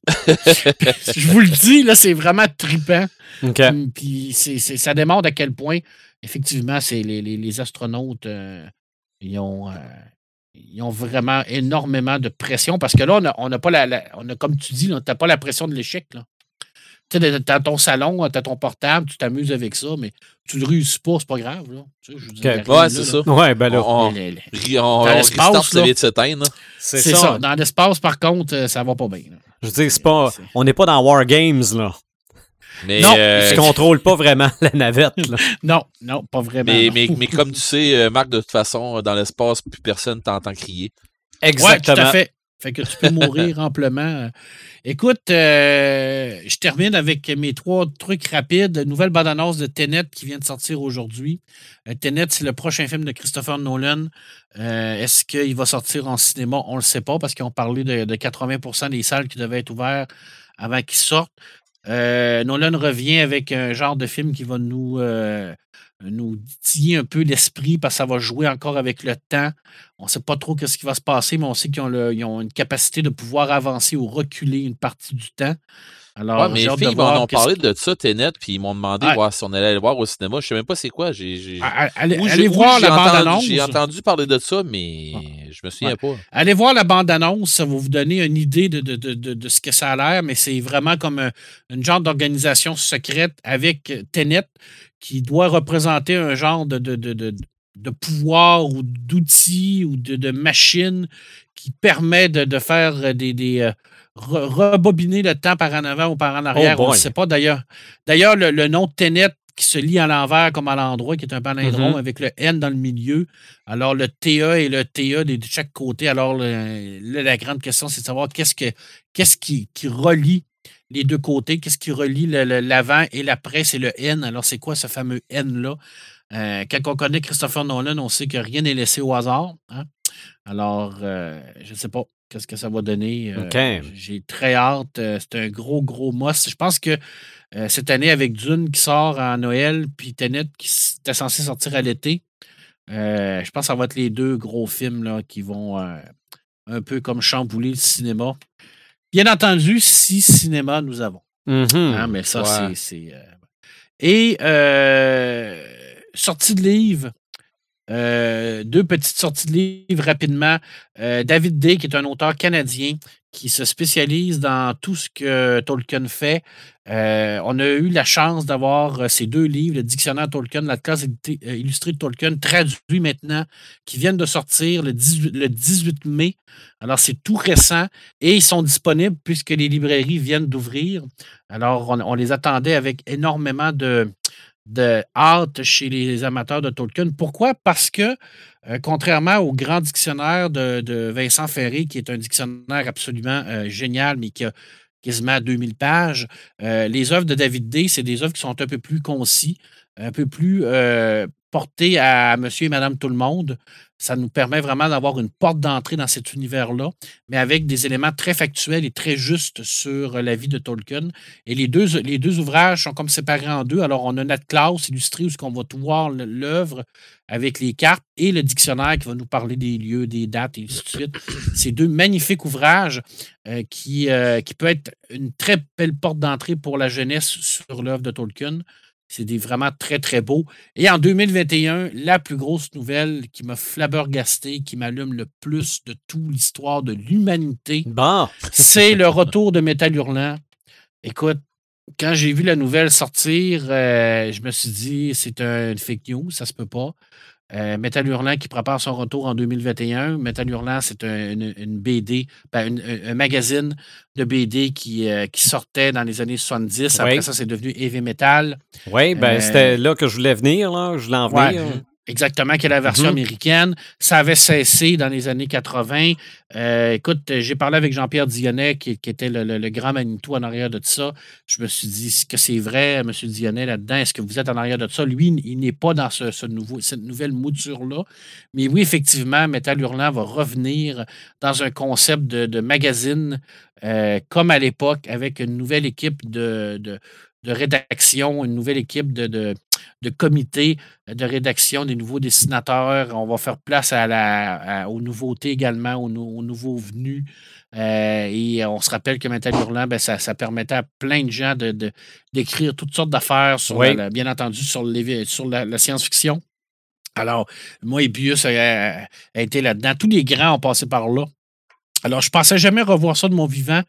Je vous le dis, là, c'est vraiment trippant. Okay. Puis ça démontre à quel point, effectivement, c'est les astronautes, ils ont vraiment énormément de pression parce que là, on n'a pas on a, comme tu dis, tu n'as pas la pression de l'échec. Tu sais, dans ton salon, tu as ton portable, tu t'amuses avec ça, mais tu ne réussis pas, c'est pas grave. Là. Tu sais, c'est ça. Ouais, ben là. On restart, ça vient de s'éteindre. C'est ça. Dans l'espace, par contre, ça va pas bien. Là. Je veux dire, on n'est pas dans War Games, là. Mais non, tu contrôles pas vraiment la navette. Là. Non, pas vraiment. Mais comme tu sais, Marc, de toute façon, dans l'espace, plus personne t'entend crier. Exactement. Ouais, tout à fait. Fait que tu peux mourir amplement. Écoute, je termine avec mes 3 trucs rapides. Nouvelle bande-annonce de Tenet qui vient de sortir aujourd'hui. Tenet, c'est le prochain film de Christopher Nolan. Est-ce qu'il va sortir en cinéma? On ne le sait pas parce qu'ils ont parlé de 80% des salles qui devaient être ouvertes avant qu'il sorte. Nolan revient avec un genre de film qui va nous titiller un peu l'esprit parce que ça va jouer encore avec le temps. On ne sait pas trop ce qui va se passer, mais on sait qu'ils ont une capacité de pouvoir avancer ou reculer une partie du temps. Alors, mes filles m'en ont parlé de ça, Tenet, puis ils m'ont demandé si on allait le voir au cinéma. Je ne sais même pas c'est quoi. Allez voir la bande-annonce. J'ai entendu parler de ça, mais je me souviens pas. Allez voir la bande-annonce, ça va vous donner une idée de ce que ça a l'air, mais c'est vraiment comme une genre d'organisation secrète avec Tenet qui doit représenter un genre de pouvoir ou d'outils ou de machines qui permet de faire rebobiner le temps par en avant ou par en arrière. On ne sait pas d'ailleurs. D'ailleurs, le nom de Tenet qui se lit à l'envers comme à l'endroit, qui est un palindrome avec le N dans le milieu. Alors, le TA et le TA de chaque côté. Alors, la grande question, c'est de savoir qu'est-ce qui relie les deux côtés, qu'est-ce qui relie l'avant et l'après, c'est le N. Alors, c'est quoi ce fameux N-là? Quand on connaît Christopher Nolan, on sait que rien n'est laissé au hasard. Hein? Alors, je ne sais pas qu'est-ce que ça va donner. J'ai très hâte. C'est un gros must. Je pense que cette année, avec Dune qui sort en Noël, puis Tenet qui était censé sortir à l'été, je pense que ça va être les 2 gros films là, qui vont un peu comme chambouler le cinéma. Bien entendu, 6 cinémas nous avons. Hein, mais ça, c'est... Et sortie de livre, 2 petites sorties de livres rapidement. David Day, qui est un auteur canadien qui se spécialise dans tout ce que Tolkien fait. On a eu la chance d'avoir ces 2 livres, le dictionnaire Tolkien, la classe illustrée de Tolkien, traduit maintenant, qui viennent de sortir le 18 mai. Alors, c'est tout récent et ils sont disponibles puisque les librairies viennent d'ouvrir. Alors, on les attendait avec énormément de hâte chez les amateurs de Tolkien. Pourquoi? Parce que, contrairement au grand dictionnaire de Vincent Ferré, qui est un dictionnaire absolument génial, mais qui a quasiment 2000 pages, les œuvres de David Day, c'est des œuvres qui sont un peu plus concis. un peu plus porté à monsieur et madame tout le monde. Ça nous permet vraiment d'avoir une porte d'entrée dans cet univers-là, mais avec des éléments très factuels et très justes sur la vie de Tolkien. Et les deux ouvrages sont comme séparés en deux. Alors, on a notre classe illustrée où on va tout voir l'œuvre avec les cartes et le dictionnaire qui va nous parler des lieux, des dates et ainsi de suite. Ces deux magnifiques ouvrages qui peut être une très belle porte d'entrée pour la jeunesse sur l'œuvre de Tolkien. C'est vraiment très, très beau. Et en 2021, la plus grosse nouvelle qui m'a flabbergasté, qui m'allume le plus de toute l'histoire de l'humanité, c'est le retour de Métal Hurlant. Écoute, quand j'ai vu la nouvelle sortir, je me suis dit, c'est une fake news, ça se peut pas. Métal Hurlant qui prépare son retour en 2021. Métal Hurlant, c'est une BD, un magazine de BD qui sortait dans les années 70. Après ça, c'est devenu Heavy Metal. Oui, c'était là que je voulais venir. Là. Je voulais en venir. Exactement, qui est la version américaine. Ça avait cessé dans les années 80. Écoute, j'ai parlé avec Jean-Pierre Dionnet, qui était le grand Manitou en arrière de ça. Je me suis dit, est-ce que c'est vrai, M. Dionnet, là-dedans? Est-ce que vous êtes en arrière de ça? Lui, il n'est pas dans cette nouvelle mouture-là. Mais oui, effectivement, Métal Hurlant va revenir dans un concept de magazine, comme à l'époque, avec une nouvelle équipe de rédaction, une nouvelle équipe de comité de rédaction, des nouveaux dessinateurs. On va faire place aux nouveautés également, aux nouveaux venus. Et on se rappelle que Métal Hurlant, ça permettait à plein de gens d'écrire toutes sortes d'affaires, bien entendu, sur la science-fiction. Alors, moi et Bius a été là-dedans. Tous les grands ont passé par là. Alors, je ne pensais jamais revoir ça de mon vivant.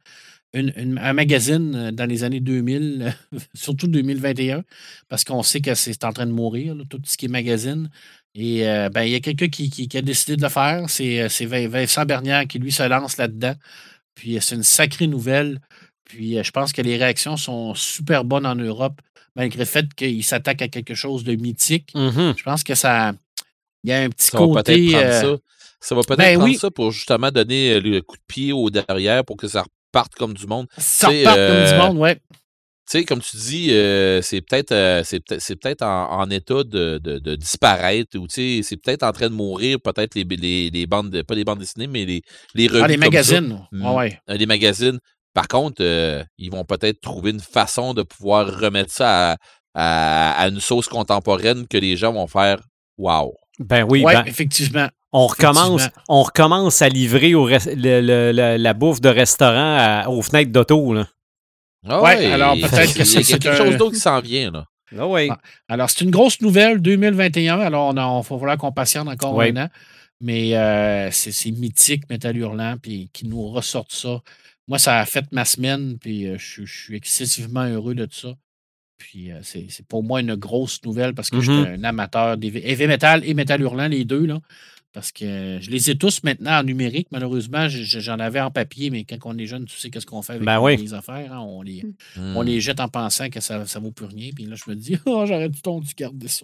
Un magazine dans les années 2000, surtout 2021, parce qu'on sait que c'est en train de mourir, là, tout ce qui est magazine. Et il y a quelqu'un qui a décidé de le faire. C'est Vincent Bernière qui, lui, se lance là-dedans. Puis c'est une sacrée nouvelle. Puis je pense que les réactions sont super bonnes en Europe, malgré le fait qu'il s'attaque à quelque chose de mythique. Je pense que ça... Il y a un petit côté... Ça va peut-être prendre ça pour justement donner le coup de pied au derrière pour que ça parte comme du monde. Ça repart comme du monde, oui. Tu sais, comme tu dis, c'est peut-être en état de disparaître, ou c'est peut-être en train de mourir, peut-être les bandes, pas les bandes dessinées, mais les revues. Les magazines. Les magazines. Par contre, ils vont peut-être trouver une façon de pouvoir remettre ça à une sauce contemporaine que les gens vont faire « wow ». Ben oui, effectivement. On recommence à livrer la bouffe de restaurant aux fenêtres d'auto. Alors peut-être que c'est quelque chose d'autre qui s'en vient. Là. Ah oui. Alors, c'est une grosse nouvelle, 2021. Alors, il va falloir qu'on patiente encore un an. Mais c'est mythique, Métal Hurlant, puis qui nous ressorte ça. Moi, ça a fait ma semaine, puis je suis excessivement heureux de ça. Puis c'est pour moi une grosse nouvelle parce que je suis un amateur des heavy metal et Métal Hurlant, les deux, là. Parce que je les ai tous maintenant en numérique. Malheureusement, j'en avais en papier, mais quand on est jeune, tu sais qu'est-ce qu'on fait avec les affaires. Hein? On les jette en pensant que ça ne vaut plus rien. Puis là, je me dis, j'aurais dû garder ça.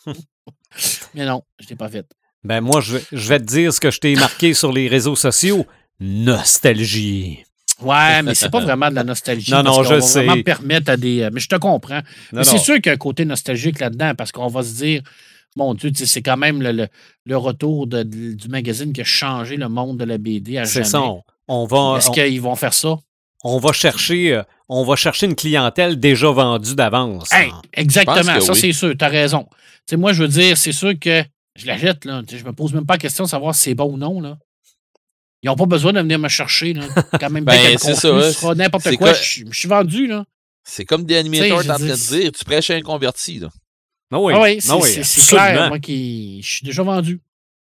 Mais non, je ne l'ai pas fait. Ben moi, je vais te dire ce que je t'ai marqué sur les réseaux sociaux. Nostalgie. Ouais, mais c'est pas vraiment de la nostalgie. Non, je sais. Vraiment permettre à des... Mais je te comprends. Mais c'est sûr qu'il y a un côté nostalgique là-dedans parce qu'on va se dire... Mon Dieu, c'est quand même le retour du magazine qui a changé le monde de la BD à jamais. C'est ça. Est-ce qu'ils vont faire ça? On va chercher une clientèle déjà vendue d'avance. Hey, exactement, ça c'est sûr, tu as raison. T'sais, moi, je veux dire, c'est sûr que je la jette, là. Je me pose même pas la question de savoir si c'est bon ou non. Là. Ils n'ont pas besoin de venir me chercher. Là. Quand même, c'est ça. Ce sera n'importe quoi. Je suis vendu. Là. C'est comme des animateurs en train de dire, tu prêches un converti. Là. C'est clair. Moi, je suis déjà vendu.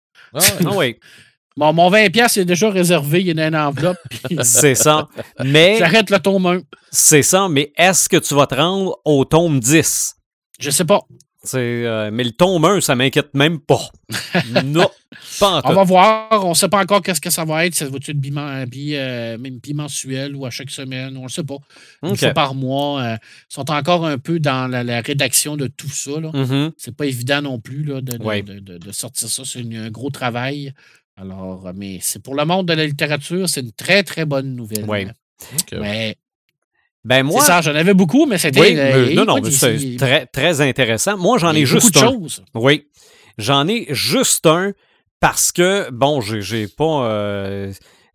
Mon 20$ est déjà réservé, il y a une enveloppe. C'est ça. Mais j'arrête le tome 1. C'est ça, mais est-ce que tu vas te rendre au tome 10? Je sais pas. Mais le tome 1, ça m'inquiète même pas. Non, pas en tout. On va voir. On ne sait pas encore qu'est-ce que ça va être. Ça va-tu être bimensuel ou à chaque semaine? On ne le sait pas. Une fois par mois. Ils sont encore un peu dans la rédaction de tout ça. C'est pas évident non plus là, de sortir ça. C'est un gros travail. Alors, mais c'est pour le monde de la littérature, c'est une très, très bonne nouvelle. Oui. Mais Ben moi, c'est ça, j'en avais beaucoup, mais c'était... Oui, non, c'est très, très intéressant. Moi, j'en ai juste un. Choses. Oui, j'en ai juste un parce que, bon, j'ai pas...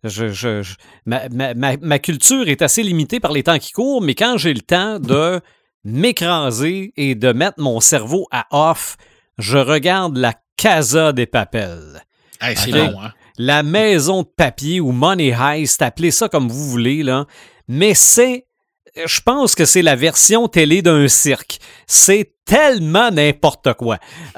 ma culture est assez limitée par les temps qui courent, mais quand j'ai le temps de m'écraser et de mettre mon cerveau à off, je regarde la Casa de Papel. Hey, c'est Okay? bon, hein? La maison de papier ou Money Heist, appelez ça comme vous voulez, là. Mais je pense que c'est la version télé d'un cirque. C'est tellement n'importe quoi.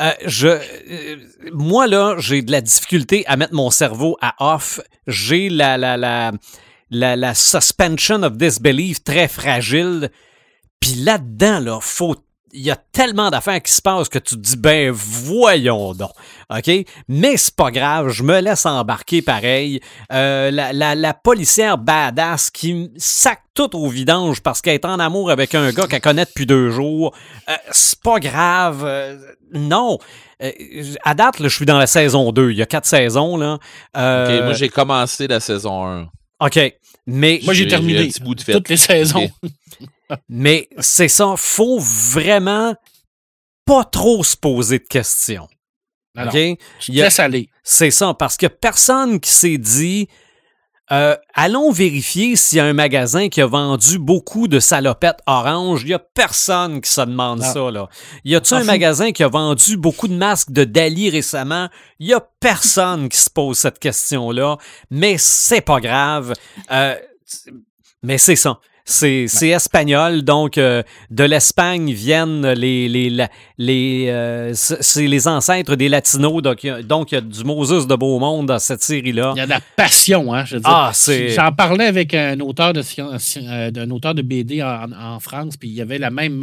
Moi, là, j'ai de la difficulté à mettre mon cerveau à off. J'ai la suspension of disbelief très fragile. Puis là-dedans, là, il y a tellement d'affaires qui se passent que tu te dis, ben voyons donc, OK? Mais c'est pas grave, je me laisse embarquer pareil. La policière badass qui sac tout au vidange parce qu'elle est en amour avec un gars qu'elle connaît depuis 2 jours, c'est pas grave, non. À date, là, je suis dans la saison 2, il y a 4 saisons, là. OK, moi j'ai commencé la saison 1. OK, mais... Moi, j'ai terminé toutes les saisons. Okay. Mais c'est ça, faut vraiment pas trop se poser de questions. Non, Okay? non, tu te laisses aller. C'est ça, parce que personne qui s'est dit allons vérifier s'il y a un magasin qui a vendu beaucoup de salopettes oranges. Il y a personne qui se demande ça, là. Y a-tu un magasin qui a vendu beaucoup de masques de Dali récemment? Il y a personne qui se pose cette question-là, mais c'est pas grave. Mais c'est ça. C'est espagnol, donc de l'Espagne viennent c'est les ancêtres des Latinos, donc il y a du Moses de Beaumont dans cette série-là. Il y a de la passion, hein, je veux dire. J'en parlais avec un auteur d'un auteur de BD en France, puis il y avait le même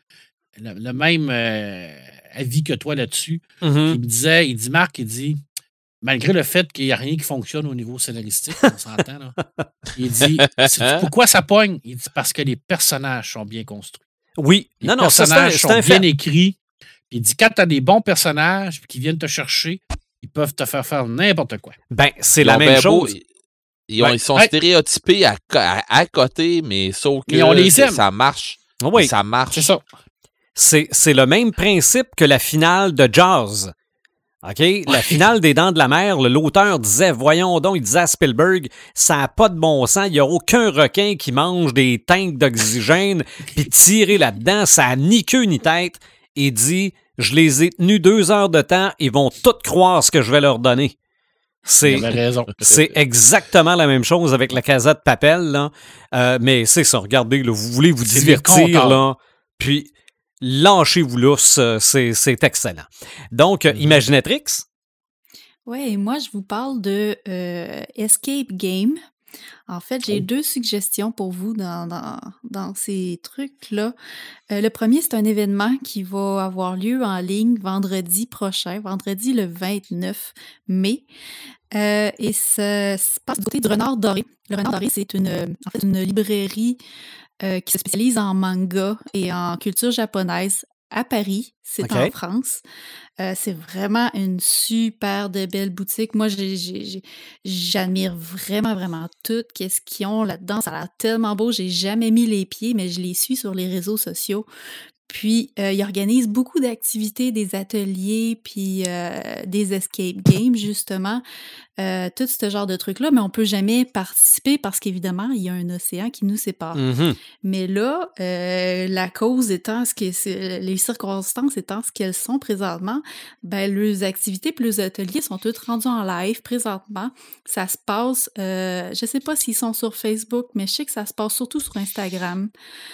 avis que toi là-dessus. Mm-hmm. Il dit, Marc, malgré le fait qu'il n'y a rien qui fonctionne au niveau scénaristique, on s'entend, là. Il dit, pourquoi ça pogne? Il dit, parce que les personnages sont bien construits. Oui. Les personnages sont bien écrits. Il dit, quand tu as des bons personnages qui viennent te chercher, ils peuvent te faire n'importe quoi. Ben, c'est la même chose. Ils sont stéréotypés à côté, mais sauf que on les aime. Ça marche. Oui. Ça marche. C'est ça. C'est le même principe que la finale de Jaws. OK? La finale des Dents de la Mer, l'auteur disait, voyons donc, il disait à Spielberg, ça n'a pas de bon sens, il n'y a aucun requin qui mange des tanks d'oxygène, puis tirer là-dedans, ça n'a ni queue ni tête. Il dit, je les ai tenus 2 heures de temps, ils vont tous croire ce que je vais leur donner. Il avait raison. C'est exactement la même chose avec la Casa de Papel, là. Mais c'est ça, regardez, là, vous voulez vous divertir, là, puis... Lâchez-vous lousse, c'est excellent. Donc, Imaginatrix? Oui, moi, je vous parle de Escape Game. En fait, j'ai 2 suggestions pour vous dans ces trucs-là. Le premier, c'est un événement qui va avoir lieu en ligne vendredi prochain, vendredi le 29 mai. Et ça se passe du côté du Renard Doré. Le Renard Doré, c'est une librairie qui se spécialise en manga et en culture japonaise à Paris. C'est en France. C'est vraiment une super de belle boutique. Moi, j'admire vraiment, vraiment tout. Qu'est-ce qu'ils ont là-dedans? Ça a l'air tellement beau. J'ai jamais mis les pieds, mais je les suis sur les réseaux sociaux. Puis, ils organisent beaucoup d'activités, des ateliers, puis des escape games, justement. Tout ce genre de trucs-là, mais on peut jamais participer parce qu'évidemment, il y a un océan qui nous sépare. Mm-hmm. Mais là, la cause étant les circonstances étant ce qu'elles sont présentement, ben, leurs activités puis leurs ateliers sont tous rendus en live présentement. Ça se passe, je sais pas s'ils sont sur Facebook, mais je sais que ça se passe surtout sur Instagram.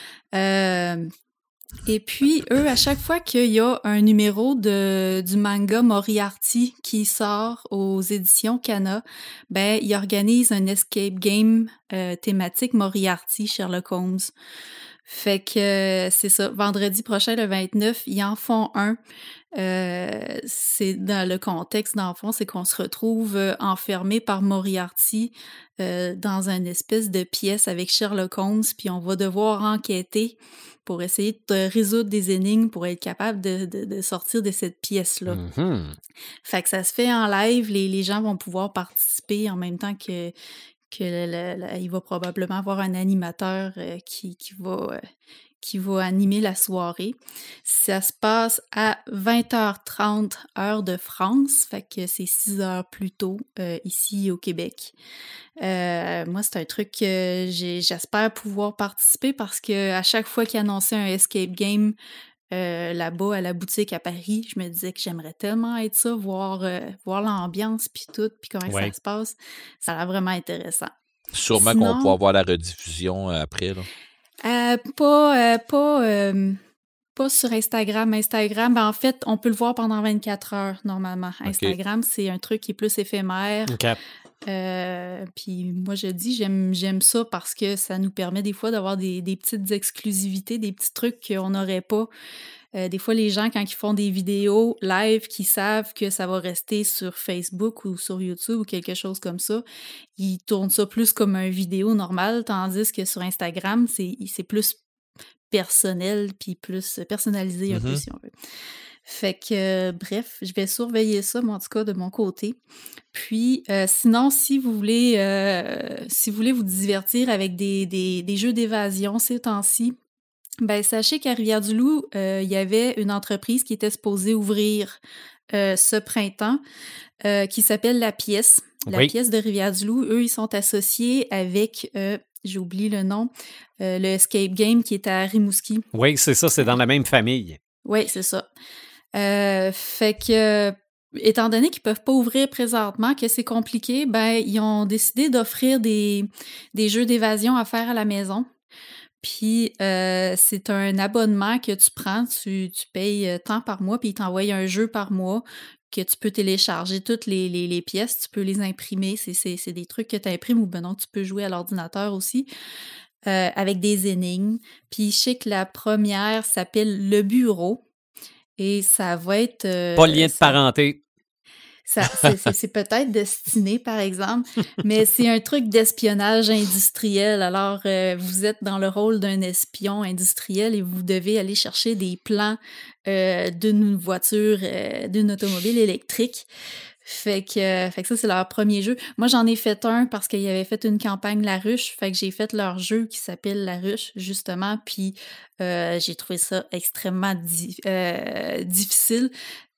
Et puis, eux, à chaque fois qu'il y a un numéro du manga Moriarty qui sort aux éditions Kana, ben, ils organisent un escape game thématique Moriarty, Sherlock Holmes. Fait que c'est ça, vendredi prochain, le 29, ils en font un. C'est dans le contexte, dans le fond, c'est qu'on se retrouve enfermé par Moriarty dans une espèce de pièce avec Sherlock Holmes, puis on va devoir enquêter pour essayer de résoudre des énigmes pour être capable de sortir de cette pièce-là. Mm-hmm. Fait que ça se fait en live, les gens vont pouvoir participer en même temps que il va probablement avoir un animateur qui va animer la soirée. Ça se passe à 20h30 heure de France, fait que c'est 6 heures plus tôt ici au Québec. Moi, c'est un truc que j'espère pouvoir participer parce que à chaque fois qu'il annonçait un escape game là-bas à la boutique à Paris, je me disais que j'aimerais tellement être ça, voir l'ambiance puis tout, puis comment ça se passe. Ça a l'air vraiment intéressant. Sûrement qu'on va pouvoir voir la rediffusion après, là. Pas sur Instagram. Instagram, ben en fait, on peut le voir pendant 24 heures, normalement. Instagram, c'est un truc qui est plus éphémère. OK. Puis moi, je dis, j'aime ça parce que ça nous permet des fois d'avoir des petites exclusivités, des petits trucs qu'on n'aurait pas. Des fois, les gens, quand ils font des vidéos live, qui savent que ça va rester sur Facebook ou sur YouTube ou quelque chose comme ça, ils tournent ça plus comme une vidéo normale, tandis que sur Instagram, c'est plus personnel puis plus personnalisé un peu, si on veut. Fait que, bref, je vais surveiller ça, moi, en tout cas, de mon côté. Puis, sinon, si vous voulez vous divertir avec des jeux d'évasion ces temps-ci, ben sachez qu'à Rivière-du-Loup, il y avait une entreprise qui était supposée ouvrir ce printemps qui s'appelle La Pièce. La Pièce de Rivière-du-Loup. Eux, ils sont associés avec, j'ai oublié le nom, le Escape Game qui est à Rimouski. Oui, c'est ça, c'est dans la même famille. Oui, c'est ça. Fait que, étant donné qu'ils peuvent pas ouvrir présentement, que c'est compliqué, ben ils ont décidé d'offrir des jeux d'évasion à faire à la maison. Puis, c'est un abonnement que tu prends, tu payes tant par mois, puis ils t'envoient un jeu par mois que tu peux télécharger toutes les pièces, tu peux les imprimer. C'est des trucs que tu imprimes ou ben non, tu peux jouer à l'ordinateur aussi, avec des énigmes. Puis, je sais que la première s'appelle Le Bureau et ça va être... pas lien de parenté. C'est peut-être destiné, par exemple, mais c'est un truc d'espionnage industriel. Alors, vous êtes dans le rôle d'un espion industriel et vous devez aller chercher des plans d'une voiture, d'une automobile électrique. Fait que ça, c'est leur premier jeu. Moi, j'en ai fait un parce qu'ils avaient fait une campagne La Ruche. Fait que j'ai fait leur jeu qui s'appelle La Ruche, justement. Puis, j'ai trouvé ça extrêmement difficile.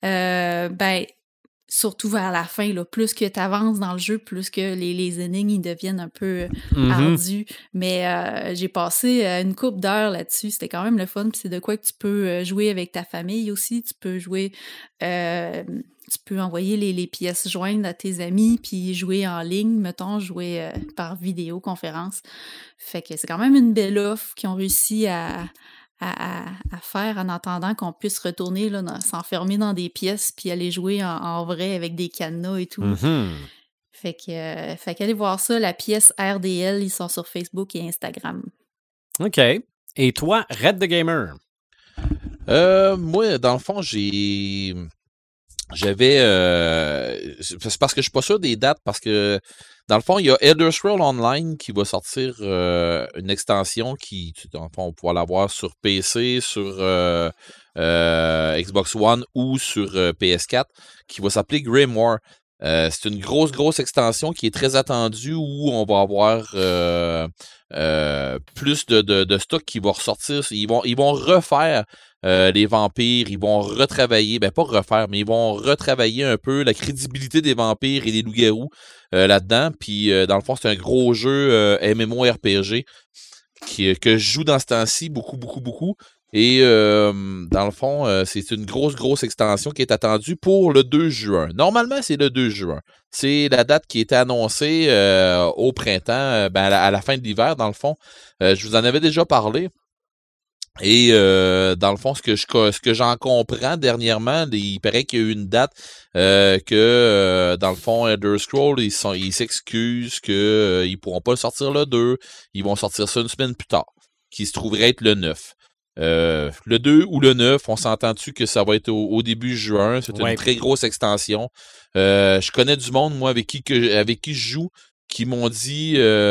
Surtout vers la fin, là, plus que tu avances dans le jeu, plus que les énigmes ils deviennent un peu ardus. Mais j'ai passé une couple d'heures là-dessus. C'était quand même le fun. Puis c'est de quoi que tu peux jouer avec ta famille aussi. Tu peux jouer... tu peux envoyer les pièces jointes à tes amis puis jouer en ligne, mettons, jouer par vidéoconférence. Fait que c'est quand même une belle offre qu'ils ont réussi à faire en attendant qu'on puisse retourner, là, s'enfermer dans des pièces puis aller jouer en vrai avec des cadenas et tout. Fait qu'allez voir ça, La Pièce RDL, ils sont sur Facebook et Instagram. OK. Et toi, Red the Gamer? Moi, dans le fond, j'avais... c'est parce que je suis pas sûr des dates, parce que dans le fond, il y a Elder Scrolls Online qui va sortir une extension qui, dans le fond, on va pouvoir l'avoir sur PC, sur Xbox One ou sur PS4, qui va s'appeler Grimoire. C'est une grosse extension qui est très attendue, où on va avoir plus de stock qui va ressortir. Ils vont refaire les vampires, ils vont retravailler, pas refaire, mais ils vont retravailler un peu la crédibilité des vampires et des loups-garous là-dedans. Puis dans le fond, c'est un gros jeu MMORPG que je joue dans ce temps-ci beaucoup. Et dans le fond, c'est une grosse extension qui est attendue pour le 2 juin. Normalement, c'est le 2 juin. C'est la date qui était annoncée au printemps, à la fin de l'hiver, dans le fond. Je vous en avais déjà parlé. Et dans le fond, ce que j'en comprends dernièrement, il paraît qu'il y a eu une date que dans le fond, Elder Scrolls, ils s'excusent que ils pourront pas le sortir le 2. Ils vont sortir ça une semaine plus tard, qui se trouverait être le 9. Le 2 ou le 9, on s'entend-tu que ça va être au début juin? C'est une très grosse extension. Je connais du monde, moi, avec qui je joue, qui m'ont dit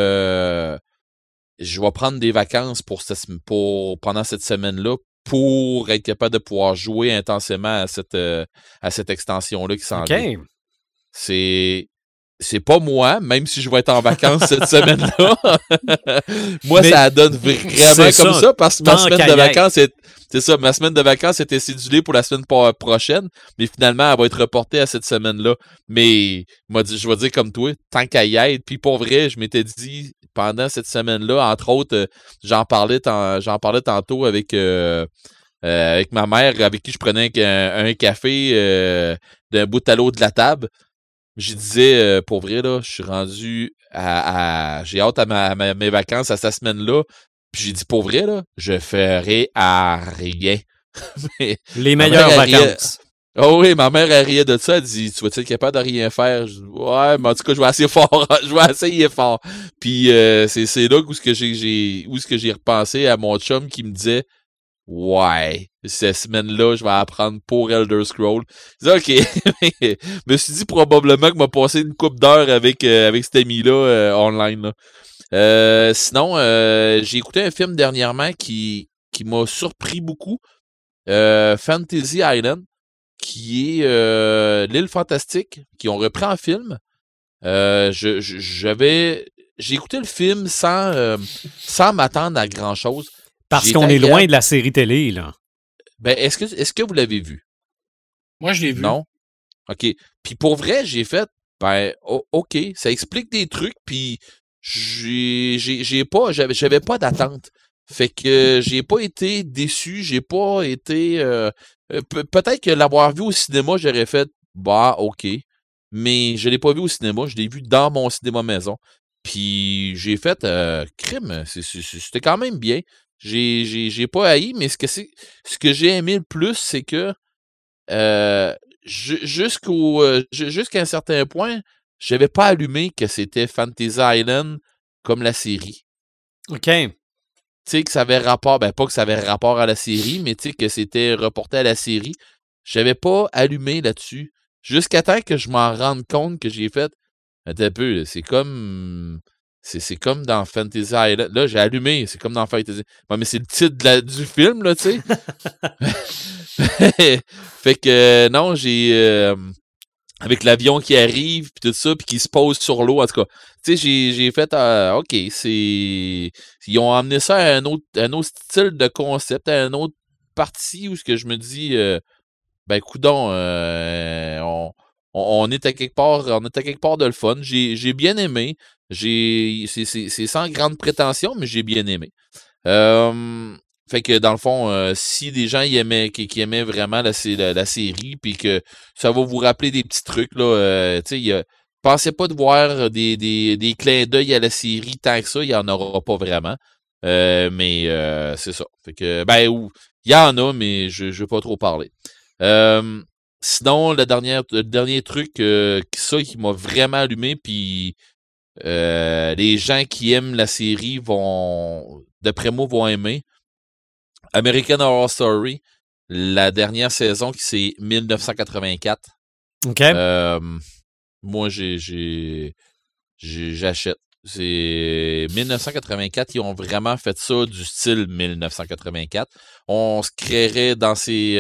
je vais prendre des vacances pendant cette semaine-là pour être capable de pouvoir jouer intensément à cette extension-là qui s'en vient. C'est c'est pas moi, même si je vais être en vacances cette semaine-là. Moi, mais ça donne vraiment comme ça, parce que ma semaine de vacances c'est ça, ma semaine de vacances était cédulée pour la semaine prochaine, mais finalement, elle va être reportée à cette semaine-là. Mais je vais dire comme toi, tant qu'à y être, puis pour vrai, je m'étais dit, pendant cette semaine-là, entre autres, j'en parlais tantôt avec ma mère, avec qui je prenais un café d'un bout à l'autre de la table. Je disais, pour vrai, là, je suis rendu j'ai hâte à mes vacances à cette semaine-là. Puis j'ai dit, pour vrai, là, je ferai à rien. Les meilleures vacances. Oh oui, ma mère, elle riait de ça. Elle dit, tu vas-tu être capable de rien faire? Je dis, ouais, mais en tout cas, je vais essayer fort. Je vais essayer fort. Puis c'est là où j'ai repensé à mon chum qui me disait, ouais, cette semaine-là, je vais apprendre pour Elder Scrolls. Je dis, OK. Je me suis dit probablement que m'a passé une couple d'heures avec cet ami-là online. Là. Sinon, j'ai écouté un film dernièrement qui m'a surpris beaucoup. Fantasy Island, qui est l'île fantastique, qui ont repris en film. J'ai écouté le film sans m'attendre à grand-chose. Parce qu'on est loin de la série télé, là. Ben, est-ce que vous l'avez vu? Moi, je l'ai vu. Non? OK. Puis pour vrai, j'ai fait, OK, ça explique des trucs, puis j'avais pas d'attente. Fait que j'ai pas été déçu, j'ai pas été... peut-être que l'avoir vu au cinéma, j'aurais fait, OK. Mais je l'ai pas vu au cinéma, je l'ai vu dans mon cinéma maison. Puis j'ai fait, crime, c'était quand même bien. J'ai pas haï, mais ce que j'ai aimé le plus, c'est que jusqu'à un certain point, j'avais pas allumé que c'était Fantasy Island comme la série. OK. Tu sais, que ça avait rapport, pas que ça avait rapport à la série, mais tu sais, que c'était reporté à la série. J'avais pas allumé là-dessus. Jusqu'à temps que je m'en rende compte que j'ai fait, un peu, c'est comme dans Fantasy Island. Là, j'ai allumé, c'est comme dans Fantasy. Ouais, mais c'est le titre du film, là, tu sais. Fait que, non, j'ai... avec l'avion qui arrive, puis tout ça, puis qui se pose sur l'eau, en tout cas. Tu sais, j'ai fait, OK, ils ont amené ça à un autre style de concept, à une autre partie où ce que je me dis, coudonc, on est à quelque part de le fun. J'ai bien aimé. C'est sans grande prétention, mais j'ai bien aimé. Fait que dans le fond, si des gens qui aimaient vraiment la série, puis que ça va vous rappeler des petits trucs, là, tu sais, pensez pas de voir des clins d'œil à la série tant que ça, il y en aura pas vraiment. Mais c'est ça. Fait que, il y en a, mais je vais pas trop parler. Sinon, le dernier truc qui m'a vraiment allumé, puis les gens qui aiment la série d'après moi, vont aimer. American Horror Story, la dernière saison qui c'est 1984. OK. Moi, j'achète. C'est 1984, ils ont vraiment fait ça du style 1984. On se créerait dans ces...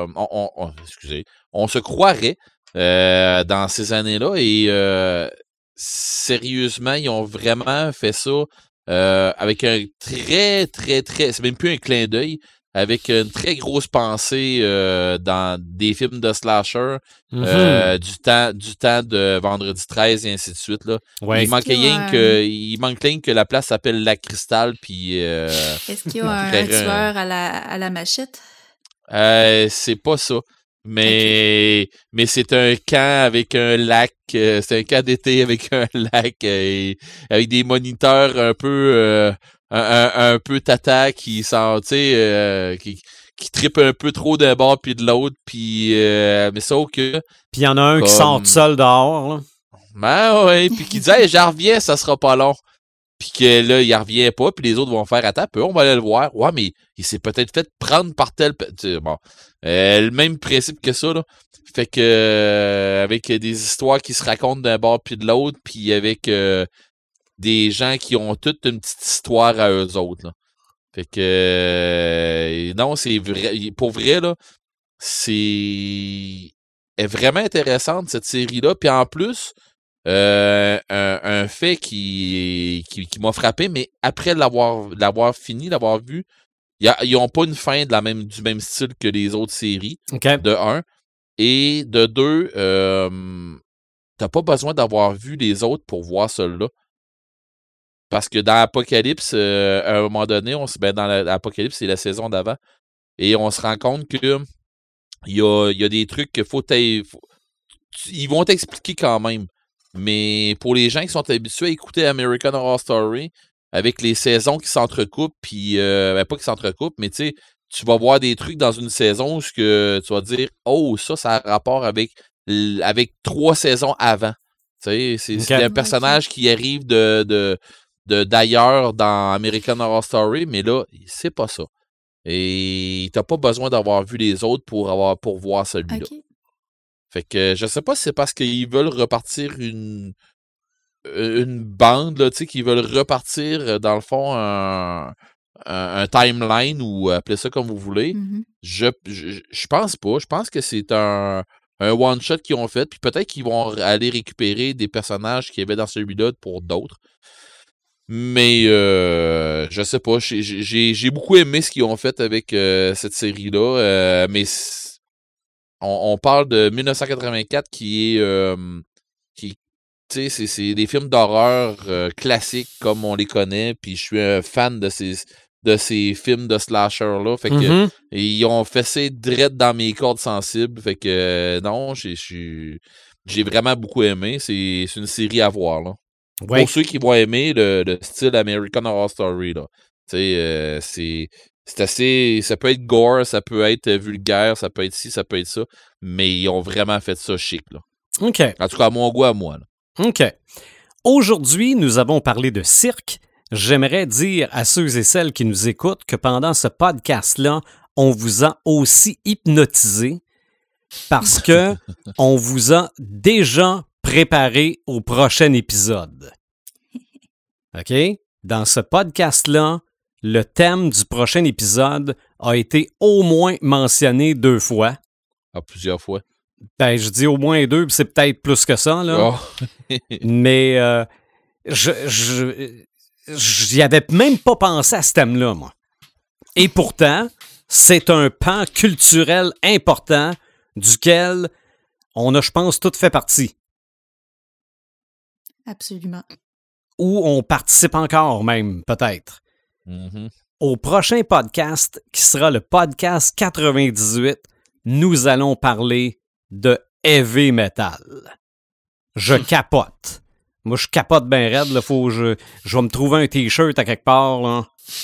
on se croirait dans ces années-là et sérieusement, ils ont vraiment fait ça avec un très, très, très... C'est même plus un clin d'œil, avec une très grosse pensée dans des films de slasher du temps de Vendredi 13 et ainsi de suite. Là. Ouais. Il manque rien que la place s'appelle Lac Cristal. Puis, est-ce qu'il y a un tueur à la machette? C'est pas ça. Mais c'est un camp avec un lac. C'est un camp d'été avec un lac avec des moniteurs un peu un peu tata qui sont, tu sais, qui trippent un peu trop d'un bord puis de l'autre, puis mais sauf que... Puis il y en a un qui sort seul dehors, là. Ben ouais, puis qui dit « Hey, j'en reviens, ça sera pas long. » Puis que là, il en revient pas, puis les autres vont faire « Attends, on va aller le voir. » Ouais, mais il s'est peut-être fait prendre par tel... Bon, le même principe que ça, là. Fait que avec des histoires qui se racontent d'un bord puis de l'autre, puis avec des gens qui ont toute une petite histoire à eux autres, là. Fait que non, c'est vrai. Pour vrai, là, est vraiment intéressante, cette série-là. Puis en plus, un fait qui m'a frappé, mais après l'avoir fini, l'avoir vu, ils n'ont pas une fin du même style que les autres séries, de 1. Et de 2, t'as pas besoin d'avoir vu les autres pour voir celle-là. Parce que dans Apocalypse, à un moment donné, dans l'Apocalypse, c'est la saison d'avant, et on se rend compte que il y a des trucs que ils vont t'expliquer quand même. Mais pour les gens qui sont habitués à écouter American Horror Story, avec les saisons qui s'entrecoupent, puis pas qui s'entrecoupent, mais tu sais, tu vas voir des trucs dans une saison où tu vas dire « Oh, ça a rapport avec 3 saisons avant. » Tu sais, c'est un personnage qui arrive d'ailleurs dans American Horror Story, mais là, c'est pas ça. Et t'as pas besoin d'avoir vu les autres pour voir celui-là. Okay. Fait que je sais pas si c'est parce qu'ils veulent repartir une bande, là, tu sais, qu'ils veulent repartir, dans le fond, un timeline, ou appelez ça comme vous voulez. Mm-hmm. Je pense pas. Je pense que c'est un one-shot qu'ils ont fait, puis peut-être qu'ils vont aller récupérer des personnages qu'il y avait dans celui-là pour d'autres. Mais je sais pas. J'ai beaucoup aimé ce qu'ils ont fait avec cette série-là, mais on parle de 1984 qui est... tu sais, c'est des films d'horreur classiques comme on les connaît, puis je suis un fan de ces films de slasher-là. Fait que ils ont fessé direct dans mes cordes sensibles. Fait que non, j'ai vraiment beaucoup aimé. C'est une série à voir, là. Ouais. Pour ceux qui vont aimer le style American Horror Story, là. Tu sais, c'est assez... Ça peut être gore, ça peut être vulgaire, ça peut être ci, ça peut être ça. Mais ils ont vraiment fait ça chic, là. OK. En tout cas, à mon goût, à moi, là. OK. Aujourd'hui, nous avons parlé de cirque. J'aimerais dire à ceux et celles qui nous écoutent que pendant ce podcast-là, on vous a aussi hypnotisé parce que on vous a déjà préparé au prochain épisode. OK? Dans ce podcast-là, le thème du prochain épisode a été au moins mentionné 2 fois. Ah, plusieurs fois. Ben, je dis au moins 2, puis c'est peut-être plus que ça, là. Oh. Mais j'y avais même pas pensé à ce thème-là, moi. Et pourtant, c'est un pan culturel important duquel on a, je pense, tout fait partie. Absolument. Ou on participe encore même, peut-être. Mm-hmm. Au prochain podcast, qui sera le podcast 98, nous allons parler de heavy metal. Je capote. Moi, je capote bien raide. Là, faut je vais me trouver un T-shirt à quelque part. Là.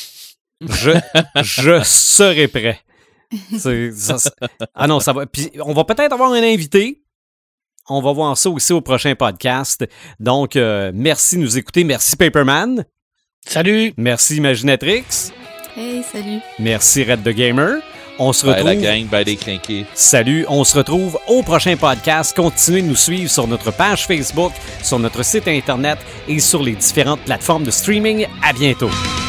Je serai prêt. Ah non, ça va. Puis, on va peut-être avoir un invité. On va voir ça aussi au prochain podcast. Donc, merci de nous écouter. Merci Paperman. Salut. Merci Imaginatrix. Hey, salut. Merci Red the Gamer. On se retrouve... la gang, bye les crinqués. Salut, on se retrouve au prochain podcast. Continuez de nous suivre sur notre page Facebook, sur notre site Internet et sur les différentes plateformes de streaming. À bientôt.